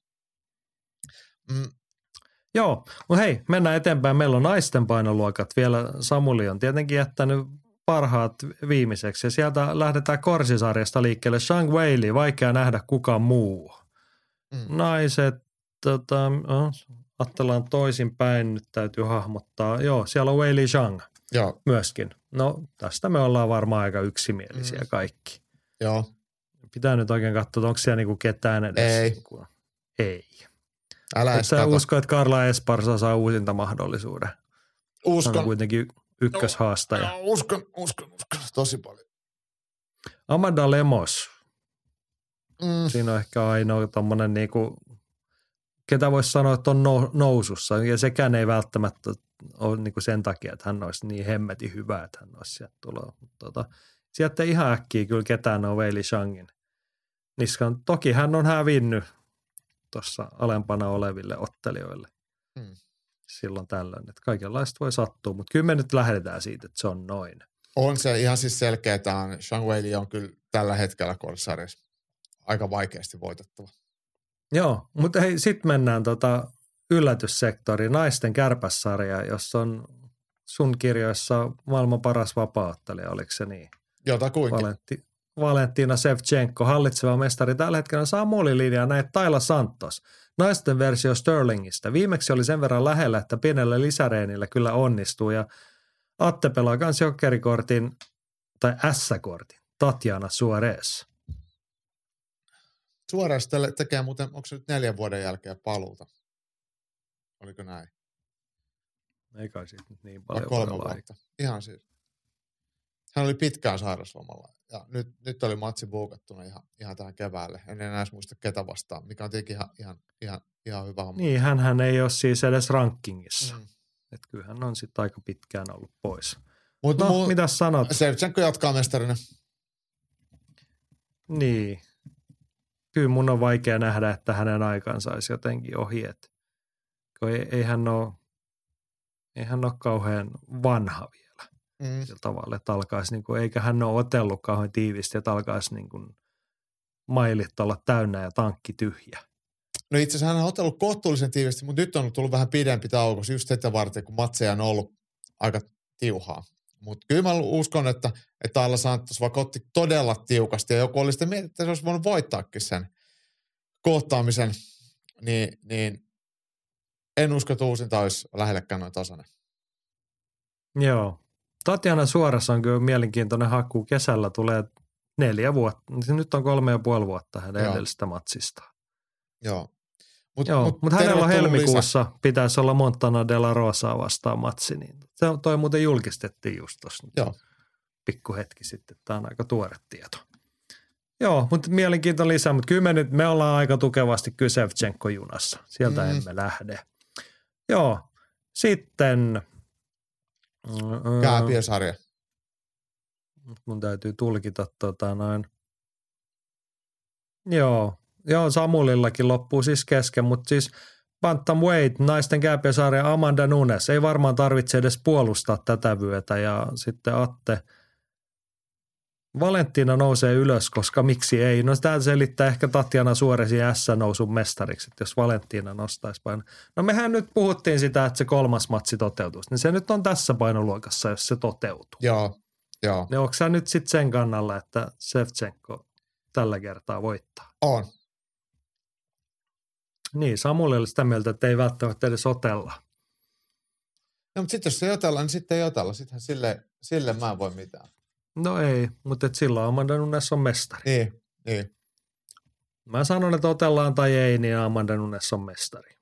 Joo, mutta hei, mennään eteenpäin. Meillä on naisten painoluokat vielä. Samuli on tietenkin jättänyt parhaat viimeiseksi, ja sieltä lähdetään korsisarjasta liikkeelle. Zhang Weili, vaikea nähdä kukaan muu. Naiset, ajatellaan toisinpäin, nyt täytyy hahmottaa. Joo, siellä on Weili Zhang myöskin. No, tästä me ollaan varmaan aika yksimielisiä kaikki. Joo. Pitää nyt oikein katsoa, onko siellä niinku ketään edes. Ei. Ei. Älä edes kato. Usko, että Carla Esparza saa uusinta mahdollisuuden. Uskon. On kuitenkin ykköshaastaja. Uskon. Tosi paljon. Amanda Lemos. Siinä on ehkä ainoa tommonen niinku, ketä voisi sanoa, että on nousussa. Ja sekään ei välttämättä ole niinku sen takia, että hän olisi niin hemmetin hyvä, että hän olisi sieltä tuloa. Sieltä ei ihan äkkiä kyllä ketään ole Weili Zhangin niskaan. Toki hän on hävinnyt tuossa alempana oleville ottelijoille silloin tällöin. Että kaikenlaista voi sattua, mutta kyllä me nyt lähdetään siitä, että se on noin. On se ihan siis selkeä, että Zhang Weili on kyllä tällä hetkellä kortsarjassa aika vaikeasti voitettava. Joo, mutta hei, sitten mennään yllätyssektoriin, naisten kärpässarja, jossa on sun kirjoissa maailman paras vapaa-ottelija, oliko se niin? Jotakuinkin. Valentina Shevchenko, hallitseva mestari tällä hetkellä Samuli linjaa näitä Tayla Santos, naisten versio Sterlingistä. Viimeksi oli sen verran lähellä, että pienellä lisäreenillä kyllä onnistuu ja Atte pelaa kans jokkerikortin tai S-kortin, Tatjana Suarez. Suarez tekee muuten, onko se nyt 4 vuoden jälkeen paluuta? Oliko näin? Ei kai siitä nyt niin paljon 3 vuotta. Ihan siis. Hän oli pitkään sairaslomalla ja nyt oli matsi buukattuna ihan tähän keväälle. En enää muista ketä vastaan, mikä on tietenkin ihan hyvä homma. Niin, hänhän ei ole siis edes rankingissa. Että kyllä hän on sitten aika pitkään ollut pois. Mitäs sanot? Shevchenko jatkaa mestarina. Niin. Kyllä mun on vaikea nähdä, että hänen aikansa olisi jotenkin ohi. Ei hän ole kauhean vanha vielä sillä tavalla, että alkaisi, eikä hän ole otellut kauhean tiivisti, että alkaisi mailit olla täynnä ja tankki tyhjä. No itse asiassa hän on otellut kohtuullisen tiivisti, mutta nyt on tullut vähän pidempi tauko just sitä varten, kun matseja on ollut aika tiuhaa. Mutta kyllä mä uskon, että Tayla Santos vaikka otti todella tiukasti ja joku oli sitten miettinyt, että se olisi voinut voittaakin sen kohtaamisen, niin en usko, että uusinta olisi lähellekään noin tasainen. Joo. Tatjana Suarez on kyllä mielenkiintoinen haku. Kesällä tulee 4 vuotta. Nyt on 3,5 vuotta hänen edellisestä matsista. Joo. Mutta hänellä on helmikuussa pitäisi olla Montana de la Rosaa vastaan matsi. Niin toi muuten julkistettiin just tuossa pikku hetki sitten. Tämä on aika tuore tieto. Joo, mutta mielenkiintoinen lisää. Mutta kyllä me ollaan aika tukevasti kyllä Shevchenko-junassa. Sieltä emme lähde. Joo, sitten Kääpiösarja. Mun täytyy tulkita noin. Joo, Samulillakin loppuu siis kesken, mutta siis bantamweight, naisten kääpiösarja Amanda Nunes, ei varmaan tarvitse edes puolustaa tätä vyötä ja sitten Atte Valentina nousee ylös, koska miksi ei? No sitä selittää ehkä Tatjana Suarezin S-nousun mestariksi, että jos Valentina nostaisi paino. No mehän nyt puhuttiin sitä, että se 3. matsi toteutuisi, niin se nyt on tässä painoluokassa, jos se toteutuu. Joo. Niin onko sä nyt sitten sen kannalla, että Shevchenko tällä kertaa voittaa? On. Niin, Samuli oli sitä mieltä, että ei välttämättä edes otella. No, mutta sitten jos ei otella, niin sitten ei otella. Sittenhän sille mä en voi mitään. No ei, mutta silloin Amanda Nunes on mestari. Niin. Mä sanon, että otellaan tai ei, niin Amanda Nunes on mestari.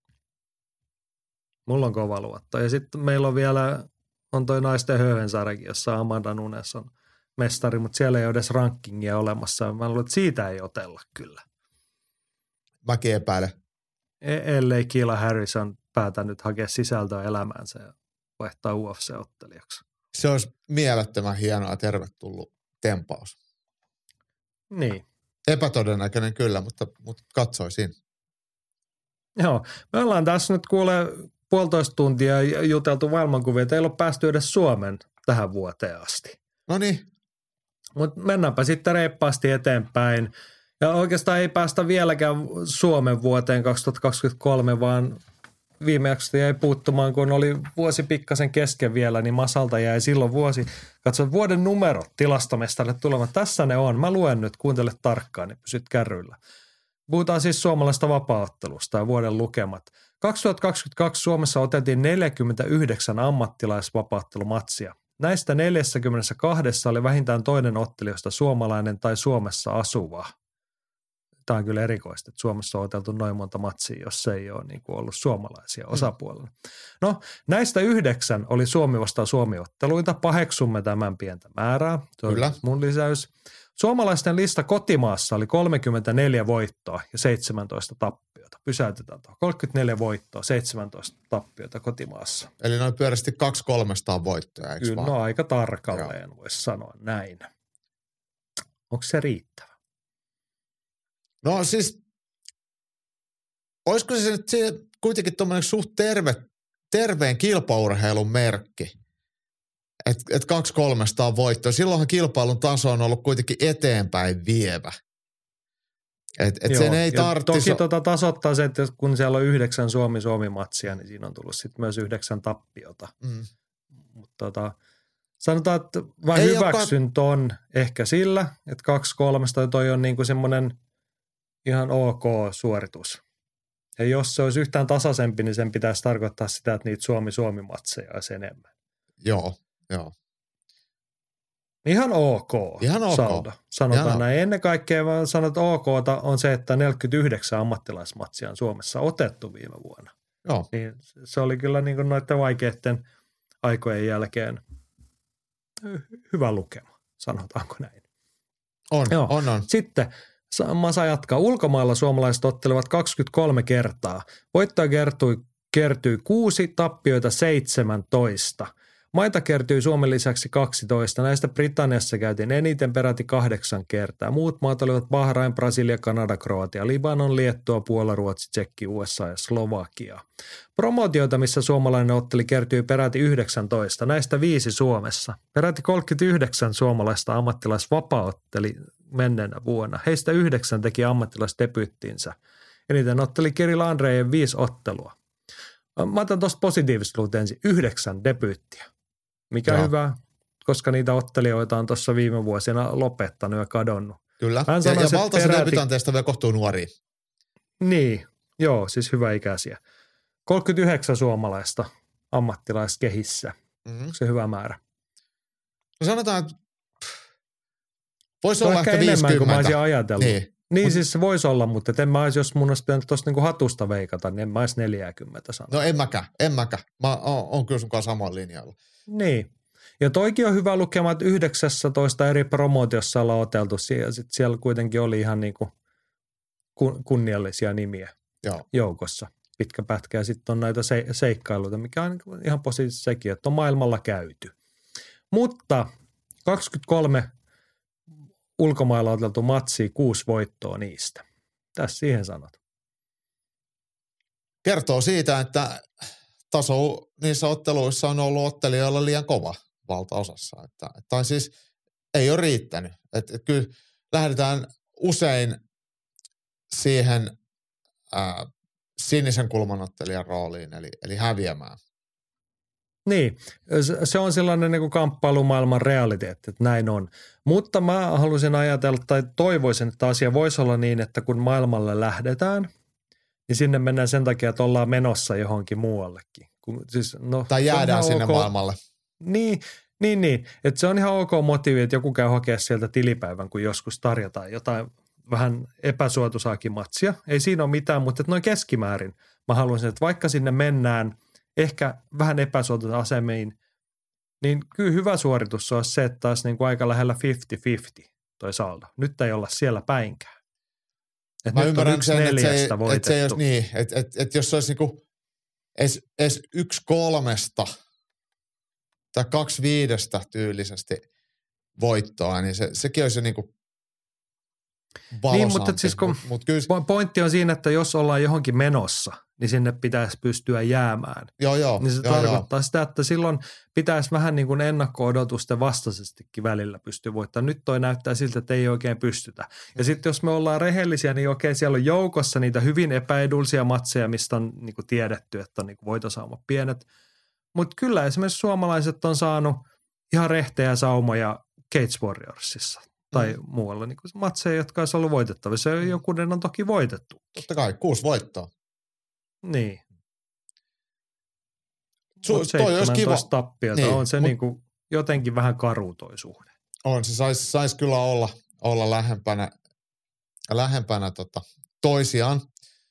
Mulla on kova luotto. Ja sitten meillä on vielä, on toi naisten höövensarjakin, jossa Amanda Nunes on mestari, mutta siellä ei ole edes rankingia olemassa. Mä luulen, että siitä ei otella kyllä. Mäkin epäilen. Ellei Kila Harrison päätä nyt hakea sisältöä elämäänsä ja vaihtaa UFC-ottelijaksi. Se olisi mielettömän hienoa ja tervetullut tempaus. Niin. Epätodennäköinen kyllä, mutta katsoisin. Joo, me ollaan tässä nyt kuule 1,5 tuntia juteltu maailmankuvia. Teillä on päästy edes Suomen tähän vuoteen asti. No niin. Mutta mennäänpä sitten reippaasti eteenpäin. Ja oikeastaan ei päästä vieläkään Suomen vuoteen 2023, vaan viimeksi jäi puuttumaan, kun oli vuosi pikkasen kesken vielä, niin Masalta jäi silloin vuosi. Katso, vuoden numerot tilastomestarille tulevat. Tässä ne on. Mä luen nyt, kuuntele tarkkaan, niin pysyt kärryillä. Puhutaan siis suomalaista vapaa-ottelusta ja vuoden lukemat. 2022 Suomessa otettiin 49 ammattilaisvapaa-ottelumatsia. Näistä 42 oli vähintään toinen ottelijoista suomalainen tai Suomessa asuva. Tämä on kyllä erikoista, että Suomessa on oteltu noin monta matsia, jos se ei ole niin kuin ollut suomalaisia osapuolella. No, näistä 9 oli Suomi vastaan Suomi-otteluita. Paheksumme tämän pientä määrää. Se on mun lisäys. Suomalaisten lista kotimaassa oli 34 voittoa ja 17 tappiota. Pysäytetään tuohon. 34 voittoa, 17 tappiota kotimaassa. Eli noin pyörästi 200-300 voittoja, eikö kyllä, vaan? no aika tarkalleen voisi sanoa näin. Onko se riittävä? No siis, olisiko se nyt kuitenkin tuommoinen suht terveen kilpaurheilun merkki, että 2-3 voittoa. Silloinhan kilpailun taso on ollut kuitenkin eteenpäin vievä. Joo, sen ei tarvitsisi... Toki tasoittaa se, että kun siellä on 9 Suomi-Matsia, niin siinä on tullut sitten myös 9 tappiota. Mutta sanotaan, että mä hyväksyn ton ehkä sillä, että 2-3 toi on niinku semmoinen ihan ok suoritus. Ja jos se olisi yhtään tasaisempi, niin sen pitäisi tarkoittaa sitä, että niitä Suomi-Matseja olisi enemmän. Joo. Ihan ok. Saldo. Sanotaan näin. Ennen kaikkea vaan sanot okta on se, että 49 ammattilaismatsia on Suomessa otettu viime vuonna. Joo. Niin se oli kyllä niin kuin noiden vaikeiden aikojen jälkeen hyvä lukema, sanotaanko näin. On. Sitten Masa jatkaa. Ulkomailla suomalaiset ottelevat 23 kertaa. Voittoja kertyi 6, tappioita 17. Maita kertyi Suomen lisäksi 12. Näistä Britanniassa käytiin eniten peräti 8 kertaa. Muut maat olivat Bahrain, Brasilia, Kanada, Kroatia, Libanon, Liettua, Puola, Ruotsi, Tsekki, USA ja Slovakia. Promootioita, missä suomalainen otteli, kertyi peräti 19. Näistä 5 Suomessa. Peräti 39 suomalaista ammattilaisvapaa-otteli menneenä vuonna. Heistä 9 teki ammattilaisdebyyttinsä. Eniten otteli Kirill Andreev 5 ottelua. Mä otan tuosta positiivista luut ensin. 9 debyyttiä. Mikä on hyvä, koska niitä ottelijoita on tuossa viime vuosina lopettanut ja kadonnut. Kyllä, ja valtaosa debyytanteista vielä kohtuu nuoria. Niin, joo, siis hyvä ikäisiä. 39 suomalaista ammattilaiskehissä. Onko se hyvä määrä? No sanotaan, että voisi olla ehkä enemmän 50. kuin mä olisin ajatellut. Niin siis se voisi olla, mutta en mä olisi, jos mun olisi pitänyt tuosta niinku hatusta veikata, niin en mä olisi 40 sanoa. No en mäkään. Mä oon kyllä sunkaan samalla linjalla. Niin. Ja toikin on hyvä lukema, että 19 eri promootiossa ollaan oteltu. Siellä kuitenkin oli ihan niinku kunniallisia nimiä joukossa. Pitkä pätkä ja sitten on näitä seikkailuita, mikä on ihan positiivisesti sekin, että on maailmalla käyty. Mutta 23 ulkomailla oteltu matsia, 6 voittoa niistä. Tässä siihen sanot. Kertoo siitä, että taso niissä otteluissa on ollut ottelijoilla liian kova valtaosassa. Tai siis ei ole riittänyt. Että kyllä lähdetään usein siihen sinisen kulman ottelijan rooliin, eli häviämään. Niin, se on sellainen niin kuin kamppailumaailman realiteetti, että näin on. Mutta mä haluaisin ajatella tai toivoisin, että asia voisi olla niin, että kun maailmalle lähdetään, niin sinne mennään sen takia, että ollaan menossa johonkin muuallekin. Tai jäädään sinne maailmalle. Niin. Että se on ihan ok motiivi, että joku käy hakea sieltä tilipäivän, kun joskus tarjotaan jotain vähän epäsuotuisaakin matsia. Ei siinä ole mitään, mutta että noin keskimäärin mä haluaisin, että vaikka sinne mennään ehkä vähän epäsuotuisen asemiin, niin kyllä hyvä suoritus olisi se, että taas niin kuin aika lähellä 50-50 toi saldo. Nyt ei olla siellä päinkään. Mä ymmärrän sen, että se ei olisi niin, että jos se olisi niin kuin edes 1-3 tai 2-5 tyylisesti voittoa, niin sekin olisi niin kuin valosampi. Niin, mutta siis kun pointti on siinä, että jos ollaan johonkin menossa, niin sinne pitäisi pystyä jäämään. Joo. Niin se tarkoittaa sitä, että silloin pitäisi vähän niin kuin ennakko-odotusten vastaisestikin välillä pystyä voittamaan. Nyt toi näyttää siltä, että ei oikein pystytä. Ja sitten jos me ollaan rehellisiä, niin okei, siellä on joukossa niitä hyvin epäedullisia matseja, mistä on niin kuin tiedetty, että on niin kuin voitosaumat pienet. Mutta kyllä esimerkiksi suomalaiset on saanut ihan rehtejä saumoja Cage Warriorsissa tai muualla niin kuin matseja, jotka olisi ollut voitettavissa. Jokunen on toki voitettu. Totta kai, 6 voittoa. Niin. Toi olisi kiva. Tappiota. On se niinku jotenkin vähän karu toi suhde. On, se sais kyllä olla lähempänä toisiaan.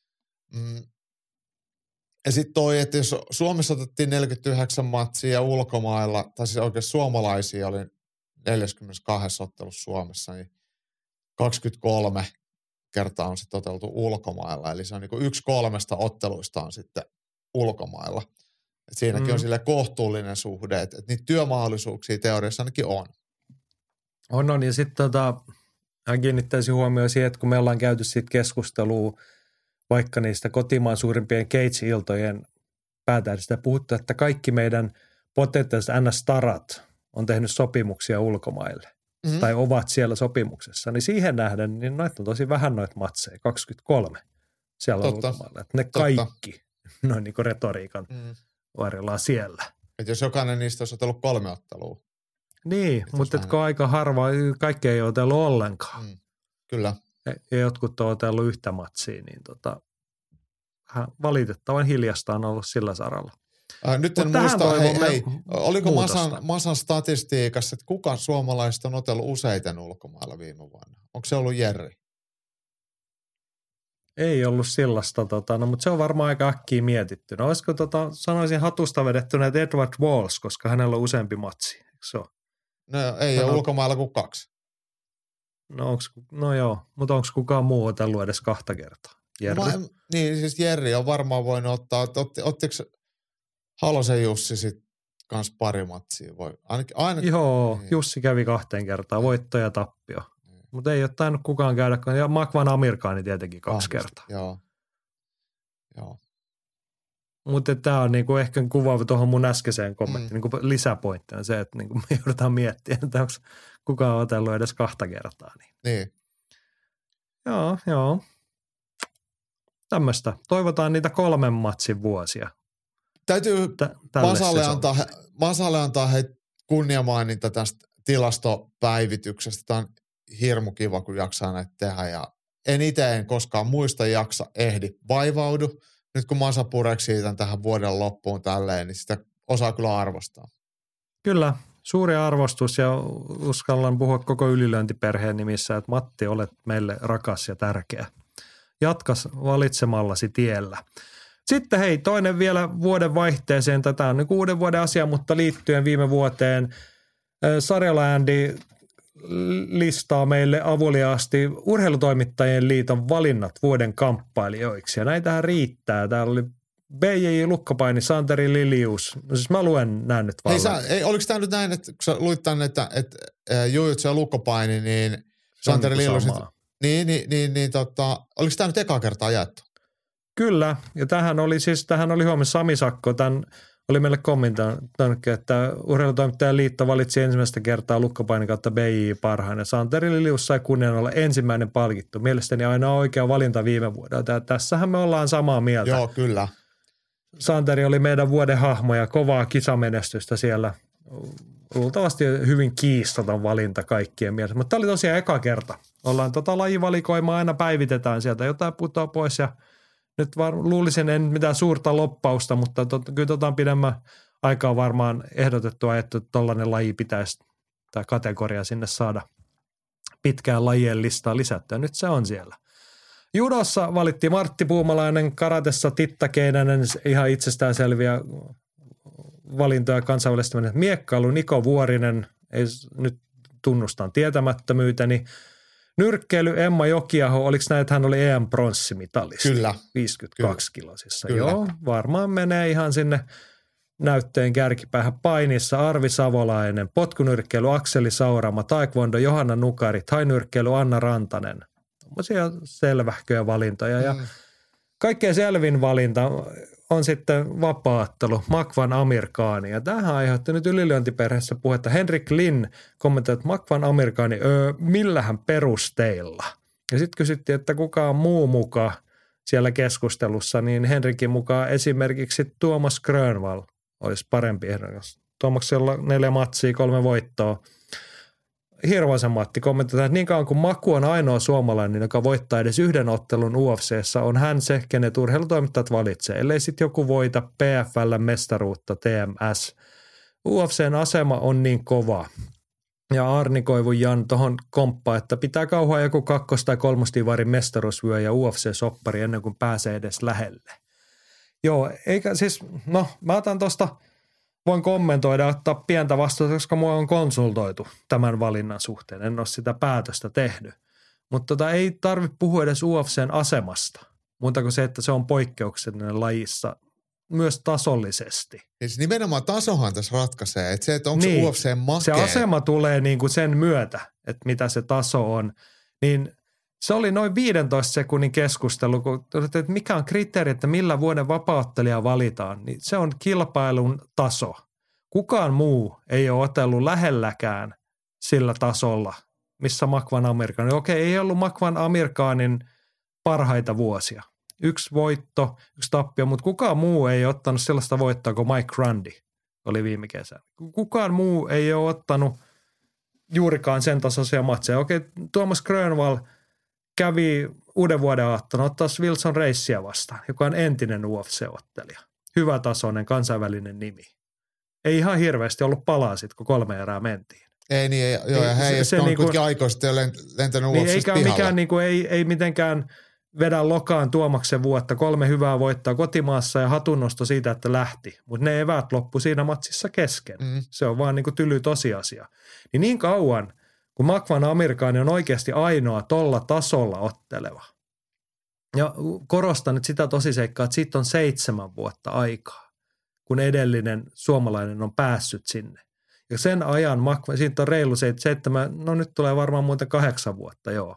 Ja sitten toi, että jos Suomessa otettiin 49 matsia ja ulkomailla, tai siis oikein suomalaisia oli 42 ottelussa Suomessa, niin 23 kertaa on sitten oteltu ulkomailla. Eli se on niin 1/3 otteluista on sitten ulkomailla. Et siinäkin on sille kohtuullinen suhde, että niitä työmahdollisuuksia teoriassa ainakin on. On, ja sitten Hän kiinnittäisi huomioon siihen, että kun me ollaan käyty siitä keskustelua vaikka niistä kotimaan suurimpien Cage-iltojen päätähdistä ja puhuttu, että kaikki meidän potentiaaliset NS-starat on tehnyt sopimuksia ulkomaille tai ovat siellä sopimuksessa, niin siihen nähden niin noita on tosi vähän noita matseja, 23 siellä ulkomailla. Että ne kaikki noin niin kuin retoriikan varjellaan siellä. Että jos jokainen niistä olisi otellut 3 ottelua. Niin, mutta etkö aika harva, kaikki ei ole otellut ollenkaan. Kyllä. Ja jotkut on otellut yhtä matsia, niin valitettavan hiljasta on ollut sillä saralla. Nyt en muista, oliko Masan statistiikassa, että kuka suomalaisista on otellut useiten ulkomailla viime vuonna? Onko se ollut Jerry? Ei ollut sellaista, mutta se on varmaan aika äkkiä mietitty. No olisiko sanoisin hatusta vedetty näitä Edward Walls, koska hänellä on useampi matsi, eikö se ole? No ei ole ulkomailla kuin 2. No joo, mutta onko kukaan muu otellut edes 2 kertaa? Jerry? Niin, siis Jerry on varmaan voinut ottaa, ottiko Halosen Jussi sitten kans pari matsia? Ainakin, joo, niin. Jussi kävi 2 kertaa, voitto ja tappio. Mutta ei ole tainnut kukaan käydä, ja Makvan Amirkaani tietenkin 2 kertaa. Joo. Mutta tämä on niinku ehkä kuvaava tuohon mun äskeiseen kommenttiin, niinku lisäpointtina se, että niinku me joudutaan miettimään, että onko kukaan otellut edes 2 kertaa. Niin. Joo. Tämmöistä. Toivotaan niitä 3 matsin vuosia. Täytyy Masalle antaa kunniamaininta tästä tilastopäivityksestä. Tämä on hirmu kiva, kun jaksaa näitä tehdä. Ja en itse koskaan muista jaksa, ehdi, vaivaudu. Nyt kun Masa pureksii tämän tähän vuoden loppuun tälleen, niin sitä osaa kyllä arvostaa. Kyllä, suuri arvostus ja uskallan puhua koko ylilöintiperheen nimissä, että Matti, olet meille rakas ja tärkeä. Jatkas valitsemallasi tiellä. Sitten hei, toinen vielä vuoden vaihteeseen. Tätä on niin uuden vuoden asia, mutta liittyen viime vuoteen. Sarjala Andy listaa meille avuliaasti Urheilutoimittajien liiton valinnat vuoden kamppailijoiksi. Ja näitähän riittää. Täällä oli BJ Lukkopaini, Santeri Lilius. No siis mä luen nämä nyt vaan. Oliko tämä nyt näin, että kun sä luit tänne, että Jujutsu ja Lukkopaini, niin Santeri Lilius. Oliko tämä nyt eka kertaa jaettu? Kyllä, ja tähän oli huomenna Sami Sakko, tämän oli meille kommentoinut, että Urheilutoimittajan liitto valitsi ensimmäistä kertaa Lukkopainin kautta BJ parhaan, ja Santeri Lilius sai kunnian olla ensimmäinen palkittu. Mielestäni aina oikea valinta viime vuodelta, ja tässähän me ollaan samaa mieltä. Joo, kyllä. Santeri oli meidän vuoden hahmo ja kovaa kisamenestystä siellä. Luultavasti hyvin kiistaton valinta kaikkien mielessä, mutta tämä oli tosiaan eka kerta. Ollaan lajivalikoimaa aina päivitetään sieltä, jotain putoaa pois ja nyt luulisin, en mitään suurta loppausta, mutta kyllä pidemmän aikaa varmaan ehdotettua, että tollainen laji pitäisi, tai kategoria sinne saada pitkään lajien listaa lisättyä. Nyt se on siellä. Judossa valittiin Martti Puumalainen, karatessa Titta Keinänen, ihan itsestäänselviä valintoja kansainvälistäminen. Miekkailu Niko Vuorinen, ei nyt tunnustan tietämättömyyteni. Nyrkkeily Emma Jokiaho, oliko näin, että hän oli EM-pronssimitalisti? Kyllä. 52-kilosissa. Kyllä. Joo, varmaan menee ihan sinne näyttöjen kärkipäähän painissa. Arvi Savolainen, potkunyrkkeily Akseli Saurama, taekwondo Johanna Nukari, thainyrkkeily Anna Rantanen. Tällaisia selvähköjä valintoja. Ja kaikkein selvin valinta on sitten vapaattelu, Makvan Amirkaani. Ja tämähän aiheutti nyt ylilyöntiperheessä puhetta. Henrik Lin kommentoi, että Makvan Amirkaani, millähän perusteilla? Ja sitten kysyttiin, että kuka on muu mukaan siellä keskustelussa, niin Henrikin mukaan esimerkiksi Tuomas Grönvall olisi parempi ehdokas. Tuomaksella 4 matsia, 3 voittoa. Hirvoisen Matti kommentoi, että niin kauan kuin Maku on ainoa suomalainen, joka voittaa edes yhden ottelun UFC:ssä, on hän se, kenet urheilutoimittajat valitsee. Ellei sitten joku voita PFL-mestaruutta TMS. UFC:n asema on niin kova. Ja Arni Koivun Jan tuohon komppaa, että pitää kauhaa joku 2- tai 3-divarin mestaruusvyö ja UFC-soppari ennen kuin pääsee edes lähelle. Joo, eikä siis, mä otan tuosta, voin kommentoida ja ottaa pientä vastuuta, koska mua on konsultoitu tämän valinnan suhteen. En ole sitä päätöstä tehnyt. Mutta ei tarvitse puhua edes UFCn asemasta, muuta kuin se, että se on poikkeuksellinen lajissa myös tasollisesti. Siis nimenomaan tasohan tässä ratkaisee, että se, että onko se UFCn makea. Se asema tulee niin kuin sen myötä, että mitä se taso on. Niin se oli noin 15 sekunnin keskustelu, kun että mikä on kriteeri, että millä vuoden vapaaottelija valitaan, niin se on kilpailun taso. Kukaan muu ei ole otellut lähelläkään sillä tasolla, missä Makvan Amirkani. Okei, ei ollut Makvan Amirkanin parhaita vuosia. 1 voitto, 1 tappio, mutta kukaan muu ei ottanut sellaista voittoa kuin Mike Grundy oli viime kesänä. Kukaan muu ei ole ottanut juurikaan sen tasoisia matseja. Okei, Tuomas Grönvall kävi uuden vuoden aattona ottaa Wilson Racea vastaan, joka on entinen UFC-ottelija. Hyvätasoinen kansainvälinen nimi. Ei ihan hirveästi ollut palaa sit, kun 3 erää mentiin. Ei niin, joo, ja hei, se on niinku, kuitenkin aikoisesti jo lentänyt niin UFC:stä pihalle. Mikään niinku, ei mitenkään vedä lokaan Tuomaksen vuotta, 3 hyvää voittaa kotimaassa ja hatunnosto siitä, että lähti. Mutta ne eväät loppu siinä matsissa kesken. Se on vaan niinku tyly tosiasia. Niin kauan, kun Makvan Amirkani on oikeasti ainoa tolla tasolla otteleva. Ja korostan nyt sitä tosiseikkaa, että siitä on 7 vuotta aikaa, kun edellinen suomalainen on päässyt sinne. Ja sen ajan Makvan, siitä on reilu 7, no nyt tulee varmaan muuten 8 vuotta, joo.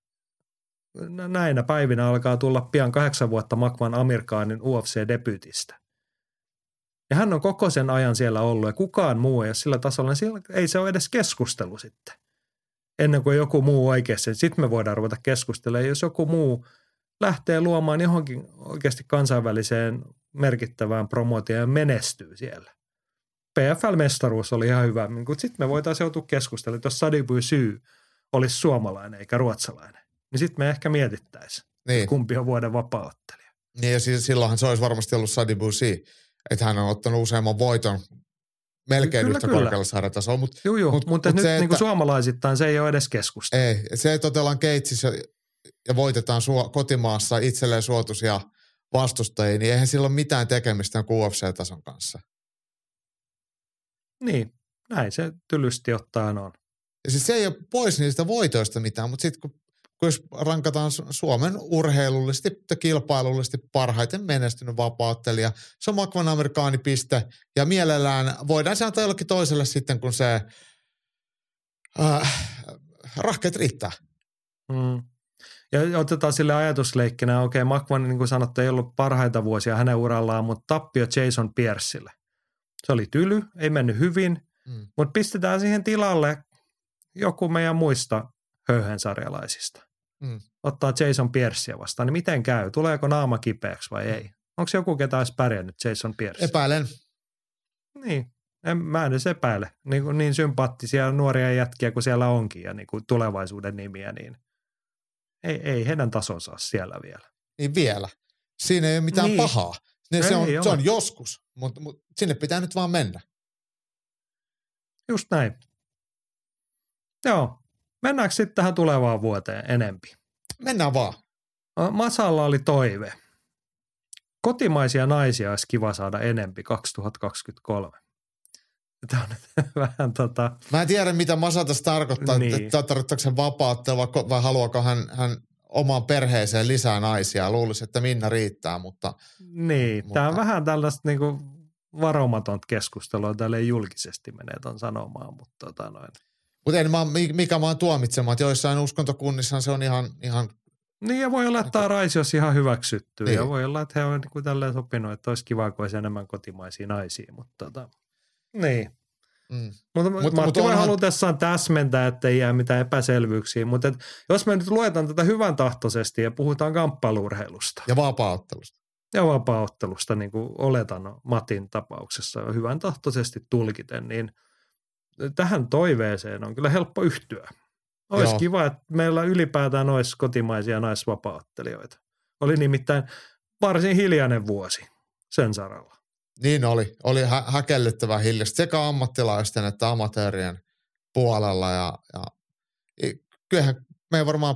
Näinä päivinä alkaa tulla pian 8 vuotta Makvan Amirkanin UFC-debyytistä. Ja hän on koko sen ajan siellä ollut ja kukaan muu ei ole sillä tasolla, niin ei se ole edes keskustelu sitten. Ennen kuin joku muu oikeasti, sitten me voidaan ruveta keskustelemaan. Jos joku muu lähtee luomaan johonkin oikeasti kansainväliseen merkittävään promootioon ja menestyy siellä. PFL-mestaruus oli ihan hyvä, mutta sitten me voitaisiin joutua keskustelemaan, että jos Sadi Bussy olisi suomalainen eikä ruotsalainen, niin sitten me ehkä mietittäisiin, niin. Kumpi on vuoden vapaa-ottelija. Niin ja silloinhan se olisi varmasti ollut Sadi Bussy, että hän on ottanut useamman voiton melkein yhtä korkealla sarjatasolla. Mutta nyt se, niin suomalaisittain se ei ole edes keskustelu. Ei, se, että otellaan keitsissä ja voitetaan kotimaassa itselleen suotuisia vastustajia, niin eihän sillä ole mitään tekemistä UFC-tason kanssa. Niin, näin se tylysti ottaen on. Ja siis se ei ole pois niistä voitoista mitään, mutta sitten kun jos rankataan Suomen urheilullisesti ja kilpailullisesti parhaiten menestynyt vapaa-ottelija, se on Makvan Amirkani-piste ja mielellään voidaan se antaa jollekin toiselle sitten, kun se rahkeet riittää. Ja otetaan sille ajatusleikkinä, okei, Makvan, niin kuin sanottu, ei ollut parhaita vuosia hänen urallaan, mutta tappio Jason Piercelle. Se oli tyly, ei mennyt hyvin, mutta pistetään siihen tilalle joku meidän muista höyhensarjalaisista. Ottaa Jason Piercea vastaan, niin miten käy? Tuleeko naama kipeäksi vai ei? Onko joku, ketä olisi pärjännyt Jason Pierce? Epäilen. Niin, mä en edes epäile. Niin sympaattisia nuoria jätkiä kuin siellä onkin ja niin kuin tulevaisuuden nimiä, niin ei heidän tasonsa siellä vielä. Niin vielä. Siinä ei ole mitään pahaa. Se on joskus, mutta sinne pitää nyt vaan mennä. Just näin. Joo. Mennäänkö sitten tähän tulevaan vuoteen enempi? Mennään vaan. Masalla oli toive. Kotimaisia naisia olisi kiva saada enempi 2023. Tämä on vähän Mä en tiedä, mitä Masa tässä tarkoittaa. Niin. Että tarkoittaako hän vapauttelua vai haluaako hän omaan perheeseen lisää naisia. Luulisi, että Minna riittää, mutta... Niin, tämä on vähän tällaista niinku varomatonta keskustelua. Täällä ei julkisesti menee ton sanomaan, mutta Mutta en mikä mä oon tuomitsemaan, että joissain uskontokunnissa se on ihan... Niin ja voi olla, että tämä Raisios ihan hyväksytty niin. Ja voi olla, että he on niin tälleen sopinut, että olisi kiva, kun olisi enemmän kotimaisia naisia, mutta niin. Mutta Matti voi halutessaan täsmentää, että ei jää mitään epäselvyyksiä, mutta jos me nyt luetaan tätä hyvän tahtoisesti ja puhutaan kamppailuurheilusta. Ja vapaa-ottelusta. Ja vapaa-ottelusta, niin kuin oletan Matin tapauksessa hyvän tahtoisesti tulkiten, niin tähän toiveeseen on kyllä helppo yhtyä. Olisi kiva, että meillä ylipäätään olisi kotimaisia naisvapaa-ottelijoita. Oli nimittäin varsin hiljainen vuosi sen saralla. Niin oli. Oli häkellyttävän hiljaista sekä ammattilaisten että amatöörien puolella. Ja kyllähän me varmaan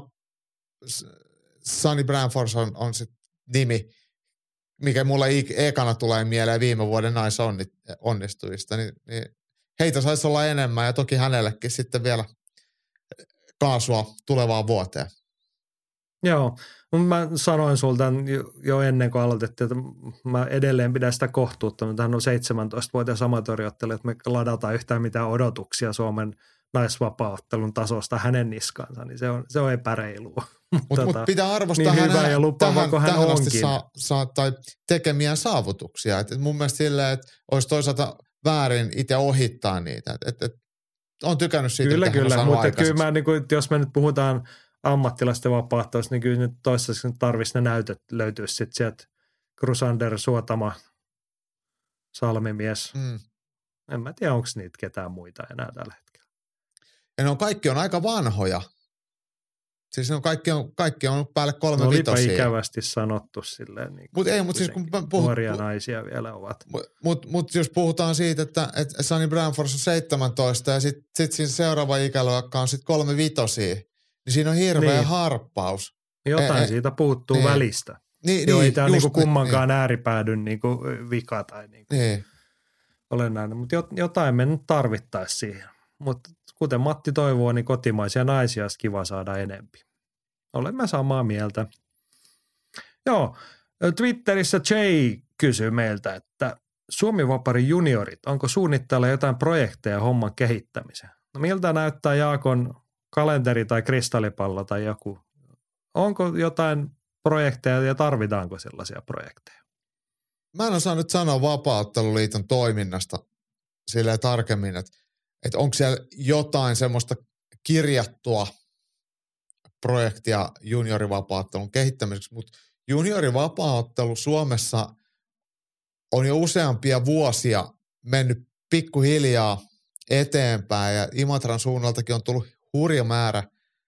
Sunny Branfors on se nimi, mikä mulle ekana tulee mieleen viime vuoden naisonnistujista. Niin heitä saisi olla enemmän ja toki hänellekin sitten vielä kaasua tulevaan vuoteen. Joo, mä sanoin sulta jo ennen kuin aloitettiin, että mä edelleen pidän sitä kohtuuttomia. Hän on 17-vuotias amatööriottelija, että me ladataan yhtään mitään odotuksia Suomen naisvapaaottelun tasosta hänen niskaansa, niin se on epäreilua. Mutta pitää arvostaa niin hyvä ja lupaava, hän tähän asti onkin. tai tekemiä saavutuksia. Et mun mielestä silleen, että olisi toisaalta väärin itse ohittaa niitä. On tykännyt siitä, kyllä, että hän on saanut mutta aikaiseksi. kyllä niin kuin, jos me nyt puhutaan ammattilaisten vapaaehtoista, niin kyllä nyt toistaiseksi tarvitsisi ne näytöt löytyä sitten sieltä Crusader, Suotama, Salmimies. En mä tiedä, onko niitä ketään muita enää tällä hetkellä. Ja kaikki on aika vanhoja. Siis kaikki on päälle 3 vitosia. Olipa ikävästi sanottu silleen. Niin Mutta siis kun nuoria naisia vielä ovat. Mutta jos puhutaan siitä, että Sunny Branfors on 17 ja sitten siinä seuraava ikäluokka on sitten 3 vitosia, niin siinä on hirveä harppaus. Jotain siitä puuttuu välistä. Joo, ei tämä niinku kummankaan ääripäädyn niinku vika tai niinku olennainen, mutta jotain me nyt tarvittaisiin siihen. Mutta kuten Matti toivoo, niin kotimaisia naisia olisi kiva saada enempi. Olemme samaa mieltä. Joo, Twitterissä Jay kysyy meiltä, että Suomi-Vapari juniorit, onko suunnitteilla jotain projekteja homman kehittämiseen? No miltä näyttää Jaakon kalenteri tai kristallipallo tai joku? Onko jotain projekteja ja tarvitaanko sellaisia projekteja? Mä en osaa nyt sanoa Vapaa-otteluliiton toiminnasta silleen tarkemmin, että onko siellä jotain semmoista kirjattua projektia juniorivapaa-ottelun kehittämiseksi, mutta juniorivapaa-ottelu Suomessa on jo useampia vuosia mennyt pikkuhiljaa eteenpäin ja Imatran suunnaltakin on tullut hurja määrä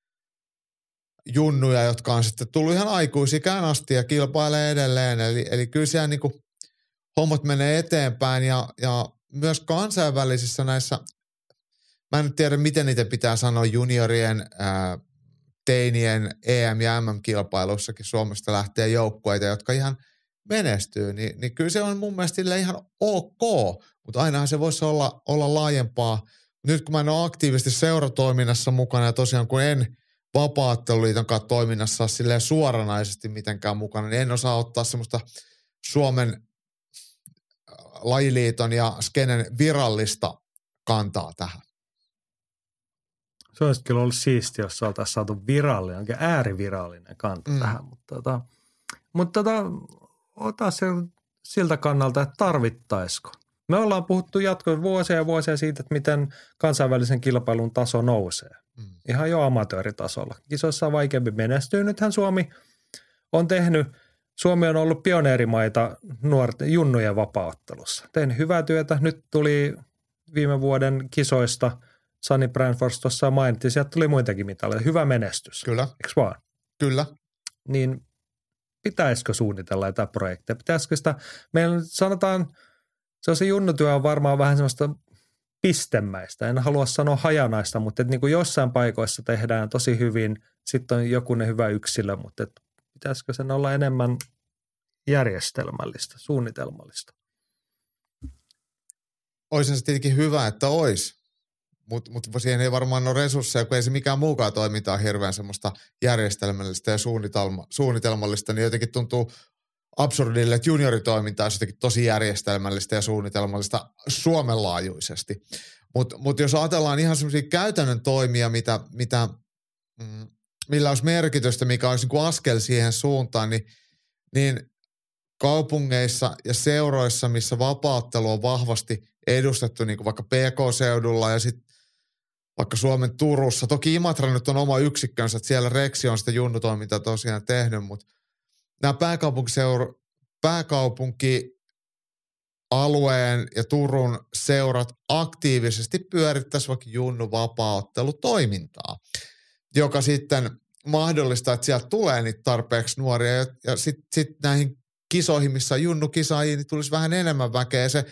junnuja, jotka on sitten tullut ihan aikuisikään asti ja kilpailee edelleen. Eli kyllä siellä niin kuin hommat menee eteenpäin ja myös kansainvälisissä näissä, mä en tiedä miten niitä pitää sanoa, juniorien, teinien EM- ja MM-kilpailuissakin Suomesta lähtee joukkueita, jotka ihan menestyy, niin kyllä se on mun mielestä ihan ok, mutta ainahan se voisi olla laajempaa. Nyt kun mä en ole aktiivisesti seuratoiminnassa mukana ja tosiaan kun en Vapaa-otteluliiton kanssa toiminnassa silleen suoranaisesti mitenkään mukana, niin en osaa ottaa semmoista Suomen lajiliiton ja skenen virallista kantaa tähän. Se olisi kyllä ollut siistiä, jos oltaisiin saatu virallinen, onkin äärivirallinen kanta tähän, mutta ota se siltä kannalta, että tarvittaisiko. Me ollaan puhuttu vuosia ja vuosia siitä, että miten kansainvälisen kilpailun taso nousee. Ihan jo amatööritasolla. Kisoissa on vaikeampi menestyä. Nythän Suomi on ollut pioneerimaita junnujen vapaa-ottelussa. Tein hyvää työtä. Nyt tuli viime vuoden kisoista, Sunny Branfors tuossa mainittiin, sieltä tuli muitakin mitaleja. Hyvä menestys. Kyllä. Eikö vaan? Kyllä. Niin pitäisikö suunnitella jotain projekteja? Pitäisikö sitä, meillä sanotaan, se junnutyö on varmaan vähän semmoista pistemäistä. En halua sanoa hajanaista, mutta että niin kuin jossain paikoissa tehdään tosi hyvin, sitten on jokunen hyvä yksilö, mutta että pitäisikö sen olla enemmän järjestelmällistä, suunnitelmallista? Olisi se tietenkin hyvä, että olisi, mutta siihen ei varmaan ole resursseja, kun ei se mikään muukaan toiminta ole hirveän semmoista järjestelmällistä ja suunnitelmallista, niin jotenkin tuntuu absurdille, että junioritoiminta on jotenkin tosi järjestelmällistä ja suunnitelmallista Suomen laajuisesti. Mutta jos ajatellaan ihan semmoisia käytännön toimia, millä olisi merkitystä, mikä olisi niin kuin askel siihen suuntaan, niin kaupungeissa ja seuroissa, missä vapaaottelu on vahvasti edustettu, niin kuin vaikka PK-seudulla ja sitten vaikka Suomen Turussa. Toki Imatra nyt on oma yksikkönsä, että siellä Reksi on sitä junnutoimintaa tosiaan tehnyt, mutta nämä pääkaupunkialueen ja Turun seurat aktiivisesti pyörittäisi vaikka junnu vapaaottelutoimintaa, joka sitten mahdollistaa, että sieltä tulee niitä tarpeeksi nuoria ja sitten näihin kisoihin, missä on junnukisaajia, niin tulisi vähän enemmän väkeä. Se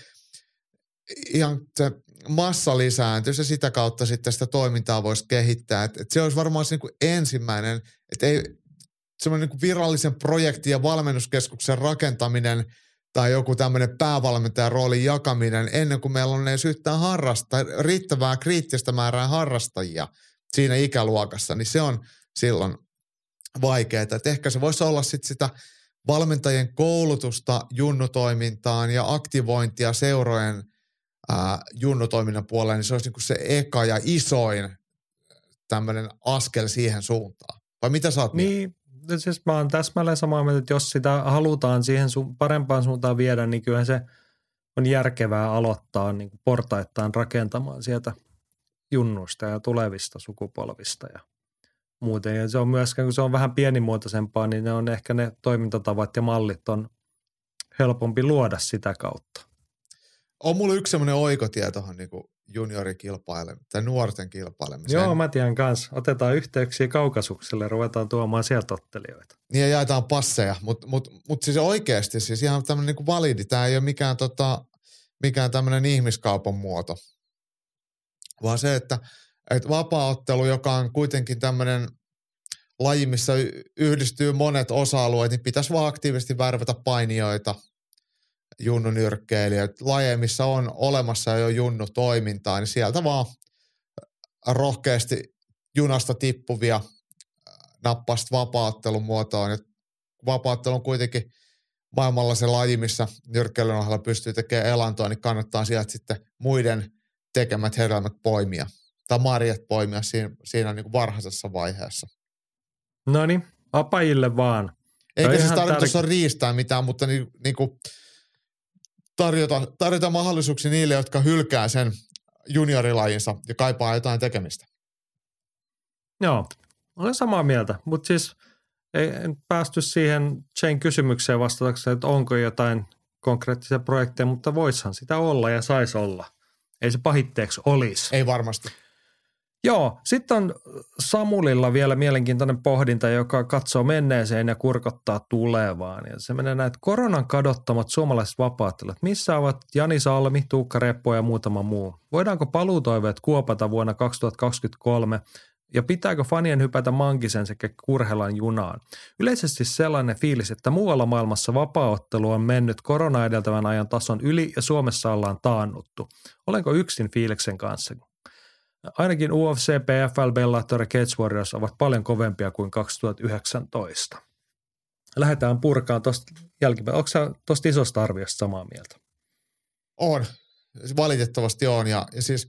massa lisääntyy ja sitä kautta sitten sitä toimintaa voisi kehittää. Et se olisi varmaan se niin kuin ensimmäinen, että ei semmoinen niin kuin virallisen projektin ja valmennuskeskuksen rakentaminen tai joku tämmöinen päävalmentajan roolin jakaminen ennen kuin meillä on edes yhtään riittävää kriittistä määrää harrastajia siinä ikäluokassa, niin se on silloin vaikeaa. Että ehkä se voisi olla sitten sitä valmentajien koulutusta junnutoimintaan ja aktivointia seurojen junnutoiminnan puolella, niin se olisi niin kuin se eka ja isoin tämmöinen askel siihen suuntaan. Vai mitä sä oot niin, siis mä oon täsmälleen samaa mieltä, että jos sitä halutaan siihen parempaan suuntaan viedä, niin kyllähän se on järkevää aloittaa niin kuin portaittain rakentamaan sieltä junnuista ja tulevista sukupolvista ja muuten. Ja se on myöskään, kun se on vähän pienimuotoisempaa, niin ne on ehkä ne toimintatavat ja mallit on helpompi luoda sitä kautta. On mulla yksi semmoinen oikotie tuohon niin juniorikilpailemiseen tai nuorten kilpailemiseen. Joo, mä tiedän kanssa. Otetaan yhteyksiä Kaukasukselle ja ruvetaan tuomaan sieltä ottelijoita. Niin ja jaetaan passeja, mutta siis oikeasti siis ihan tämmöinen niin validi. Tämä ei ole mikään tämmöinen ihmiskaupan muoto, vaan se, että vapaaottelu, joka on kuitenkin tämmöinen laji, missä yhdistyy monet osa-alueet, niin pitäisi vaan aktiivisesti värvätä painijoita, junnunyrkkeilijöitä, lajeja, missä on olemassa jo junnutoimintaa, niin sieltä vaan rohkeasti junasta tippuvia nappasta vapaaottelun muotoon. Vapaaottelu on kuitenkin maailmalla se laji, missä nyrkkeilyn ohella pystyy tekemään elantoa, niin kannattaa sieltä sitten muiden tekemät hedelmät poimia tai marjat poimia siinä niin kuin varhaisessa vaiheessa. No niin, apajille vaan. Eikä siis tarkoitus on riistää mitään, mutta niin kuin tarjota mahdollisuuksia niille, jotka hylkää sen juniorilajinsa ja kaipaa jotain tekemistä. Joo, olen samaa mieltä, mutta siis ei päästy siihen Jane kysymykseen vastatakseen, että onko jotain konkreettisia projekteja, mutta voisihan sitä olla ja saisi olla. Ei se pahitteeksi olisi. Ei varmasti. Joo, sitten on Samulilla vielä mielenkiintoinen pohdinta, joka katsoo menneeseen ja kurkottaa tulevaan. Ja se menee näin, koronan kadottamat suomalaiset vapaattelut. Missä ovat Jani Salmi, Tuukka Reppo ja muutama muu? Voidaanko paluutoiveet kuopata vuonna 2023? Ja pitääkö fanien hypätä Mankisen sekä Kurhelan junaan? Yleisesti sellainen fiilis, että muualla maailmassa vapaaottelu on mennyt korona edeltävän ajan tason yli ja Suomessa ollaan taannuttu. Olenko yksin fiiliksen kanssa? Ainakin UFC, PFL, Bellator ja Cage Warriors ovat paljon kovempia kuin 2019. Lähdetään purkaan tuosta jälkipäin. Onko sä tuosta isosta arviosta samaa mieltä? On. Valitettavasti on. Ja siis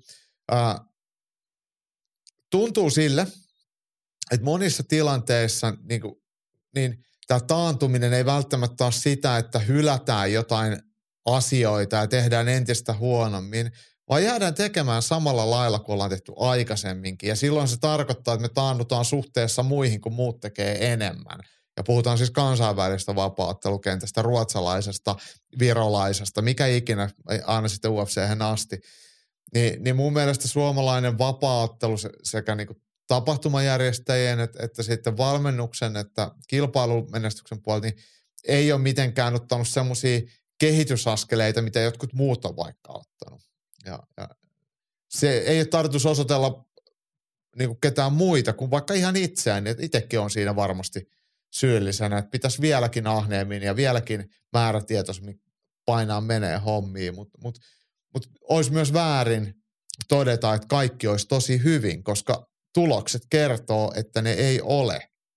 tuntuu sille, että monissa tilanteissa niin tämä taantuminen ei välttämättä ole sitä, että hylätään jotain asioita ja tehdään entistä huonommin, vaan jäädään tekemään samalla lailla kuin ollaan tehty aikaisemminkin. Ja silloin se tarkoittaa, että me taannutaan suhteessa muihin, kun muut tekee enemmän. Ja puhutaan siis kansainvälisestä vapaaottelukentästä, ruotsalaisesta, virolaisesta, mikä ikinä, aina sitten UFC:hen asti. Niin mun mielestä suomalainen vapaaottelu sekä niin kuin tapahtumajärjestäjien, että sitten valmennuksen, että kilpailumenestyksen puolella, niin ei ole mitenkään ottanut semmoisia kehitysaskeleita, mitä jotkut muut on vaikka ottanut. Ja se ei ole tarkoitus osoitella niin kuin ketään muita kuin vaikka ihan itseään, että itsekin on siinä varmasti syyllisenä, että pitäisi vieläkin ahneemmin ja vieläkin määrätietoisemmin painaa menee hommiin, mutta olisi myös väärin todeta, että kaikki olisi tosi hyvin, koska tulokset kertoo, että ne ei ole.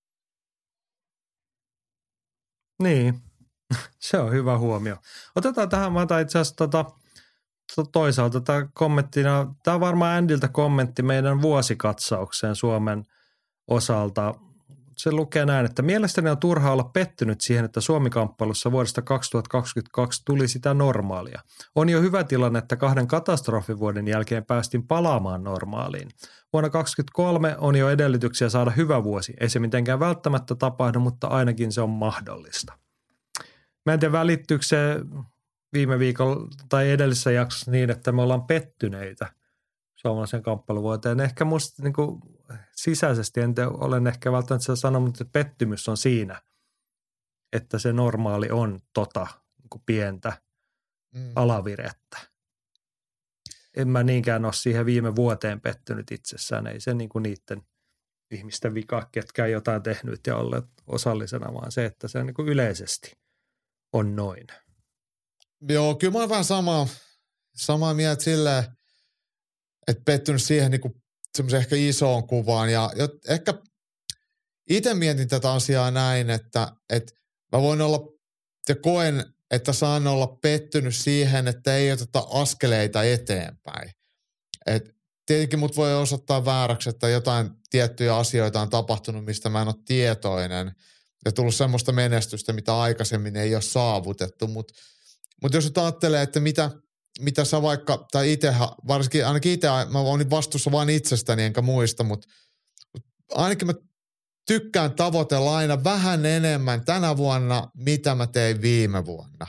Niin, se on hyvä huomio. Otetaan tähän, mä otan itse asiassa toisaalta tämä kommenttina, tämä on varmaan Andiltä kommentti meidän vuosikatsaukseen Suomen osalta. Se lukee näin, että mielestäni on turha olla pettynyt siihen, että Suomi-kamppailussa vuodesta 2022 tuli sitä normaalia. On jo hyvä tilanne, että 2 katastrofivuoden jälkeen päästiin palaamaan normaaliin. Vuonna 2023 on jo edellytyksiä saada hyvä vuosi. Ei se mitenkään välttämättä tapahdu, mutta ainakin se on mahdollista. Mä en tiedä, välittyykö se viime viikolla tai edellisessä jaksossa niin, että me ollaan pettyneitä suomalaisen kamppailuvuoteen. Ehkä musta niin kuin sisäisesti olen ehkä välttämättä sanonut, että pettymys on siinä, että se normaali on niin kuin pientä alavirettä. En mä niinkään ole siihen viime vuoteen pettynyt itsessään. Ei se niin kuin niiden ihmisten vika, ketkä ei jotain tehnyt ja olleet osallisena, vaan se, että se niin kuin yleisesti on noin. Joo, kyllä mä oon vähän samaa mieltä silleen, että pettynyt siihen niin kuin semmoisen ehkä isoon kuvaan. Ja ehkä itse mietin tätä asiaa näin, että mä voin olla ja koen että saan olla pettynyt siihen, että ei oteta askeleita eteenpäin. Et tietenkin mut voi osoittaa vääräksi, että jotain tiettyjä asioita on tapahtunut, mistä mä en ole tietoinen ja tullut semmoista menestystä, mitä aikaisemmin ei ole saavutettu. Mutta jos nyt ajattelee, että mitä sä vaikka, tai itse, varsinkin ainakin itse, mä olin vastuussa vain itsestäni enkä muista, mutta ainakin mä tykkään tavoitella aina vähän enemmän tänä vuonna, mitä mä tein viime vuonna.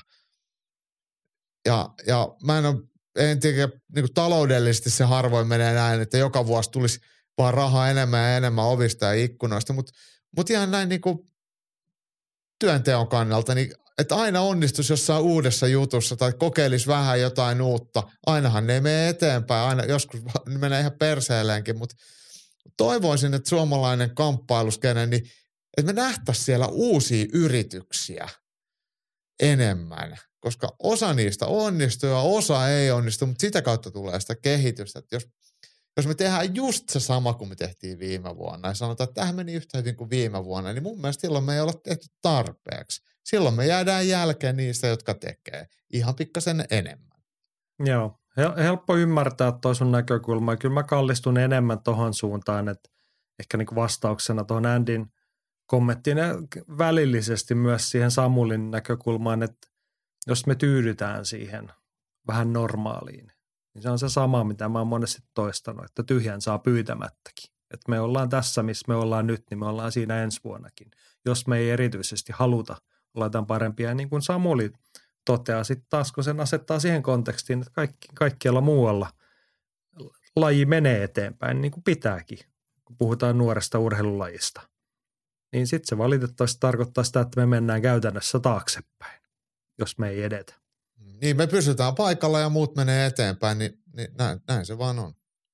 Ja mä en tiedä, niin kuin taloudellisesti se harvoin menee näin, että joka vuosi tulisi vaan rahaa enemmän ja enemmän ovista ja ikkunoista, mutta ihan näin niin kuin työnteon kannalta, niin että aina onnistuisi jossain uudessa jutussa tai kokeilisi vähän jotain uutta. Ainahan ne ei mene eteenpäin, aina joskus ne menee ihan perseelleenkin, mutta toivoisin, että suomalainen kamppailuskene, niin että me nähtäisiin siellä uusia yrityksiä enemmän, koska osa niistä onnistuu ja osa ei onnistu, mutta sitä kautta tulee sitä kehitystä. Että jos me tehdään just se sama kuin me tehtiin viime vuonna ja sanotaan, että tämähän meni yhtä hyvin kuin viime vuonna, niin mun mielestä silloin me ei olla tehty tarpeeksi. Silloin me jäädään jälkeen niistä, jotka tekee ihan pikkasen enemmän. Joo, helppo ymmärtää toi sun näkökulma. Kyllä mä kallistun enemmän tohon suuntaan, että ehkä niin kuin vastauksena tuohon Andin kommenttiin ja välillisesti myös siihen Samulin näkökulmaan, että jos me tyydytään siihen vähän normaaliin, niin se on se sama, mitä mä oon monesti toistanut, että tyhjän saa pyytämättäkin. Että me ollaan tässä, missä me ollaan nyt, niin me ollaan siinä ensi vuonnakin. Jos me ei erityisesti haluta olla jotain parempia, niin kuin Samuli toteaa sitten taas, kun sen asettaa siihen kontekstiin, että kaikkialla muualla laji menee eteenpäin niin kuin pitääkin, kun puhutaan nuoresta urheilulajista. Niin sitten se valitettavasti tarkoittaa sitä, että me mennään käytännössä taaksepäin, jos me ei edetä. Niin, me pysytään paikalla ja muut menee eteenpäin, niin näin se vaan on.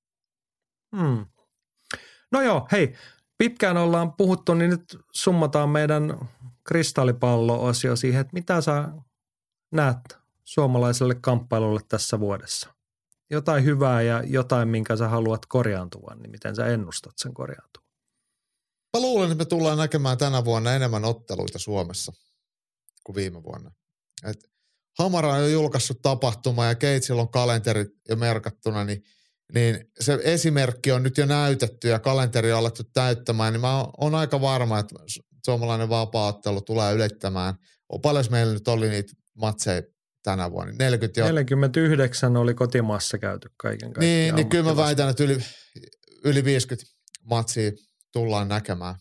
No joo, hei, pitkään ollaan puhuttu, niin nyt summataan meidän kristallipallo-osio siihen, että mitä sä näet suomalaiselle kamppailulle tässä vuodessa? Jotain hyvää ja jotain, minkä sä haluat korjaantua, niin miten sä ennustat sen korjaantua? Mä luulen, että me tullaan näkemään tänä vuonna enemmän otteluita Suomessa kuin viime vuonna. Et Hamara on jo julkaissut tapahtuma ja Keitsillä on kalenterit jo merkattuna, niin se esimerkki on nyt jo näytetty ja kalenteri on alettu täyttämään, niin mä oon aika varma, että suomalainen vapaa-ottelu tulee ylittämään. Paljon meillä nyt oli niitä matseja tänä vuonna? 49 oli kotimaassa käyty kaiken kaikkiaan. Niin kyllä mä väitän, että yli 50 matsia tullaan näkemään.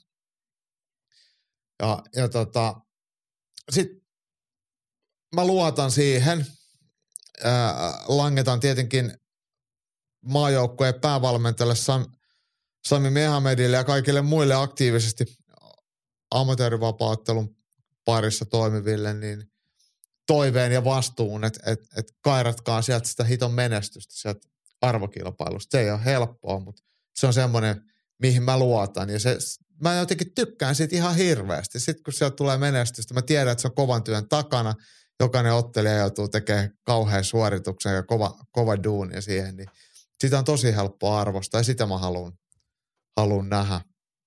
Ja sitten mä luotan siihen, langetan tietenkin maajoukkueen päävalmentajalle Sami Mehamedille ja kaikille muille aktiivisesti amatöörivapaa-ottelun parissa toimiville, niin toiveen ja vastuun, että kairatkaa sieltä sitä hiton menestystä sieltä arvokilpailusta. Se ei ole helppoa, mutta se on semmoinen, mihin mä luotan. Ja mä jotenkin tykkään siitä ihan hirveästi. Sitten kun sieltä tulee menestystä, mä tiedän, että se on kovan työn takana. Jokainen ottelija joutuu tekemään kauhean suorituksen ja kova duunia siihen, niin sitä on tosi helppoa arvostaa ja sitä mä haluan nähdä.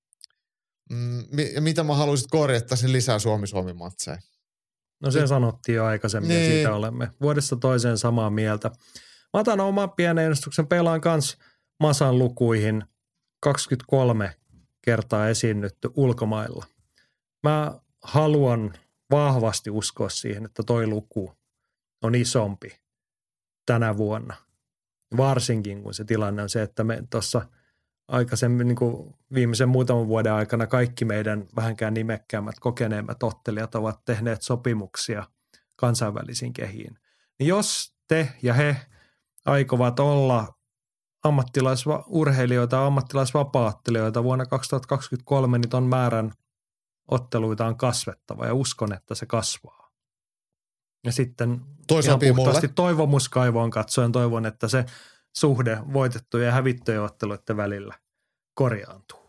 Ja mitä mä haluaisin korjattaisin lisää Suomi-Suomi-matseja? No se sanottiin jo aikaisemmin ja siitä olemme vuodesta toiseen samaa mieltä. Mä otan oman pienen ennustuksen, pelaan kanssa Masan lukuihin 23 kertaa esiinnytty ulkomailla. Mä haluan vahvasti uskoa siihen, että toi luku on isompi tänä vuonna. Varsinkin kun se tilanne on se, että me tuossa aikaisemmin niin kuin viimeisen muutaman vuoden aikana kaikki meidän vähänkään nimekkäämmät, kokeneemmat ottelijat ovat tehneet sopimuksia kansainvälisiin kehiin. Niin jos te ja he aikovat olla ammattilaisurheilijoita, ammattilaisvapaa-ottelijoita vuonna 2023, niin ton määrän otteluita on kasvettava ja uskon, että se kasvaa. Ja sitten ihan puhtaasti toivomuskaivoon katsoen toivon, että se suhde voitettujen ja hävittyjen otteluiden välillä korjaantuu.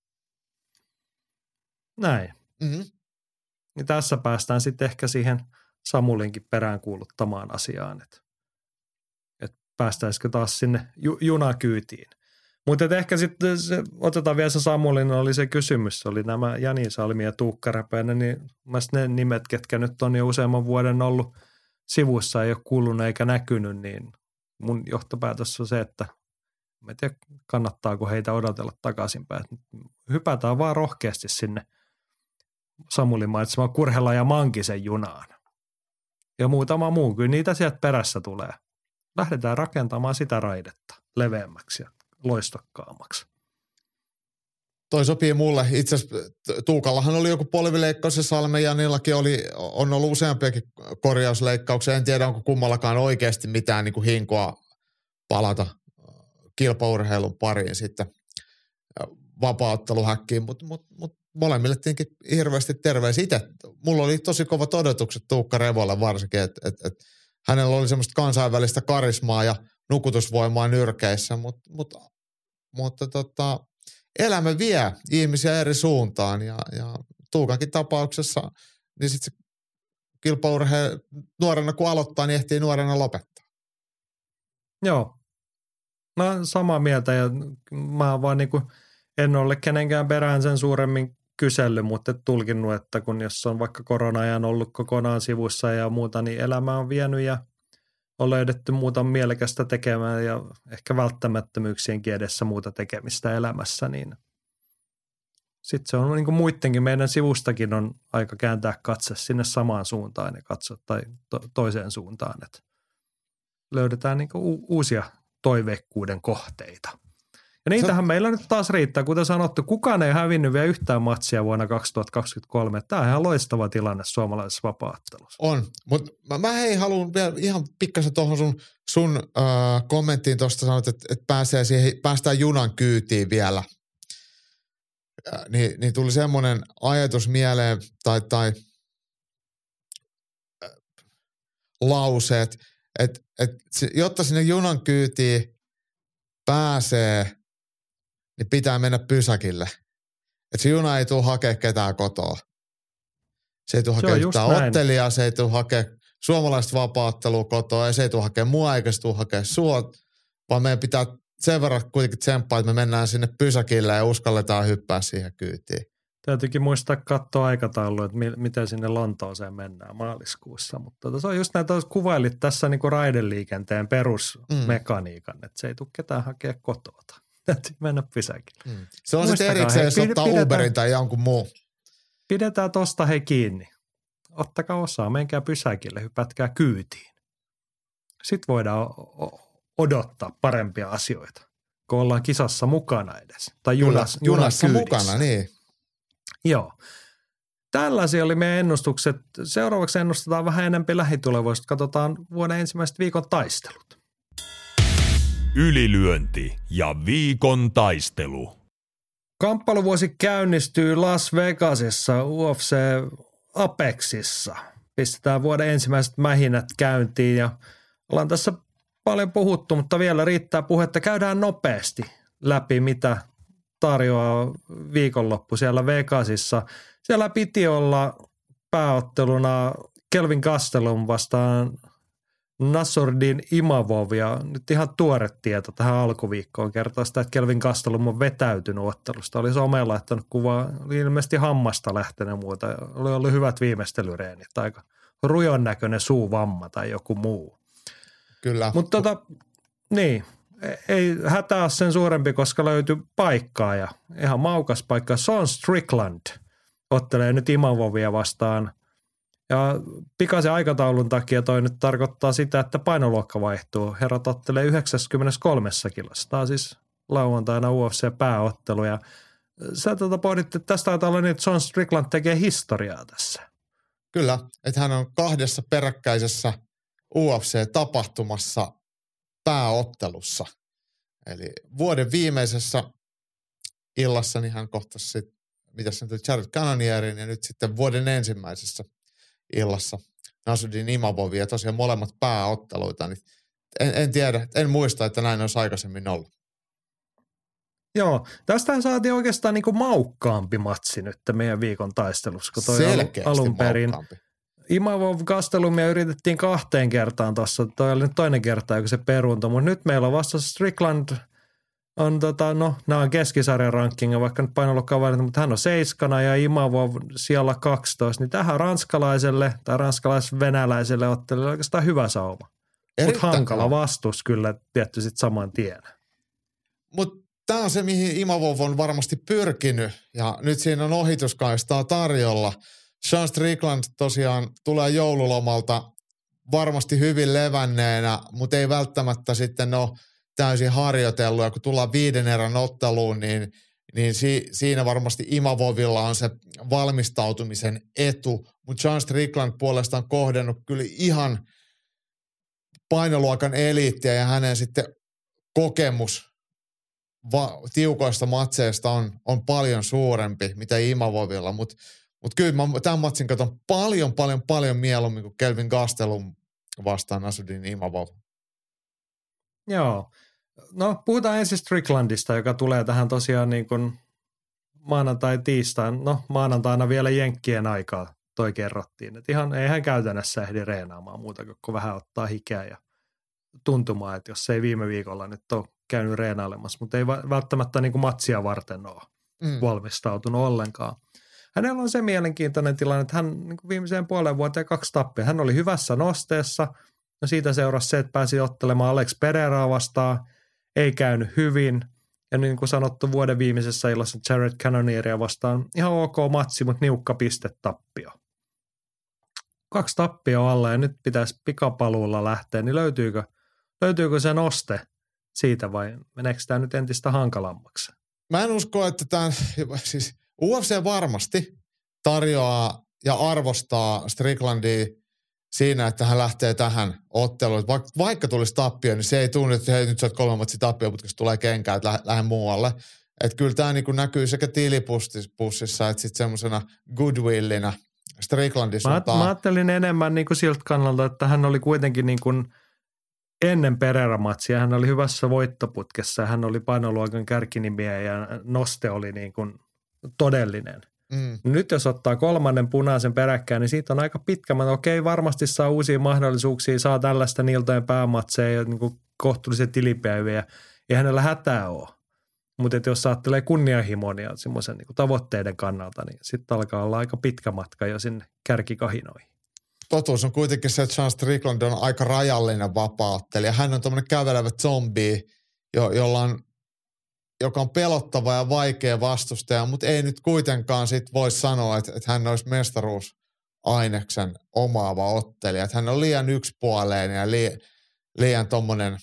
Näin. Mm-hmm. Ja tässä päästään sitten ehkä siihen Samulinkin peräänkuuluttamaan asiaan, että päästäisikö taas sinne junakyytiin. Mutta ehkä sitten otetaan vielä se Samulin, oli se kysymys, se oli nämä Jani Salmi ja Tuukka Räpänen, niin ne nimet, ketkä nyt on jo useamman vuoden ollut sivussa, ei ole kuulunut eikä näkynyt, niin mun johtopäätös on se, että mä en tiedä, kannattaako heitä odotella takaisinpäin. Hypätään vaan rohkeasti sinne Samulin mainitsemaan Kurhela ja Mankisen junaan. Ja muutama muu, kyllä niitä sieltä perässä tulee. Lähdetään rakentamaan sitä raidetta leveämmäksi ja loistokkaammaksi. Toi sopii mulle. Itse asiassa Tuukallahan oli joku polvileikkaus ja Salmen Janillakin on ollut useampiakin korjausleikkauksia. En tiedä, onko kummallakaan oikeasti mitään niin kuin hinkoa palata kilpaurheilun pariin sitten vapaa-otteluhäkkiin, mutta molemmille tietenkin hirveästi terveisiä. Itse mulla oli tosi kovat odotukset Tuukka Revolle varsinkin, että hänellä oli semmoista kansainvälistä karismaa ja nukutusvoimaa nyrkeissä, mutta elämä vie ihmisiä eri suuntaan ja Tuukankin tapauksessa, niin sitten se kilpaurheilu nuorena kun aloittaa, niin ehtii nuorena lopettaa. Joo. Mä samaa mieltä ja mä vaan niin kuin en ole kenenkään perään sen suuremmin kysellyt, mutta tulkinnut, että kun jos on vaikka korona-ajan ollut kokonaan sivussa ja muuta, niin elämä on vienyt ja on löydetty muuta mielekästä tekemään ja ehkä välttämättömyyksienkin edessä muuta tekemistä elämässä, niin sitten se on niin kuin muidenkin, meidän sivustakin on aika kääntää katse sinne samaan suuntaan ja katsoa tai toiseen suuntaan, että löydetään niin kuin uusia toiveikkuuden kohteita. Ja niitähän meillä nyt taas riittää, kuten sanottu, kukaan ei hävinnyt vielä yhtään matsia vuonna 2023. Tämä on ihan loistava tilanne suomalaisessa vapaa-ottelussa. On, mutta mä haluan vielä ihan pikkasen tuohon sun kommenttiin tuosta sanoit, että päästään junan kyytiin vielä. Niin tuli semmoinen ajatus mieleen tai lauseet, että jotta sinne junan kyytiin pääsee, niin pitää mennä pysäkille. Että se juna ei tule hakemaan ketään kotoa. Se ei tule hakemaan yhtään ottelijaa, se ei tule hakemaan suomalaista vapaa-ottelua kotoa, ja se ei tule hakemaan mua, eikä se tule hakemaan sua, vaan meidän pitää sen verran kuitenkin tsemppaa, että me mennään sinne pysäkille ja uskalletaan hyppää siihen kyytiin. Täytyykin muistaa katsoa aikataulua, että miten sinne Lontooseen mennään maaliskuussa, mutta se on just näitä, kuvailit tässä niin kuin raideliikenteen perusmekaniikan, että se ei tule ketään hakea kotoa. Täytyy mennä pysäkille. Se on sitten erikseen, jos ottaa Uberin tai jonkun muu. Pidetään tosta he kiinni. Ottakaa osaa, menkää pysäkille, hypätkää kyytiin. Sitten voidaan odottaa parempia asioita, kun ollaan kisassa mukana edes. Tai junassa mukana, niin. Joo. Tällaisia oli meidän ennustukset. Seuraavaksi ennustetaan vähän enemmän lähitulevaisuutta. Katsotaan vuoden ensimmäiset viikon taistelut. Ylilyönti ja viikon taistelu. Kamppailuvuosi käynnistyy Las Vegasissa UFC Apexissa. Pistetään vuoden ensimmäiset mähinät käyntiin ja ollaan tässä paljon puhuttu, mutta vielä riittää puhetta. Käydään nopeasti läpi, mitä tarjoaa viikonloppu siellä Vegasissa. Siellä piti olla pääotteluna Kelvin Gastelum vastaan Nassourdine Imavov, ja nyt ihan tuore tieto tähän alkuviikkoon kertoo sitä, että Kelvin Gastelum on vetäytynyt ottelusta. Oli someen laittanut kuvaa, oli ilmeisesti hammasta lähtenyt muuta. Oli ollut hyvät viimeistelyreenit, aika rujon näköinen suuvamma tai joku muu. Kyllä. Mutta niin, ei hätää ole sen suurempi, koska löytyi paikkaa ja ihan maukas paikka. Sean Strickland ottelee nyt Imavovia vastaan. Ja pikaisen aikataulun takia toi nyt tarkoittaa sitä, että painoluokka vaihtuu. Herrat ottelee 93 kilossa. Tämä on siis lauantaina UFC-pääottelu. Ja sä pohdit, että tästä taitaa olla niin, että Sean Strickland tekee historiaa tässä. Kyllä, että hän on 2 peräkkäisessä UFC-tapahtumassa pääottelussa. Eli vuoden viimeisessä illassa niin hän kohtasi sitten, mitä se nyt Jared Cannonierin, ja nyt sitten vuoden ensimmäisessä illassa Nassourdine Imavovia, tosiaan molemmat pääotteluita, niin en tiedä, en muista, että näin olisi aikaisemmin ollut. Joo, tästähän saatiin oikeastaan niin kuin maukkaampi matsi nyt meidän viikon taistelussa, kun toi alun perin Imavov Gastelumia yritettiin 2 kertaan tuossa, toi oli nyt toinen kerta, kun se peruuntui, mutta nyt meillä on vasta Strickland nämä on keskisarjan rankinga, vaikka nyt painoluokkaa valita, mutta hän on 7 ja Imavov siellä 12, niin tähän ranskalaiselle tai ranskalaisvenäläiselle ottelijalle oikeastaan hyvä sauma. Mutta hankala vastus kyllä tietty sitten saman tien. Mutta tämä on se, mihin Imavov on varmasti pyrkinyt ja nyt siinä on ohituskaistaa tarjolla. Sean Strickland tosiaan tulee joululomalta varmasti hyvin levänneenä, mutta ei välttämättä sitten ole täysin harjoitellut. Ja kun tullaan 5. erän otteluun, niin siinä varmasti Imavovilla on se valmistautumisen etu. Mutta Sean Strickland puolestaan kohdennut kyllä ihan painoluokan eliittiä ja hänen sitten kokemus tiukoista matseista on paljon suurempi, mitä Imavovilla, mutta kyllä mä tämän matsin katson paljon mieluummin kuin Kelvin Gastelum vastaan Nassourdine Imavov. Joo. No puhutaan ensin Stricklandista, joka tulee tähän tosiaan niin kuin maanantai-tiistain. No maanantaina vielä jenkkien aikaa toi kerrottiin. Että ihan ei hän käytännössä ehdi reenaamaan muuta kuin vähän ottaa hikeä ja tuntumaan, että jos ei viime viikolla nyt ole käynyt reenailemassa, mutta ei välttämättä niin kuin matsia varten ole valmistautunut ollenkaan. Hänellä on se mielenkiintoinen tilanne, että hän niin kuin viimeiseen puolen vuoteen 2 tappia. Hän oli hyvässä nosteessa, no siitä seurasi se, että pääsi ottelemaan Alex Pereiraa vastaan, ei käynyt hyvin. Ja niin kuin sanottu, vuoden viimeisessä illassa Jared Cannonieria vastaan ihan ok matsi, mutta niukka pistetappio. 2 tappia alla ja nyt pitäisi pikapaluulla lähteä, niin löytyykö se noste siitä vai meneekö tämä nyt entistä hankalammaksi? Mä en usko, että tämä, siis UFC varmasti tarjoaa ja arvostaa Stricklandia siinä, että hän lähtee tähän otteluun. Vaikka tulisi tappio, niin se ei tunne, että hei, nyt sä oot 3 matsia tappio, mutta tulee kenkään, että lähde muualle. Että kyllä tämä niin näkyy sekä tilipussissa että sitten semmoisena goodwillinä Stricklandin suuntaan. Mä ajattelin enemmän niin kuin siltä kannalta, että hän oli kuitenkin niin kuin ennen Pereira-matsia, hän oli hyvässä voittoputkessa ja hän oli painoluokan kärkinimiä ja noste oli niin kuin todellinen. Nyt jos ottaa 3. punaisen peräkkään, niin siitä on aika pitkä. Okei, varmasti saa uusia mahdollisuuksia, saa tällaista iltojen päämatseja ja niin kuin kohtuullisen tilipäiviä. Ei hänellä hätää ole. Mutta jos ajattelee kunnianhimon ja semmoisen niin kuin tavoitteiden kannalta, niin sitten alkaa olla aika pitkä matka jo sinne kärkikahinoihin. Totuus on kuitenkin se, että Sean Strickland on aika rajallinen vapaa-ottelija. Hän on tämmöinen kävelevä zombie, joka on pelottava ja vaikea vastustaja, mutta ei nyt kuitenkaan sit voi sanoa, että hän olisi mestaruusaineksen omaava ottelija. Että hän on liian yksipuoleinen ja liian tommonen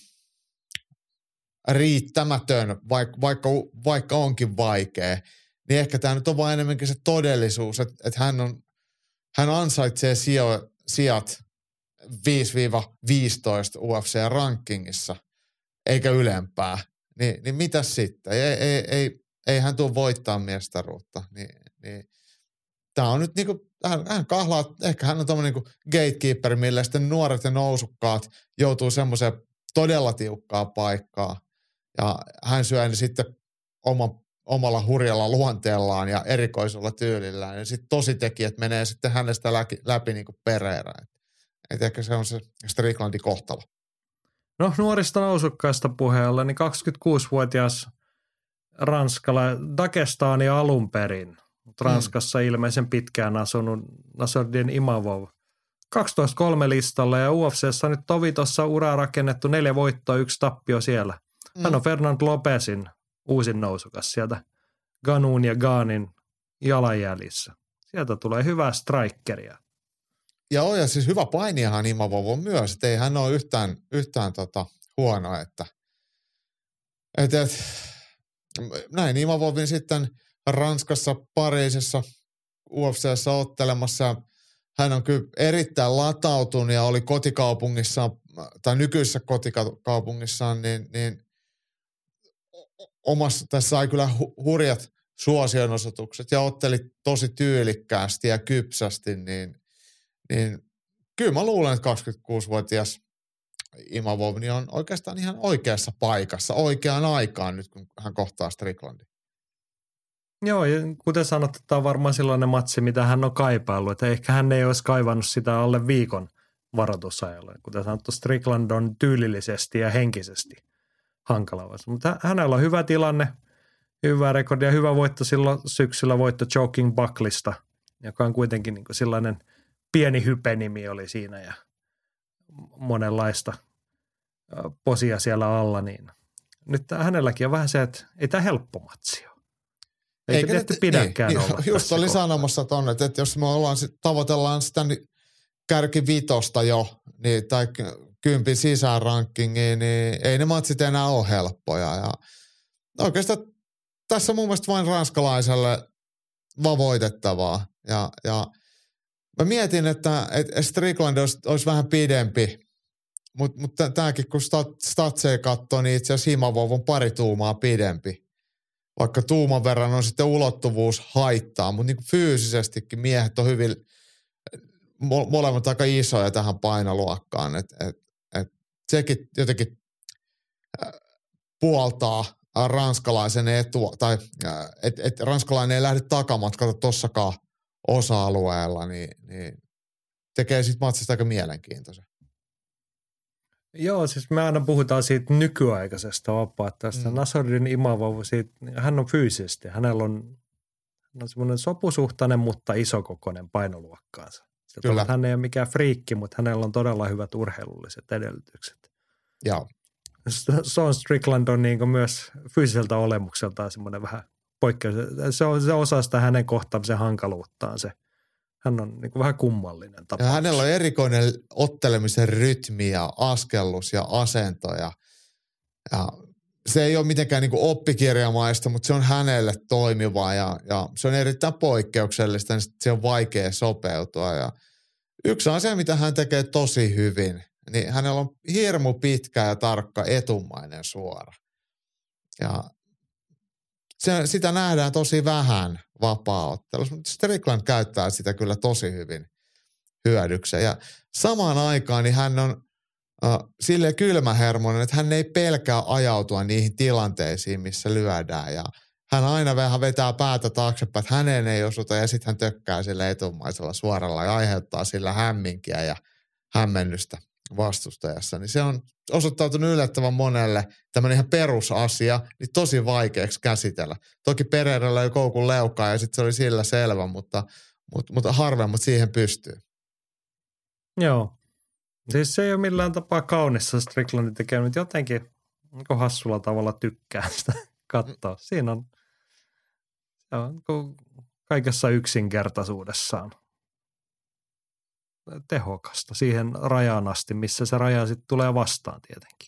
riittämätön, vaikka onkin vaikea. Niin ehkä tämä nyt on vain enemmänkin se todellisuus, että hän ansaitsee sijat 5-15 UFC-rankingissa, eikä ylempää. Niin mitäs sitten? Ei hän tule voittaa mestaruutta. Niin. Tämä on nyt niinku, hän kahlaa, ehkä hän on tommoinen niinku gatekeeper, millä sitten nuoret ja nousukkaat joutuu semmoiseen todella tiukkaa paikkaa. Ja hän syö ne sitten omalla hurjalla luonteellaan ja erikoisella tyylillään. Ja sitten tositekijät menee sitten hänestä läpi niin kuin Pereira. Et ehkä se on se Stricklandin kohtalo. No nuorista nousukkaista puheella, niin 26-vuotias Dagestani alun perin, mutta Ranskassa ilmeisen pitkään asunut Nassourdine Imavov. 12-3 listalla ja UFC:ssä nyt tovi tuossa uraa rakennettu 4 voittoa, 1 tappio siellä. Hän on Fernand Lopezin uusin nousukas sieltä Ganoun ja Gaanin jalanjäljissä. Sieltä tulee hyvää strikeria. Ja siis hyvä painijahan Imavov on myös, että ei hän ole yhtään huono, että näin Imavovin sitten Ranskassa, Pariisissa, UFC:ssä ottelemassa. Hän on kyllä erittäin latautunut ja oli kotikaupungissaan, tai nykyisessä kotikaupungissaan, niin tässä sai kyllä hurjat suosionosoitukset ja otteli tosi tyylikkäästi ja kypsästi, niin kyllä mä luulen, että 26-vuotias Imavov niin on oikeastaan ihan oikeassa paikassa, oikeaan aikaan nyt, kun hän kohtaa Stricklandin. Joo, ja kuten sanottu, tämä on varmaan sellainen matsi, mitä hän on kaipaillut, että ehkä hän ei olisi kaivannut sitä alle viikon varoitusajalla. Kuten sanottu, Strickland on tyylillisesti ja henkisesti hankala. Mutta hänellä on hyvä tilanne, hyvä rekordi ja hyvä voitto silloin syksyllä voitto Joking Bucklista, joka on kuitenkin niin kuin sellainen pieni hypenimi oli siinä ja monenlaista posia siellä alla, niin nyt hänelläkin on vähän se, että ei tämä helppo matsi ole. Eikä tietysti pidäkään olla. Just oli sanomassa tuonne, että jos me tavoitellaan sitä kärkivitosta jo, niin, tai 10 sisään rankingiin, niin ei ne matsit enää ole helppoja. Ja oikeastaan tässä mun mielestä vain ranskalaiselle vaan voitettavaa. Ja mä mietin, että Strickland olisi vähän pidempi, mutta tämäkin kun statseja katsoo, niin itse asiassa Imavov on 2 tuumaa pidempi. Vaikka tuuman verran on sitten ulottuvuus haittaa, mutta niin kuin fyysisestikin miehet on hyvin, molemmat aika isoja tähän painoluokkaan. Et sekin jotenkin puoltaa ranskalaisen etua, tai että ranskalainen ei lähde takamatkalta tossakaan osa-alueella, niin tekee siitä matsista aika mielenkiintoisen. Joo, siis me aina puhutaan siitä nykyaikaisesta vapaattajasta. Nassourdin Imavov, hän on fyysisesti, hänellä on semmoinen sopusuhtainen, mutta isokokoinen painoluokkaansa. Kyllä. Hän ei ole mikään friikki, mutta hänellä on todella hyvät urheilulliset edellytykset. Joo. Sean Strickland on niin kuin myös fyysiseltä olemukseltaan semmoinen vähän poikkeus. Se osaa sitä hänen kohtaamisen hankaluuttaan se. Hän on niin kuin vähän kummallinen tapaus. Ja hänellä on erikoinen ottelemisen rytmi ja askellus ja asento ja se ei ole mitenkään niin kuin oppikirjamaista, mutta se on hänelle toimiva ja se on erittäin poikkeuksellista, niin se on vaikea sopeutua. Ja yksi asia, mitä hän tekee tosi hyvin, niin hänellä on hirmu pitkä ja tarkka etumainen suora. Ja sitä nähdään tosi vähän vapaa-ottelussa, mutta Strickland käyttää sitä kyllä tosi hyvin hyödykseen. Ja samaan aikaan niin hän on silleen kylmähermoinen, että hän ei pelkää ajautua niihin tilanteisiin, missä lyödään. Ja hän aina vähän vetää päätä taaksepäin, että häneen ei osuta ja sitten hän tökkää sille etumaisella suoralla ja aiheuttaa sillä hämminkiä ja hämmennystä vastustajassa. Niin se on osoittautunut yllättävän monelle tämmöinen ihan perusasia, niin tosi vaikeaksi käsitellä. Toki Pereiralla oli koukun leukaa ja sitten se oli sillä selvä, mutta harvemmat siihen pystyy. Joo. Siis se ei ole millään tapaa kaunissa Stricklandin tekemään, mutta jotenkin hassulla tavalla tykkää sitä katsoa. Siinä on, se on kaikessa yksinkertaisuudessaan tehokasta siihen rajaan asti, missä se raja sitten tulee vastaan tietenkin.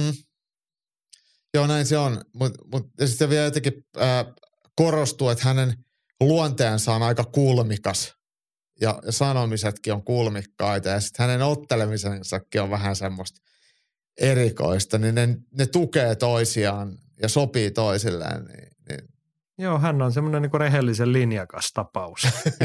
Joo, näin se on, mutta sitten vielä jotenkin korostuu, että hänen luonteensa on aika kulmikas ja sanomisetkin on kulmikkaita ja sitten hänen ottelemisensakin on vähän semmoista erikoista, niin ne tukee toisiaan ja sopii toisilleen. Niin. Joo, hän on semmoinen niin kuin rehellisen linjakas tapaus.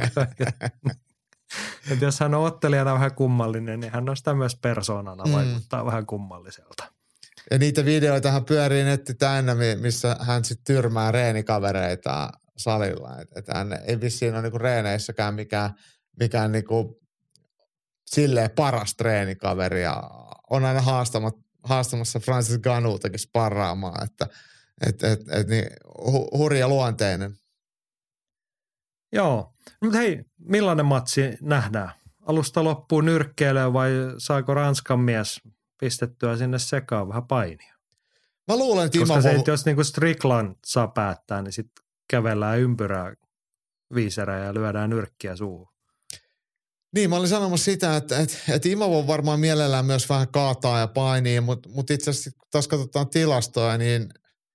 Että jos hän on ottelijana vähän kummallinen, niin hän on sitä myös persoonana vaikuttaa vähän kummalliselta. Ja niitä videoitahan pyörii netti täynnä, missä hän sitten tyrmää reenikavereita salilla. Että hän ei vissiin ole niinku reeneissäkään mikään niinku silleen paras treenikaveri. Ja on aina haastamassa Francis Ngannoutakin sparraamaan, että niin, hurja luonteinen. Joo, mutta hei, millainen matsi nähdään? Alusta loppuun nyrkkeilee vai saako Ranskan mies pistettyä sinne sekaan vähän painia? Mä luulen, että koska jos niinku Strickland saa päättää, niin sitten kävellään ympyrää viiserää ja lyödään nyrkkiä suuhun. Niin, mä olin sanomassa sitä, että Imavov varmaan mielellään myös vähän kaataa ja painii, mutta itse asiassa kun taas katsotaan tilastoja, niin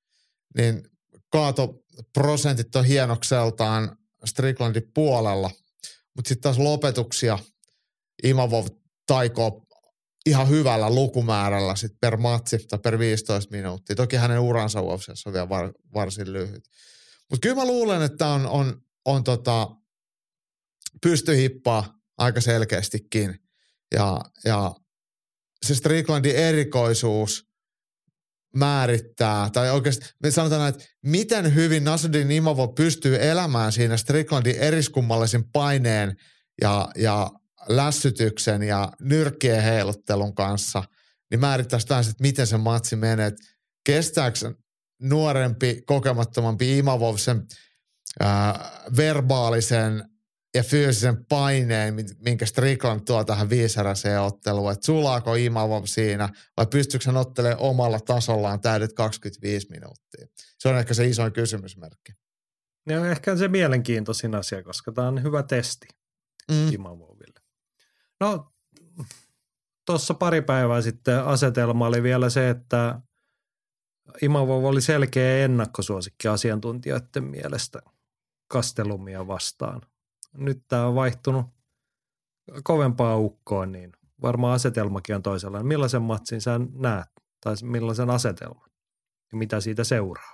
kaatoprosentit on hienokseltaan Stricklandin puolella, mutta sitten taas lopetuksia Imavov taikoo ihan hyvällä lukumäärällä sit per matsi tai per 15 minuuttia. Toki hänen uransa UFC:ssä on vielä varsin lyhyt. Mutta kyllä mä luulen, että on pystyhippaa aika selkeästikin. Ja se Stricklandin erikoisuus määrittää, tai oikeasti me sanotaan, että miten hyvin Nassourdin Imavov pystyy elämään siinä Stricklandin eriskummallisen paineen ja lässytyksen ja nyrkkien heiluttelun kanssa, niin määrittää sitä, että miten se matsi menee. kestääkö nuorempi, kokemattomampi Imavov sen verbaalisen ja fyysisen paineen, minkä Strickland tuo tähän viisäräiseen otteluun, että sulaako Imavov siinä vai pystyykö hän ottelemaan omalla tasollaan täydet 25 minuuttia. Se on ehkä se isoin kysymysmerkki. Ja ehkä se mielenkiintoisin asia, koska tämä on hyvä testi Imavoville. No, tuossa pari päivää sitten asetelma oli vielä se, että Imavov oli selkeä ennakkosuosikki asiantuntijoiden mielestä Gastelumia vastaan. Nyt tämä on vaihtunut kovempaa ukkoon, niin varmaan asetelmakin on toisenlainen. Millaisen matsin sä näet tai millaisen asetelman ja mitä siitä seuraa?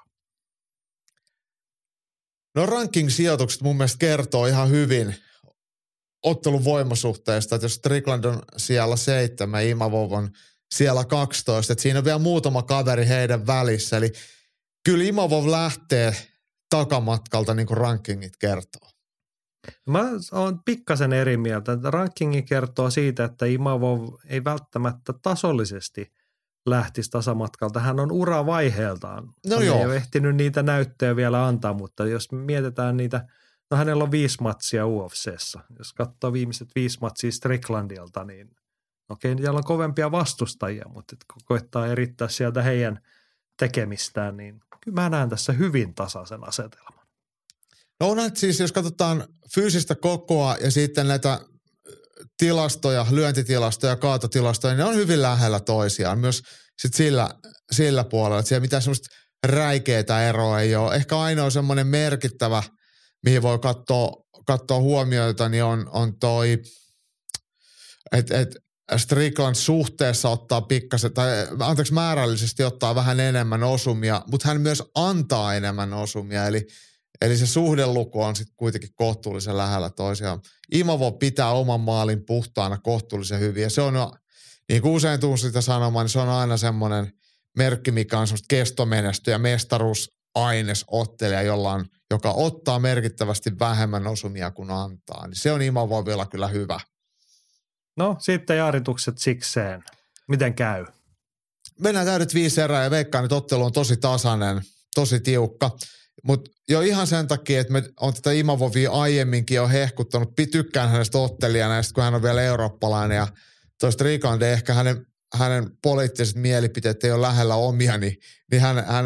No ranking-sijoitukset mun mielestä kertoo ihan hyvin ottelun voimasuhteesta, että jos Strickland on siellä 7, Imavov on siellä 12, että siinä on vielä muutama kaveri heidän välissä. Eli kyllä Imavov lähtee takamatkalta niin kuin rankingit kertoo. Mä oon pikkasen eri mieltä. Rankingi kertoo siitä, että Imavov ei välttämättä tasollisesti lähtisi tasamatkalta. Hän on uravaiheeltaan. Hän ei ole ehtinyt niitä näyttöjä vielä antaa, mutta jos mietitään niitä, no hänellä on 5 matsia UFC:ssä. Jos katsoo viimeiset 5 matsia Stricklandilta, niin okei, siellä on kovempia vastustajia, mutta koettaa erittää sieltä heidän tekemistään, niin kyllä mä näen tässä hyvin tasaisen asetelman. No on siis, jos katsotaan fyysistä kokoa ja sitten näitä tilastoja, lyöntitilastoja, kaatotilastoja, niin ne on hyvin lähellä toisiaan. Myös sit sillä puolella, että siellä mitään semmoista räikeää eroa ei ole. Ehkä ainoa semmoinen merkittävä, mihin voi katsoa huomioita, niin on toi, että Strickland suhteessa ottaa pikkasen, määrällisesti ottaa vähän enemmän osumia, mutta hän myös antaa enemmän osumia, eli se suhdeluku on sitten kuitenkin kohtuullisen lähellä toisiaan. Imavov pitää oman maalin puhtaana kohtuullisen hyvin, ja se on, niin kuin usein tuun sitä sanomaan, niin se on aina semmoinen merkki, mikä on semmoista kestomenestyä ja mestaruusainesottelija, joka ottaa merkittävästi vähemmän osumia kuin antaa. Niin se on Imavovilla kyllä hyvä. No sitten jaaritukset sikseen. Miten käy? Mennään täydet 5 erää ja veikkaan, että ottelu on tosi tasainen, tosi tiukka. Mutta jo ihan sen takia, että me on tätä Imavovia aiemminkin jo hehkuttanut. Tykkään hänestä ottelijana ja sitten kun hän on vielä eurooppalainen ja toista Strickland ehkä hänen poliittiset mielipiteet ei ole lähellä omia, niin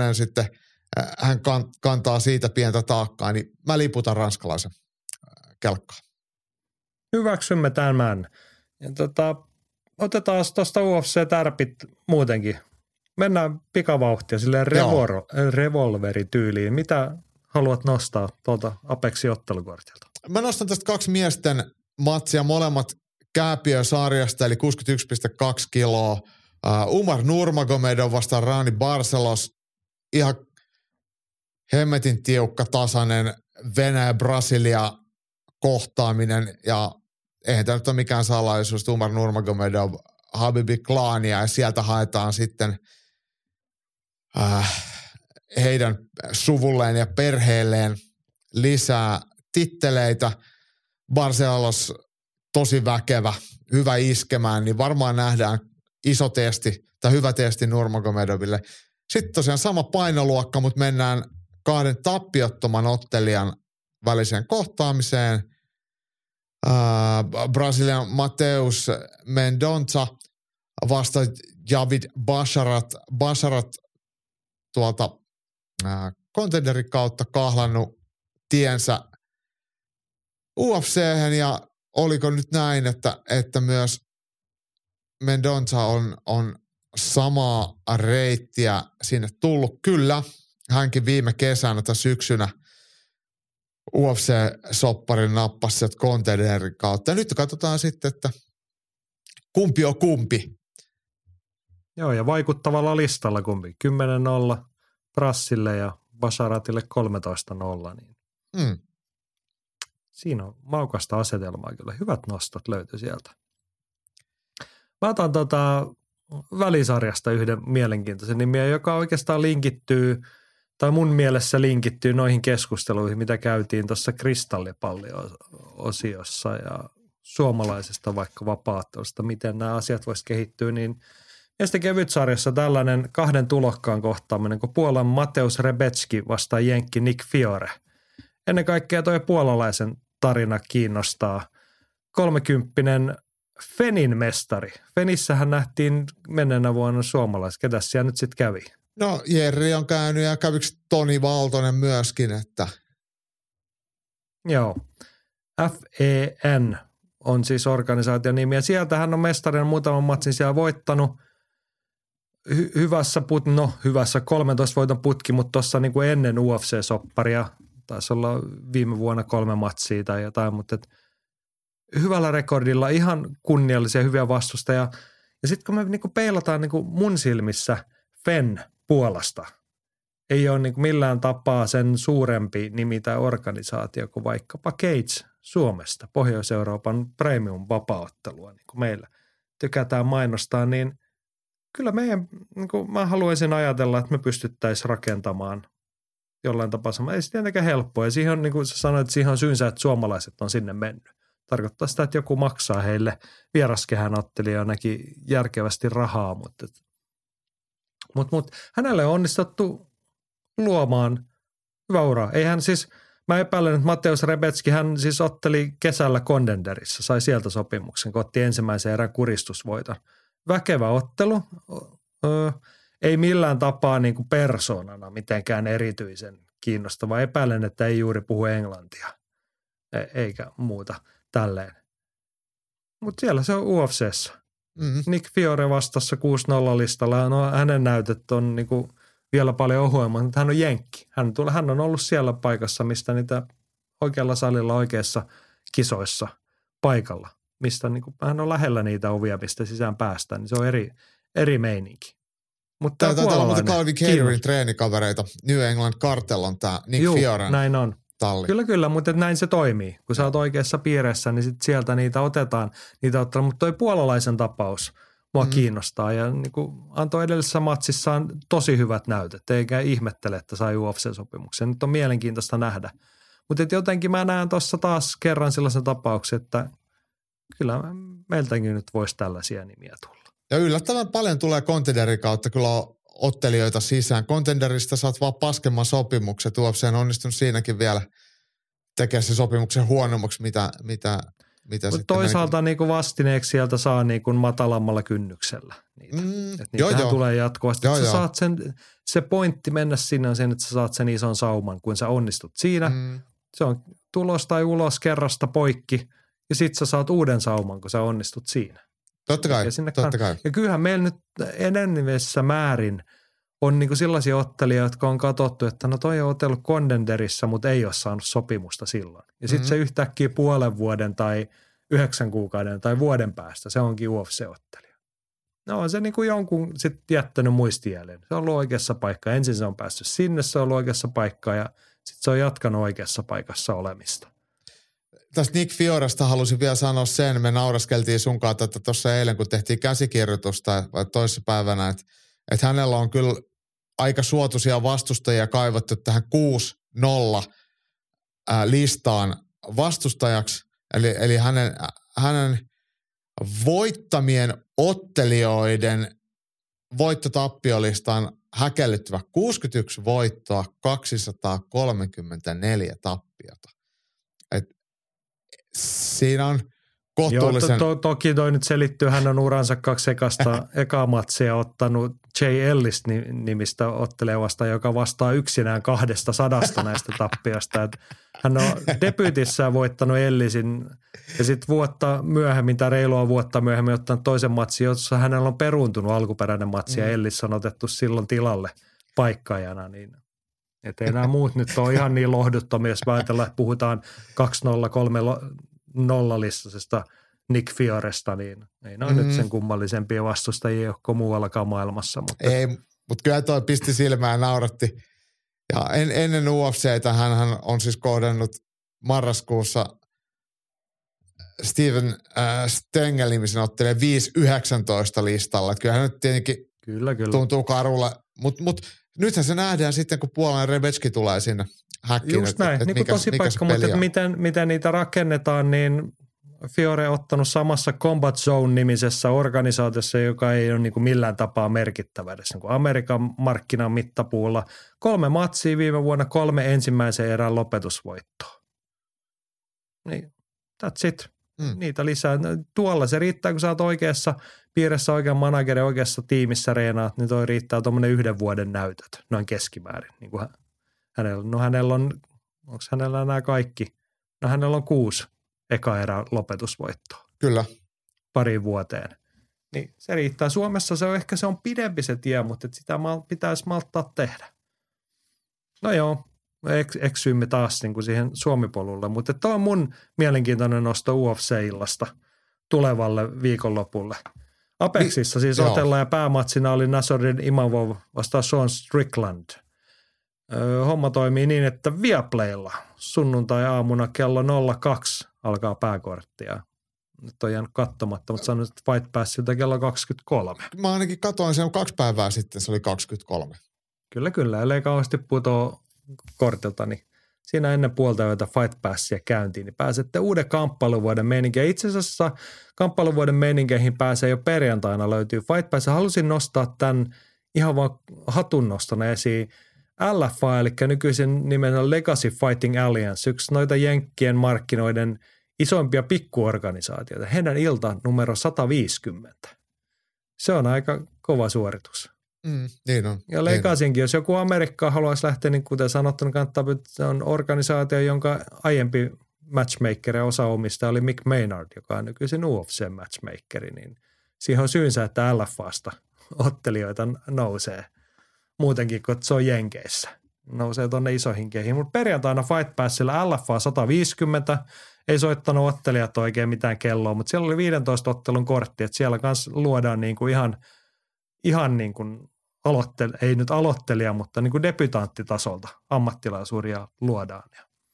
hän kantaa siitä pientä taakkaa. Niin mä liputan ranskalaisen kelkkaan. Hyväksymme tämän. Ja otetaan tuosta UFC-tärpit muutenkin. Mennään pikavauhtia silleen revolverityyliin. Mitä haluat nostaa tuolta Apexin ottelukortilta? Mä nostan tästä 2 miesten matsia, molemmat kääpiösarjasta, eli 61,2 kiloa. Umar Nurmagomedov vastaan Rani Barcelos. Ihan hemmetin tiukka, tasainen Venäjä-Brasilia kohtaaminen ja eihän tämä nyt ole mikään salaisuus, Umar Nurmagomedov, Habibi klaania ja sieltä haetaan sitten heidän suvulleen ja perheelleen lisää titteleitä. Barcelos tosi väkevä, hyvä iskemään, niin varmaan nähdään iso testi tai hyvä testi Nurmagomedoville. Sitten tosiaan sama painoluokka, mutta mennään 2 tappiottoman ottelijan väliseen kohtaamiseen. Brasilian Mateus Mendonça vasta Javid Basharat tuolta contenderin kautta kahlannut tiensä UFC:hen ja oliko nyt näin, että myös Mendonça on samaa reittiä sinne tullut. Kyllä, hänkin viime kesänä tai syksynä UFC-sopparin nappasi sieltä contenderin kautta. Ja nyt katsotaan sitten, että kumpi on kumpi. Joo, ja vaikuttavalla listalla kumpi. 10-0 Brassille ja Basharatille 13-0. Niin. Siinä on maukasta asetelmaa kyllä. Hyvät nostot löytyi sieltä. Mä otan välisarjasta yhden mielenkiintoisen nimiä, joka oikeastaan linkittyy, tai mun mielessä linkittyy noihin keskusteluihin, mitä käytiin tuossa kristallipalliosiossa ja suomalaisesta vaikka vapaattelusta, miten nämä asiat voisi kehittyä, niin Ja sitten kevytsarjassa tällainen 2 tulokkaan kohtaaminen, kun Puolan Mateusz Rebecki vastaa jenkki Nick Fiore. Ennen kaikkea toi puolalaisen tarina kiinnostaa. 30 Fenin mestari. Fenissähän nähtiin menneenä vuonna suomalais. Ketäs siellä nyt sitten kävi? No Jerri on käynyt ja kävikö Toni Valtonen myöskin, että... Joo. FEN on siis organisaation nimi ja sieltä hän on mestarina muutaman matsin siellä voittanut. Hyvässä 13 voiton putki, mutta tuossa niin kuin ennen UFC-sopparia taisi olla viime vuonna 3 matsia tai jotain, mutta hyvällä rekordilla ihan kunniallisia hyviä vastustajia. Ja sitten kun me niin kuin peilataan niin kuin mun silmissä Fen Puolasta, ei ole niin kuin millään tapaa sen suurempi nimi tai organisaatio kuin vaikkapa Cage Suomesta, Pohjois-Euroopan premium-vapaaottelua, niin kuin meillä tykätään mainostaa, niin kyllä meidän, niin kuin mä haluaisin ajatella, että me pystyttäisiin rakentamaan jollain tapaa sama. Ei se tietenkään helppoa. Ja siihen on, niin kuin sä sanoit, että siihen on syynsä, että suomalaiset on sinne mennyt. Tarkoittaa sitä, että joku maksaa heille vieraskehän ottelijoillekin järkevästi rahaa, mutta hänelle on onnistuttu luomaan hyvä ura. Eihän siis, mä epäilen, että Mateusz Rebecki, hän siis otteli kesällä Contenderissa, sai sieltä sopimuksen, kun otti ensimmäisen erän kuristusvoiton. Väkevä ottelu, ei millään tapaa niin kuin persoonana mitenkään erityisen kiinnostava. Epäilen, että ei juuri puhu englantia, eikä muuta tälleen. Mutta siellä se on UFC:ssä. Mm-hmm. Nick Fiore vastassa 6-0 listalla. No, hänen näytöt on niinku vielä paljon ohuemmat, mutta hän on jenkki. Hän on ollut siellä paikassa, mistä niitä oikealla salilla oikeassa kisoissa paikalla, mistä niinku, hän on lähellä niitä ovia, mistä sisään päästään. Niin se on eri meininki. Tämä taitaa olla muuten Calvin Caterin treenikavereita. New England Cartel on tämä Nick Fioren näin on. Talli. Kyllä, mutta näin se toimii. Kun sä oot oikeassa piirissä, niin sit sieltä niitä otetaan. Mutta toi puolalaisen tapaus mua kiinnostaa. Ja niin kuin antoi edellisessä matsissaan tosi hyvät näytöt. Eikä ihmettele, että sai UFC-sopimuksen. Nyt on mielenkiintoista nähdä. Mutta jotenkin mä näen tuossa taas kerran sellaisen tapauksen, että kyllä meiltäkin nyt voisi tällaisia nimiä tulla. Ja yllättävän paljon tulee Contenderin kautta kyllä ottelijoita sisään. Contenderista saat vaan paskemman sopimukset. UFC on onnistunut siinäkin vielä tekemään sen sopimuksen huonommaksi, mitä sitten. Toisaalta niin kuin vastineeksi sieltä saa niin kuin matalammalla kynnyksellä niitä. Niitähän tulee jatkuvasti. Saat se pointti mennä sinne on sen, että sä saat sen ison sauman, kun sä onnistut siinä. Se on tulos tai ulos kerrasta poikki ja sit sä saat uuden sauman, kun sä onnistut siinä. Totta kai. Ja kyllähän meillä nyt enenevässä määrin on niinku sellaisia ottelijoita, jotka on katsottu, että no toi on otellut Contenderissa, mutta ei ole saanut sopimusta silloin. Ja sitten se yhtäkkiä puolen vuoden tai 9 kuukauden tai vuoden päästä, se onkin UFC-ottelija. No on se niinku jonkun sitten jättänyt muistijäljen. Se on ollut oikeassa paikkaa. Ensin se on päässyt sinne, se on ollut oikeassa paikkaa ja sitten se on jatkanut oikeassa paikassa olemista. Tästä Nick Fioresta halusin vielä sanoa sen, me nauraskeltiin sunkaan tätä tuossa eilen, kun tehtiin käsikirjoitusta vai toissapäivänä, että hänellä on kyllä aika suotuisia vastustajia kaivattu tähän 6-0 listaan vastustajaksi, eli hänen voittamien ottelijoiden voittotappiolistaan häkellyttävä 61 voittoa, 234 tappiota. Siinä on kohtuullisen... Joo, toki toi nyt selittyy, hän on uransa 2 ekaa matsia ottanut Jay Ellis-nimistä ottelevasta, joka vastaa yksinään 200 näistä tappiosta. Hän on debyytissään voittanut Ellisin ja sitten vuotta myöhemmin tai reilua vuotta myöhemmin ottanut toisen matsin, jossa hänellä on peruuntunut alkuperäinen matsi ja Ellis on otettu silloin tilalle paikkaajana, niin että ei nämä muut nyt ole ihan niin lohduttomia, jos ajatellaan, että puhutaan 2-0-3-0-listasesta Nick Fioresta, niin ei ne ole nyt sen kummallisempia vastustajia kuin muuallakaan maailmassa. Mutta. Ei, mutta kyllä toi pisti silmään ja nauratti. Ja ennen UFC:tä hän on siis kohdannut marraskuussa Steven Stengel-nimisen ottelee 5-19 listalla. Kyllä hän nyt tietenkin tuntuu karulla, mutta nythän se nähdään sitten, kun puolalainen Rebecki tulee sinne häkkiin. Just näin, niin kuin tosi paikka, mutta miten niitä rakennetaan, niin Fiore ottanut samassa Combat Zone-nimisessä organisaatiossa, joka ei ole niin kuin millään tapaa merkittävä edes niin kuin Amerikan markkinan mittapuulla. 3 matsia viime vuonna, 3 ensimmäisen erän lopetusvoittoa. Niin, that's it. Niitä lisää. Tuolla se riittää, kun sä oot oikeassa piirissä, oikean managerin, oikeassa tiimissä reenaat, niin toi riittää tuommoinen 1 vuoden näytöt, noin keskimäärin. Niin kuin hänellä on, onko hänellä nämä kaikki? No hänellä on 6 eka erä lopetusvoittoa. Kyllä. Pariin vuoteen. Niin se riittää. Suomessa se on pidempi se tie, mutta sitä pitäisi malttaa tehdä. No joo, eksyimme taas niin kuin siihen Suomi-polulle, mutta tuo on mun mielenkiintoinen nosto UFC-illasta tulevalle viikonlopulle. Apexissa siis otellaan ja päämatsina oli Nassourdine Imavov vastaan Sean Strickland. Homma toimii niin, että Viaplaylla sunnuntai-aamuna kello 02 alkaa pääkortti ja nyt on jäänyt katsomatta, mutta sanoin, että Fight Passilta kello 23. Mä ainakin katsoin sen 2 päivää sitten, se oli 23. Kyllä, ellei kauheasti putoa kortilta, niin siinä ennen puolta yötä Fight Passia käyntiin, niin pääsette uuden kamppailuvuoden meininkiin. Itse asiassa kamppailuvuoden meininkeihin pääsee jo perjantaina, löytyy Fight Pass. Halusin nostaa tämän ihan vaan hatunnoston esiin. LFA, eli nykyisin nimensä Legacy Fighting Alliance, yksi noita jenkkien markkinoiden isoimpia pikkuorganisaatioita. Heidän ilta numero 150. Se on aika kova suoritus. Niin on. Ja Legacynkin, jos joku Amerikkaan haluaisi lähteä, niin kuten sanottu, niin kannattaa, se on organisaatio, jonka aiempi matchmaker ja osaomistaja oli Mick Maynard, joka on nykyisin UFC-matchmakeri, niin siihen on syynsä, että LFAsta ottelijoita nousee. Muutenkin, kun se on Jenkeissä. Nousee tuonne isoihin kehiin. Mutta perjantaina Fight Passilla LFA 150. Ei soittanut ottelijat oikein mitään kelloa, mutta siellä oli 15 ottelun kortti. Että siellä kanssa luodaan niinku ihan niin kuin ei nyt aloittelija, mutta niin kuin debutantitasolta ammattilaisuuria luodaan.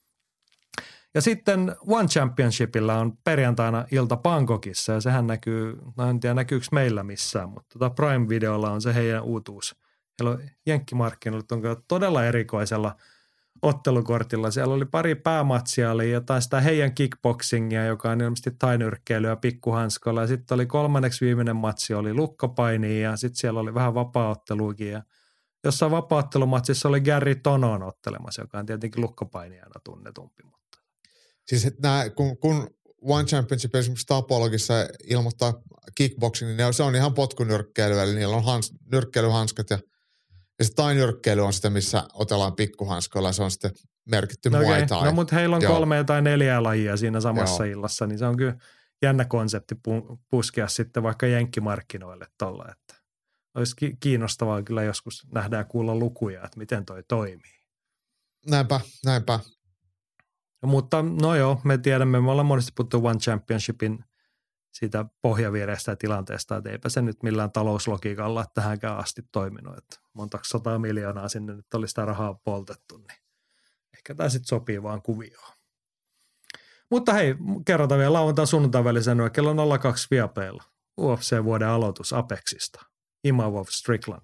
Ja sitten One Championshipilla on perjantaina ilta Bangkokissa ja sehän näkyy, en tiedä näkyykö meillä missään, mutta Prime-videolla on se heidän uutuus. Heillä on jenkkimarkkinoilla on todella erikoisella ottelukortilla. Siellä oli pari päämatsia, oli jotain sitä heidän kickboxingia, joka on ilmeisesti tainyrkkeilyä pikkuhanskoilla. Ja sitten oli 3. viimeinen matsi, oli lukkopainia ja sitten siellä oli vähän vapaaotteluakin. Ja jossain vapaaottelumatsissa oli Gary Tonon ottelemassa, joka on tietenkin lukkopainijana tunnetumpi. Mutta. Siis että kun One Championship esimerkiksi Tapologissa ilmoittaa kickboxing, niin se on ihan potkunyrkkeilyä, eli niillä on nyrkkeilyhanskat ja se tainyrkkeily on sitä, missä otellaan pikkuhanskoilla, se on sitten merkitty Muay Thai. No mutta heillä on 3 tai 4 lajia siinä samassa illassa, niin se on kyllä jännä konsepti puskea sitten vaikka jenkkimarkkinoille tuolla, että olisi kiinnostavaa kyllä joskus nähdään kuulla lukuja, että miten toi toimii. Näinpä. Mutta no joo, me tiedämme, me ollaan monesti puhuttu One Championshipin siitä pohjavireistä ja tilanteesta, että eipä se nyt millään talouslogiikalla tähänkään asti toiminut, että montako 100 miljoonaa sinne nyt oli sitä rahaa poltettu, niin ehkä tämä sitten sopii vaan kuvioon. Mutta hei, kerrotaan vielä lauantain sunnuntain välisenä kello 02 Viaplaylla. UFC-vuoden aloitus Apexista. Imavov Strickland.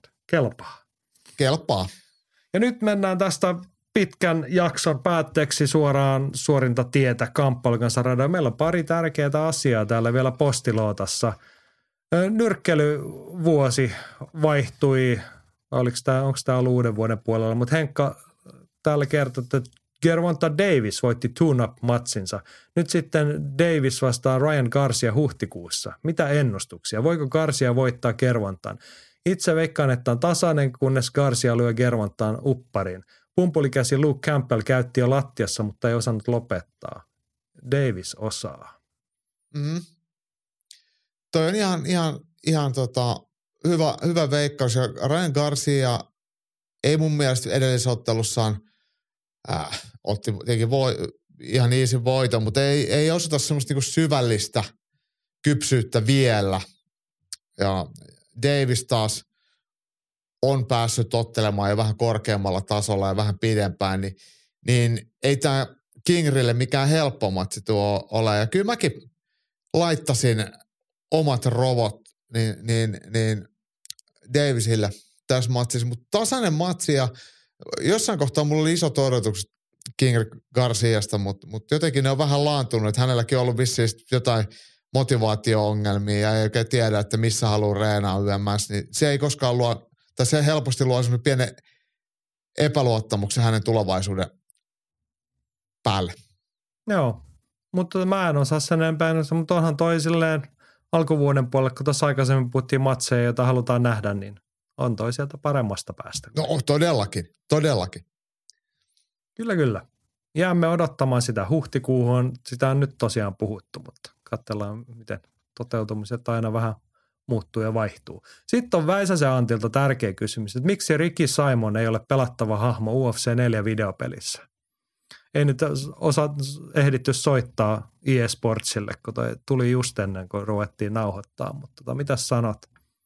Kelpaa. Ja nyt mennään tästä pitkän jakson päätteeksi suoraan suorinta tietä kamppailun kanssa radoilla. Meillä on pari tärkeää asiaa täällä vielä postilootassa. Nyrkkeilyvuosi vaihtui, onko tämä ollut uuden vuoden puolella, mutta Henkka täällä kertoi, että Gervonta Davis voitti tune-up-matsinsa. Nyt sitten Davis vastaa Ryan Garcia huhtikuussa. Mitä ennustuksia? Voiko Garcia voittaa Gervontan? Itse veikkaan, että on tasainen, kunnes Garcia lyö Gervontaan upparin. Pumpulikäsi Luke Campbell käytti jo lattiassa, mutta ei osannut lopettaa. Davis osaa. Toi on ihan hyvä veikkaus. Ja Ryan Garcia ei mun mielestä edellisessä ottelussaan otti tietenkin ihan easy voiton, mutta ei osata semmoista niinku syvällistä kypsyyttä vielä. Ja Davis taas on päässyt ottelemaan jo vähän korkeammalla tasolla ja vähän pidempään, niin ei tämä Kingrille mikään helppo matsi tuo ole. Ja kyllä mäkin laittasin omat rovot niin Davisille tässä matsissa, mutta tasainen matsi ja jossain kohtaa mulla oli isot odotukset King Garciasta, mutta jotenkin ne on vähän laantunut, että hänelläkin on ollut vissiin jotain motivaatio-ongelmia ja ei oikein tiedä, että missä haluaa reenaa YMS, niin se ei koskaan luo, tai se helposti luo semmoinen pienen epäluottamuksen hänen tulevaisuuden päälle. Joo, mutta mä en osaa sen enempää, mutta onhan toisilleen alkuvuoden puolelle, kun tuossa aikaisemmin puhuttiin matseja, joita halutaan nähdä, niin on toi sieltä paremmasta päästä. No todellakin. Kyllä. Jäämme odottamaan sitä huhtikuuhun. Sitä on nyt tosiaan puhuttu, mutta katsellaan, miten toteutumiset aina vähän muuttuu ja vaihtuu. Sitten on Väisäsen Antilta tärkeä kysymys, että miksi Ricky Simon ei ole pelattava hahmo UFC 4 videopelissä? Ei nyt ehditty soittaa eSportsille, kun toi tuli just ennen kuin ruvettiin nauhoittaa, mutta mitä sanot?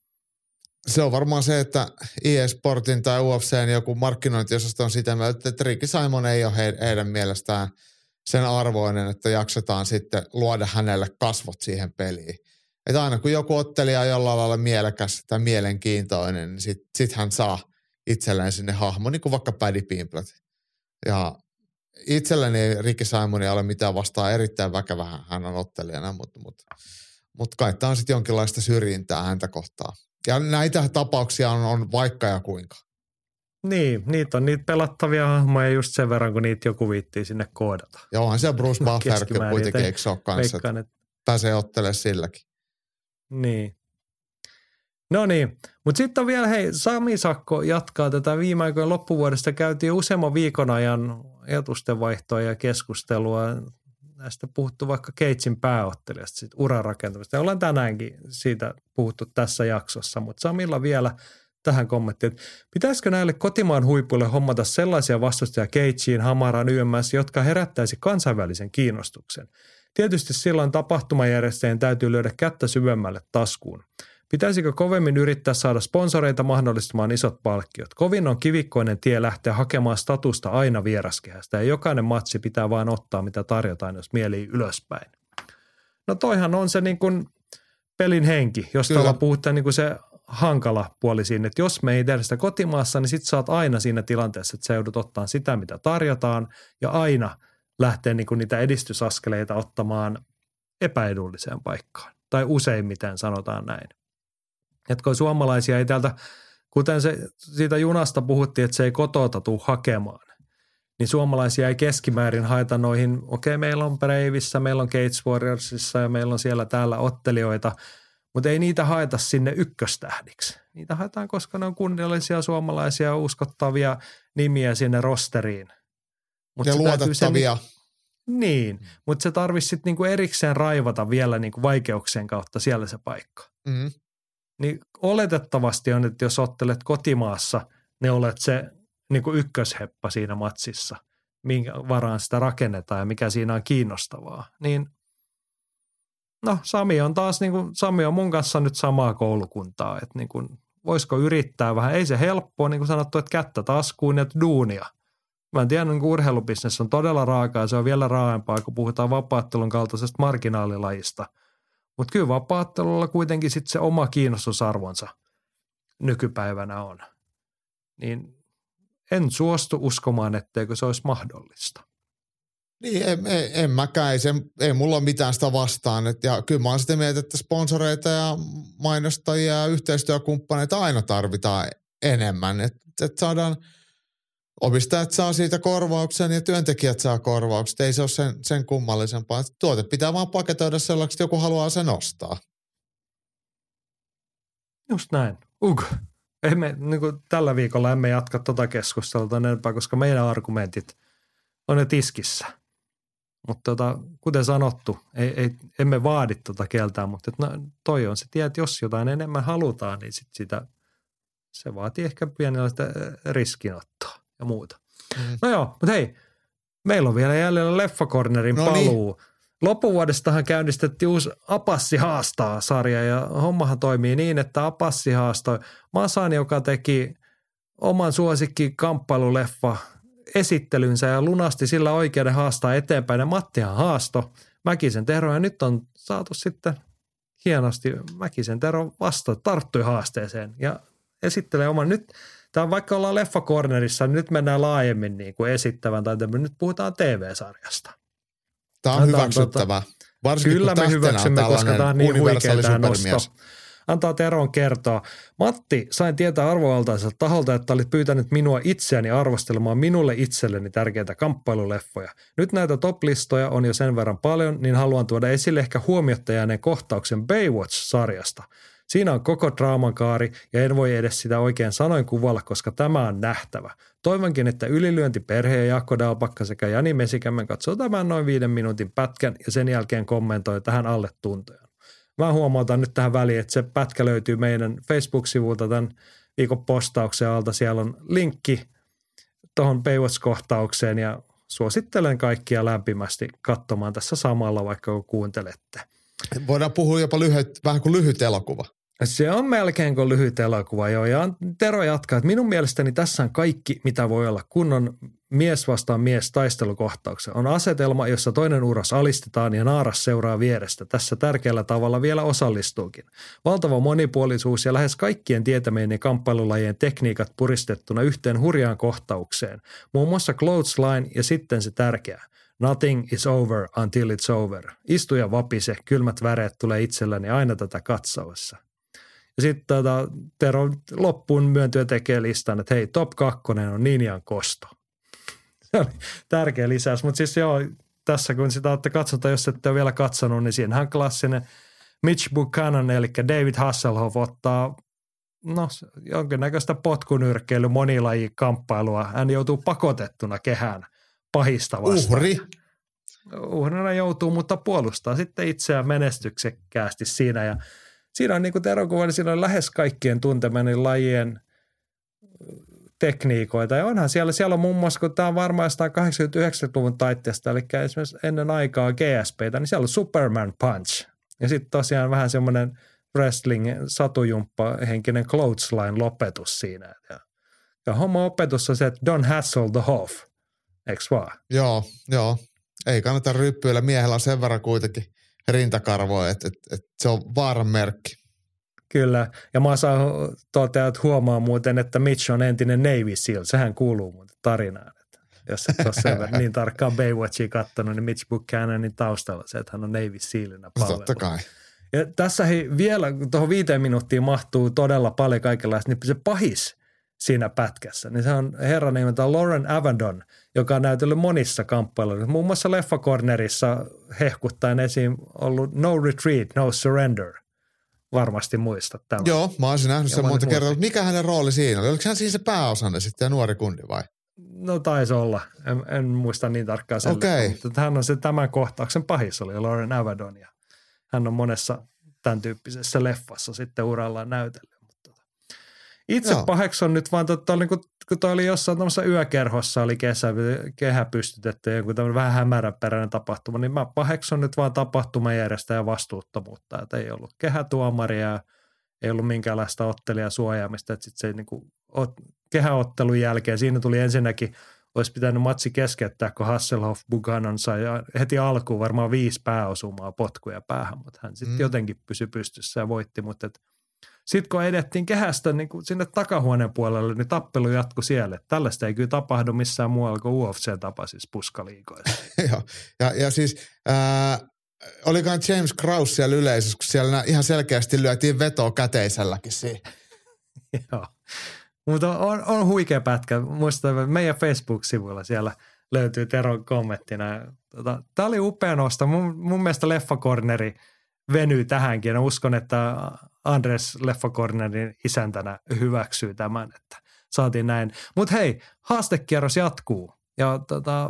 Se on varmaan se, että eSportin tai UFCn joku markkinointiosasto on sitä mieltä, että Ricky Simon ei ole heidän mielestään sen arvoinen, että jaksetaan sitten luoda hänelle kasvot siihen peliin. Että aina kun joku ottelija on jollain lailla mielekäs tai mielenkiintoinen, niin sit hän saa itselleen sinne hahmo, niin kuin vaikka Paddy Pimblett. Ja itselleni Ricky Simonia ei ole mitään vastaan, erittäin väkevä hän on ottelijana, mutta kai tämä on sitten jonkinlaista syrjintää häntä kohtaan. Ja näitä tapauksia on vaikka ja kuinka. Niin, niitä on niitä pelattavia hahmoja just sen verran, kun niitä joku viittii sinne koodata. Ja onhan se Bruce Buffer kuitenkin, eikö se ole kanssa, että pääsee ottelemaan silläkin. Niin. No niin, mutta sitten on vielä, Sami Sakko jatkaa tätä viime aikoina loppuvuodesta. Käytiin useamman viikon ajan ajatusten vaihtoa ja keskustelua. Näistä puhuttu vaikka Cagein pääottelijasta, siitä uran rakentamista. Ja ollaan tänäänkin siitä puhuttu tässä jaksossa, mutta Samilla vielä tähän kommenttiin, että pitäisikö näille kotimaan huipuille hommata sellaisia vastustajia Cageen, Hamaraan, YMS, jotka herättäisi kansainvälisen kiinnostuksen. Tietysti silloin tapahtumajärjestäjien täytyy lyödä kättä syvemmälle taskuun. Pitäisikö kovemmin yrittää saada sponsoreita mahdollistamaan isot palkkiot? Kovin on kivikkoinen tie lähteä hakemaan statusta aina vieraskehästä ja jokainen matsi pitää vaan ottaa, mitä tarjotaan, jos mielii ylöspäin. No toihan on se niin kuin pelin henki, josta ollaan puhuttu niin kuin se hankala puoli siinä, että jos me ei tehdä sitä kotimaassa, niin sit sä oot aina siinä tilanteessa, että sä joudut ottaa sitä, mitä tarjotaan ja aina lähtee niin kuin niitä edistysaskeleita ottamaan epäedulliseen paikkaan. Tai useimmiten sanotaan näin. Että kun suomalaisia ei täältä, kuten siitä junasta puhuttiin, että se ei kotota tule hakemaan, niin suomalaisia ei keskimäärin haeta noihin, meillä on Bravissa, meillä on Cage Warriorsissa ja meillä on siellä täällä ottelijoita, mutta ei niitä haeta sinne ykköstähdiksi. Niitä haetaan, koska ne on kunniallisia suomalaisia uskottavia nimiä sinne rosteriin. Ja luotettavia. Niin, mutta se tarvitsisi sitten niinku erikseen raivata vielä niinku vaikeuksien kautta siellä se paikka. Mm. Niin oletettavasti on, että jos ottelet kotimaassa, niin olet se niinku ykkösheppa siinä matsissa, minkä varaan sitä rakennetaan ja mikä siinä on kiinnostavaa. Niin no Sami on taas, Sami on mun kanssa nyt samaa koulukuntaa, että voisiko yrittää vähän, ei se helppoa, niin kuin sanottu, että kättä taskuun ja duunia. Mä en tiedä, niin urheilubisnes on todella raakaa ja se on vielä raaempaa, kun puhutaan vapaattelun kaltaisesta marginaalilajista. Mutta kyllä vapaattelulla kuitenkin sitten se oma kiinnostusarvonsa nykypäivänä on. Niin en suostu uskomaan, etteikö se olisi mahdollista. Niin, en mäkään. Ei mulla ole mitään sitä vastaan. Ja kyllä mä oon sitä mieltä, että sponsoreita ja mainostajia ja yhteistyökumppaneita aina tarvitaan enemmän. Että saadaan, omistajat saa siitä korvauksen ja työntekijät saa korvaukset. Ei se ole sen kummallisempaa. Tuote pitää vaan paketoida sellaiseksi, että joku haluaa sen ostaa. Just näin. Tällä viikolla emme jatka tuota keskustelua enempää, koska meidän argumentit on ne tiskissä. Mutta kuten sanottu, emme vaadi tuota keltään, mutta toi on se tie, että jos jotain enemmän halutaan, niin se vaatii ehkä pienenlaista riskinottoa ja muuta. Mm. No joo, mutta hei, meillä on vielä jäljellä Leffakornerin paluu. Niin. Loppuvuodestahan käynnistettiin uusi Apassi haastaa -sarja ja hommahan toimii niin, että Apassi haastoi Masan, joka teki oman suosikkikamppailu-leffa esittelynsä ja lunasti sillä oikeuden haastaa eteenpäin. Ja Mattihan haasto Mäkisen Tero ja nyt on saatu sitten hienosti Mäkisen Tero tarttui haasteeseen ja esittelee oman. Nyt vaikka ollaan leffakornerissa, niin nyt mennään laajemmin niin kuin esittävän tai nyt puhutaan TV-sarjasta. Tämä on hyväksyttävää. Varsinkin kyllä me hyväksymme, koska tämä on niin huikea tämä nosto. Antaa Teron kertoa. Matti, sain tietää arvovaltaiselta taholta, että olit pyytänyt minua itseäni arvostelemaan minulle itselleni tärkeitä kamppailuleffoja. Nyt näitä top-listoja on jo sen verran paljon, niin haluan tuoda esille ehkä huomiotta jääneen kohtauksen Baywatch-sarjasta. Siinä on koko draaman kaari ja en voi edes sitä oikein sanoin kuvalla, koska tämä on nähtävä. Toivonkin, että Ylilyönti perhe ja Jaakko Dalpakka sekä Jani Mesikämmen katsoo tämän noin 5 minuutin pätkän ja sen jälkeen kommentoi tähän alle tuntoja. Mä huomautan nyt tähän väliin, että se pätkä löytyy meidän Facebook-sivulta tämän viikon postauksen alta. Siellä on linkki tuohon Baywatch-kohtaukseen ja suosittelen kaikkia lämpimästi katsomaan tässä samalla, vaikka kun kuuntelette. Voidaan puhua jopa vähän kuin lyhyt elokuva. Se on melkein kuin lyhyt elokuva, joo. Ja Tero jatkaa, että minun mielestäni tässä on kaikki, mitä voi olla kunnon mies vastaan mies taistelukohtauksen. On asetelma, jossa toinen uros alistetaan ja naaras seuraa vierestä. Tässä tärkeällä tavalla vielä osallistuukin. Valtava monipuolisuus ja lähes kaikkien tietämien kamppailulajien tekniikat puristettuna yhteen hurjaan kohtaukseen. Muun muassa clothesline ja sitten se tärkeä. Nothing is over until it's over. Istu ja vapise, kylmät väreet tulee itselläni aina tätä katsauessa. Ja sitten Tero loppuun myöntyä tekee listan, että hei, top 2 on Ninjan kosto. Se oli tärkeä lisäys, mutta siis joo, tässä kun sitä olette katsota, jos ette ole vielä katsonut, niin siinähän klassinen Mitch Buchanan, eli David Hasselhoff ottaa jonkinnäköistä potkunyrkkeily monilajikamppailua. Hän joutuu pakotettuna kehään pahista vastaan. Uhrina joutuu, mutta puolustaa sitten itseään menestyksekkäästi siinä ja siinä on niin kuin Tero kuvasi, siinä on lähes kaikkien tuntemani lajien tekniikoita. Ja onhan siellä on muun muassa, kun tämä on varmaan jostain 80-90-luvun taitteesta, eli esimerkiksi ennen aikaa GSPtä, niin siellä on Superman Punch. Ja sitten tosiaan vähän semmoinen wrestling-satujumppa-henkinen clothesline-lopetus siinä. Ja homma-opetus on se, että don't hassle the Hoff. Eikö vaan? Joo. Ei kannata ryppyillä. Miehellä on sen verran kuitenkin rintakarvoja, että se on vaaran merkki. Kyllä, ja mä saan toteat huomaa muuten, että Mitch on entinen Navy SEAL. Sehän kuuluu muuten tarinaan. Että jos et ole sen verran niin tarkkaan Baywatchia katsonut, niin Mitch Buchananin taustalla se, että hän on Navy SEALinä palvellut. Totta kai. Ja tässä vielä tuohon 5 minuuttiin mahtuu todella paljon kaikenlaista, niin se pahis siinä pätkässä, niin se on herran nimeltään Lauren Avandon, joka on näytellyt monissa kamppailuissa. Muun muassa Leffakornerissa hehkuttaen esiin ollut No Retreat, No Surrender. Varmasti muistat tämän. Joo, mä olisin nähnyt sen monta kertaa. Mikä hänen rooli siinä oli? Oliko hän siinä se pääosanne sitten ja nuori kundi vai? No taisi olla. En muista niin tarkkaan sen. Okei. Mutta hän on se tämän kohtauksen pahis oli Lauren Avandon ja hän on monessa tämän tyyppisessä leffassa sitten urallaan näytellyt. Itse paheksun nyt vaan, kun toi oli jossain tämmöisessä yökerhossa, oli kehä pystytetty ja joku tämmöinen vähän hämäränperäinen tapahtuma, niin mä paheksun nyt vaan tapahtumajärjestäjän vastuuttomuutta, että ei ollut kehätuomaria, ei ollut minkäänlaista ottelijaa suojaamista, että sitten se kehäottelun jälkeen, siinä tuli ensinnäkin, olisi pitänyt matsi keskeyttää, kun Hasselhoff Buchanan sai heti alkuun varmaan 5 pääosumaa potkuja päähän, mutta hän sitten jotenkin pysyi pystyssä ja voitti, mutta sitten kun edettiin kehästä niin sinne takahuoneen puolelle, niin tappelu jatkui siellä. Tällaista ei kyllä tapahdu missään muualla kuin UFC-tapaisissa puskaliikoissa. Joo, ja siis olikohan James Krause siellä yleisössä, kun siellä ihan selkeästi lyötiin vetoa käteiselläkin siihen. Joo, mutta on huikea pätkä. Muistan, meidän Facebook-sivuilla siellä löytyy Teron kommenttina. Tämä oli upea nosta. Mun mielestä Leffakorneri venyy tähänkin. Ja uskon, että Andres Leffakornerin isäntänä hyväksyy tämän, että saatiin näin. Mutta hei, haastekierros jatkuu. Ja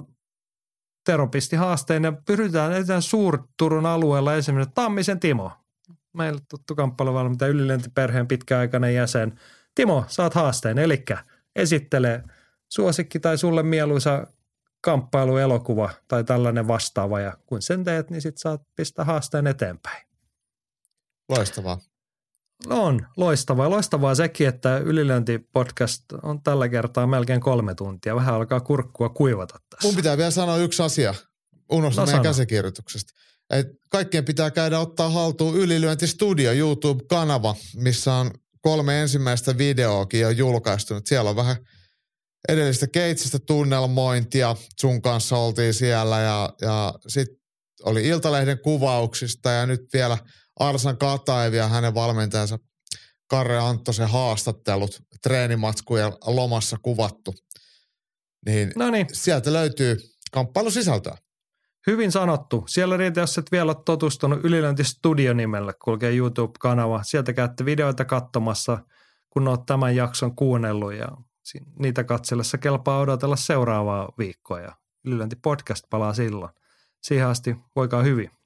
Tero pisti haasteen ja pyritään Suur-Turun alueella esimerkiksi Tammisen Timo. Meillä tuttu kamppailuvalmentaja Ylilyöntiperheen pitkäaikainen jäsen. Timo, saat haasteen. Elikkä esittele suosikki tai sulle mieluisa kamppailuelokuva tai tällainen vastaava. Ja kun sen teet, niin sit saat pistää haasteen eteenpäin. Loistavaa. On, loistavaa. Loistavaa sekin, että Ylilyönti-podcast on tällä kertaa melkein 3 tuntia. Vähän alkaa kurkkua kuivata tässä. Mun pitää vielä sanoa yksi asia. Unohdin meidän käsikirjoituksesta. Kaikkien pitää käydä ottaa haltuun Ylilyönti Studio YouTube-kanava, missä on 3 ensimmäistä videoakin on julkaistu. Siellä on vähän edellistä keitsistä tunnelmointia. Sun kanssa oltiin siellä ja sitten oli Iltalehden kuvauksista ja nyt vielä Arsan Kataev ja hänen valmentajansa Karre Anttosen haastattelut, treenimatskujen lomassa kuvattu. Niin sieltä löytyy kamppailusisältöä. Hyvin sanottu. Siellä riitä, jos et vielä ole totustunut Ylilöinti Studio-nimellä, kulkee YouTube-kanava. Sieltä käytte videoita katsomassa, kun olet tämän jakson kuunnellut ja niitä katsellessa kelpaa odotella seuraavaa viikkoa ja Ylilöinti podcast palaa silloin. Siihen asti voikaa hyvin.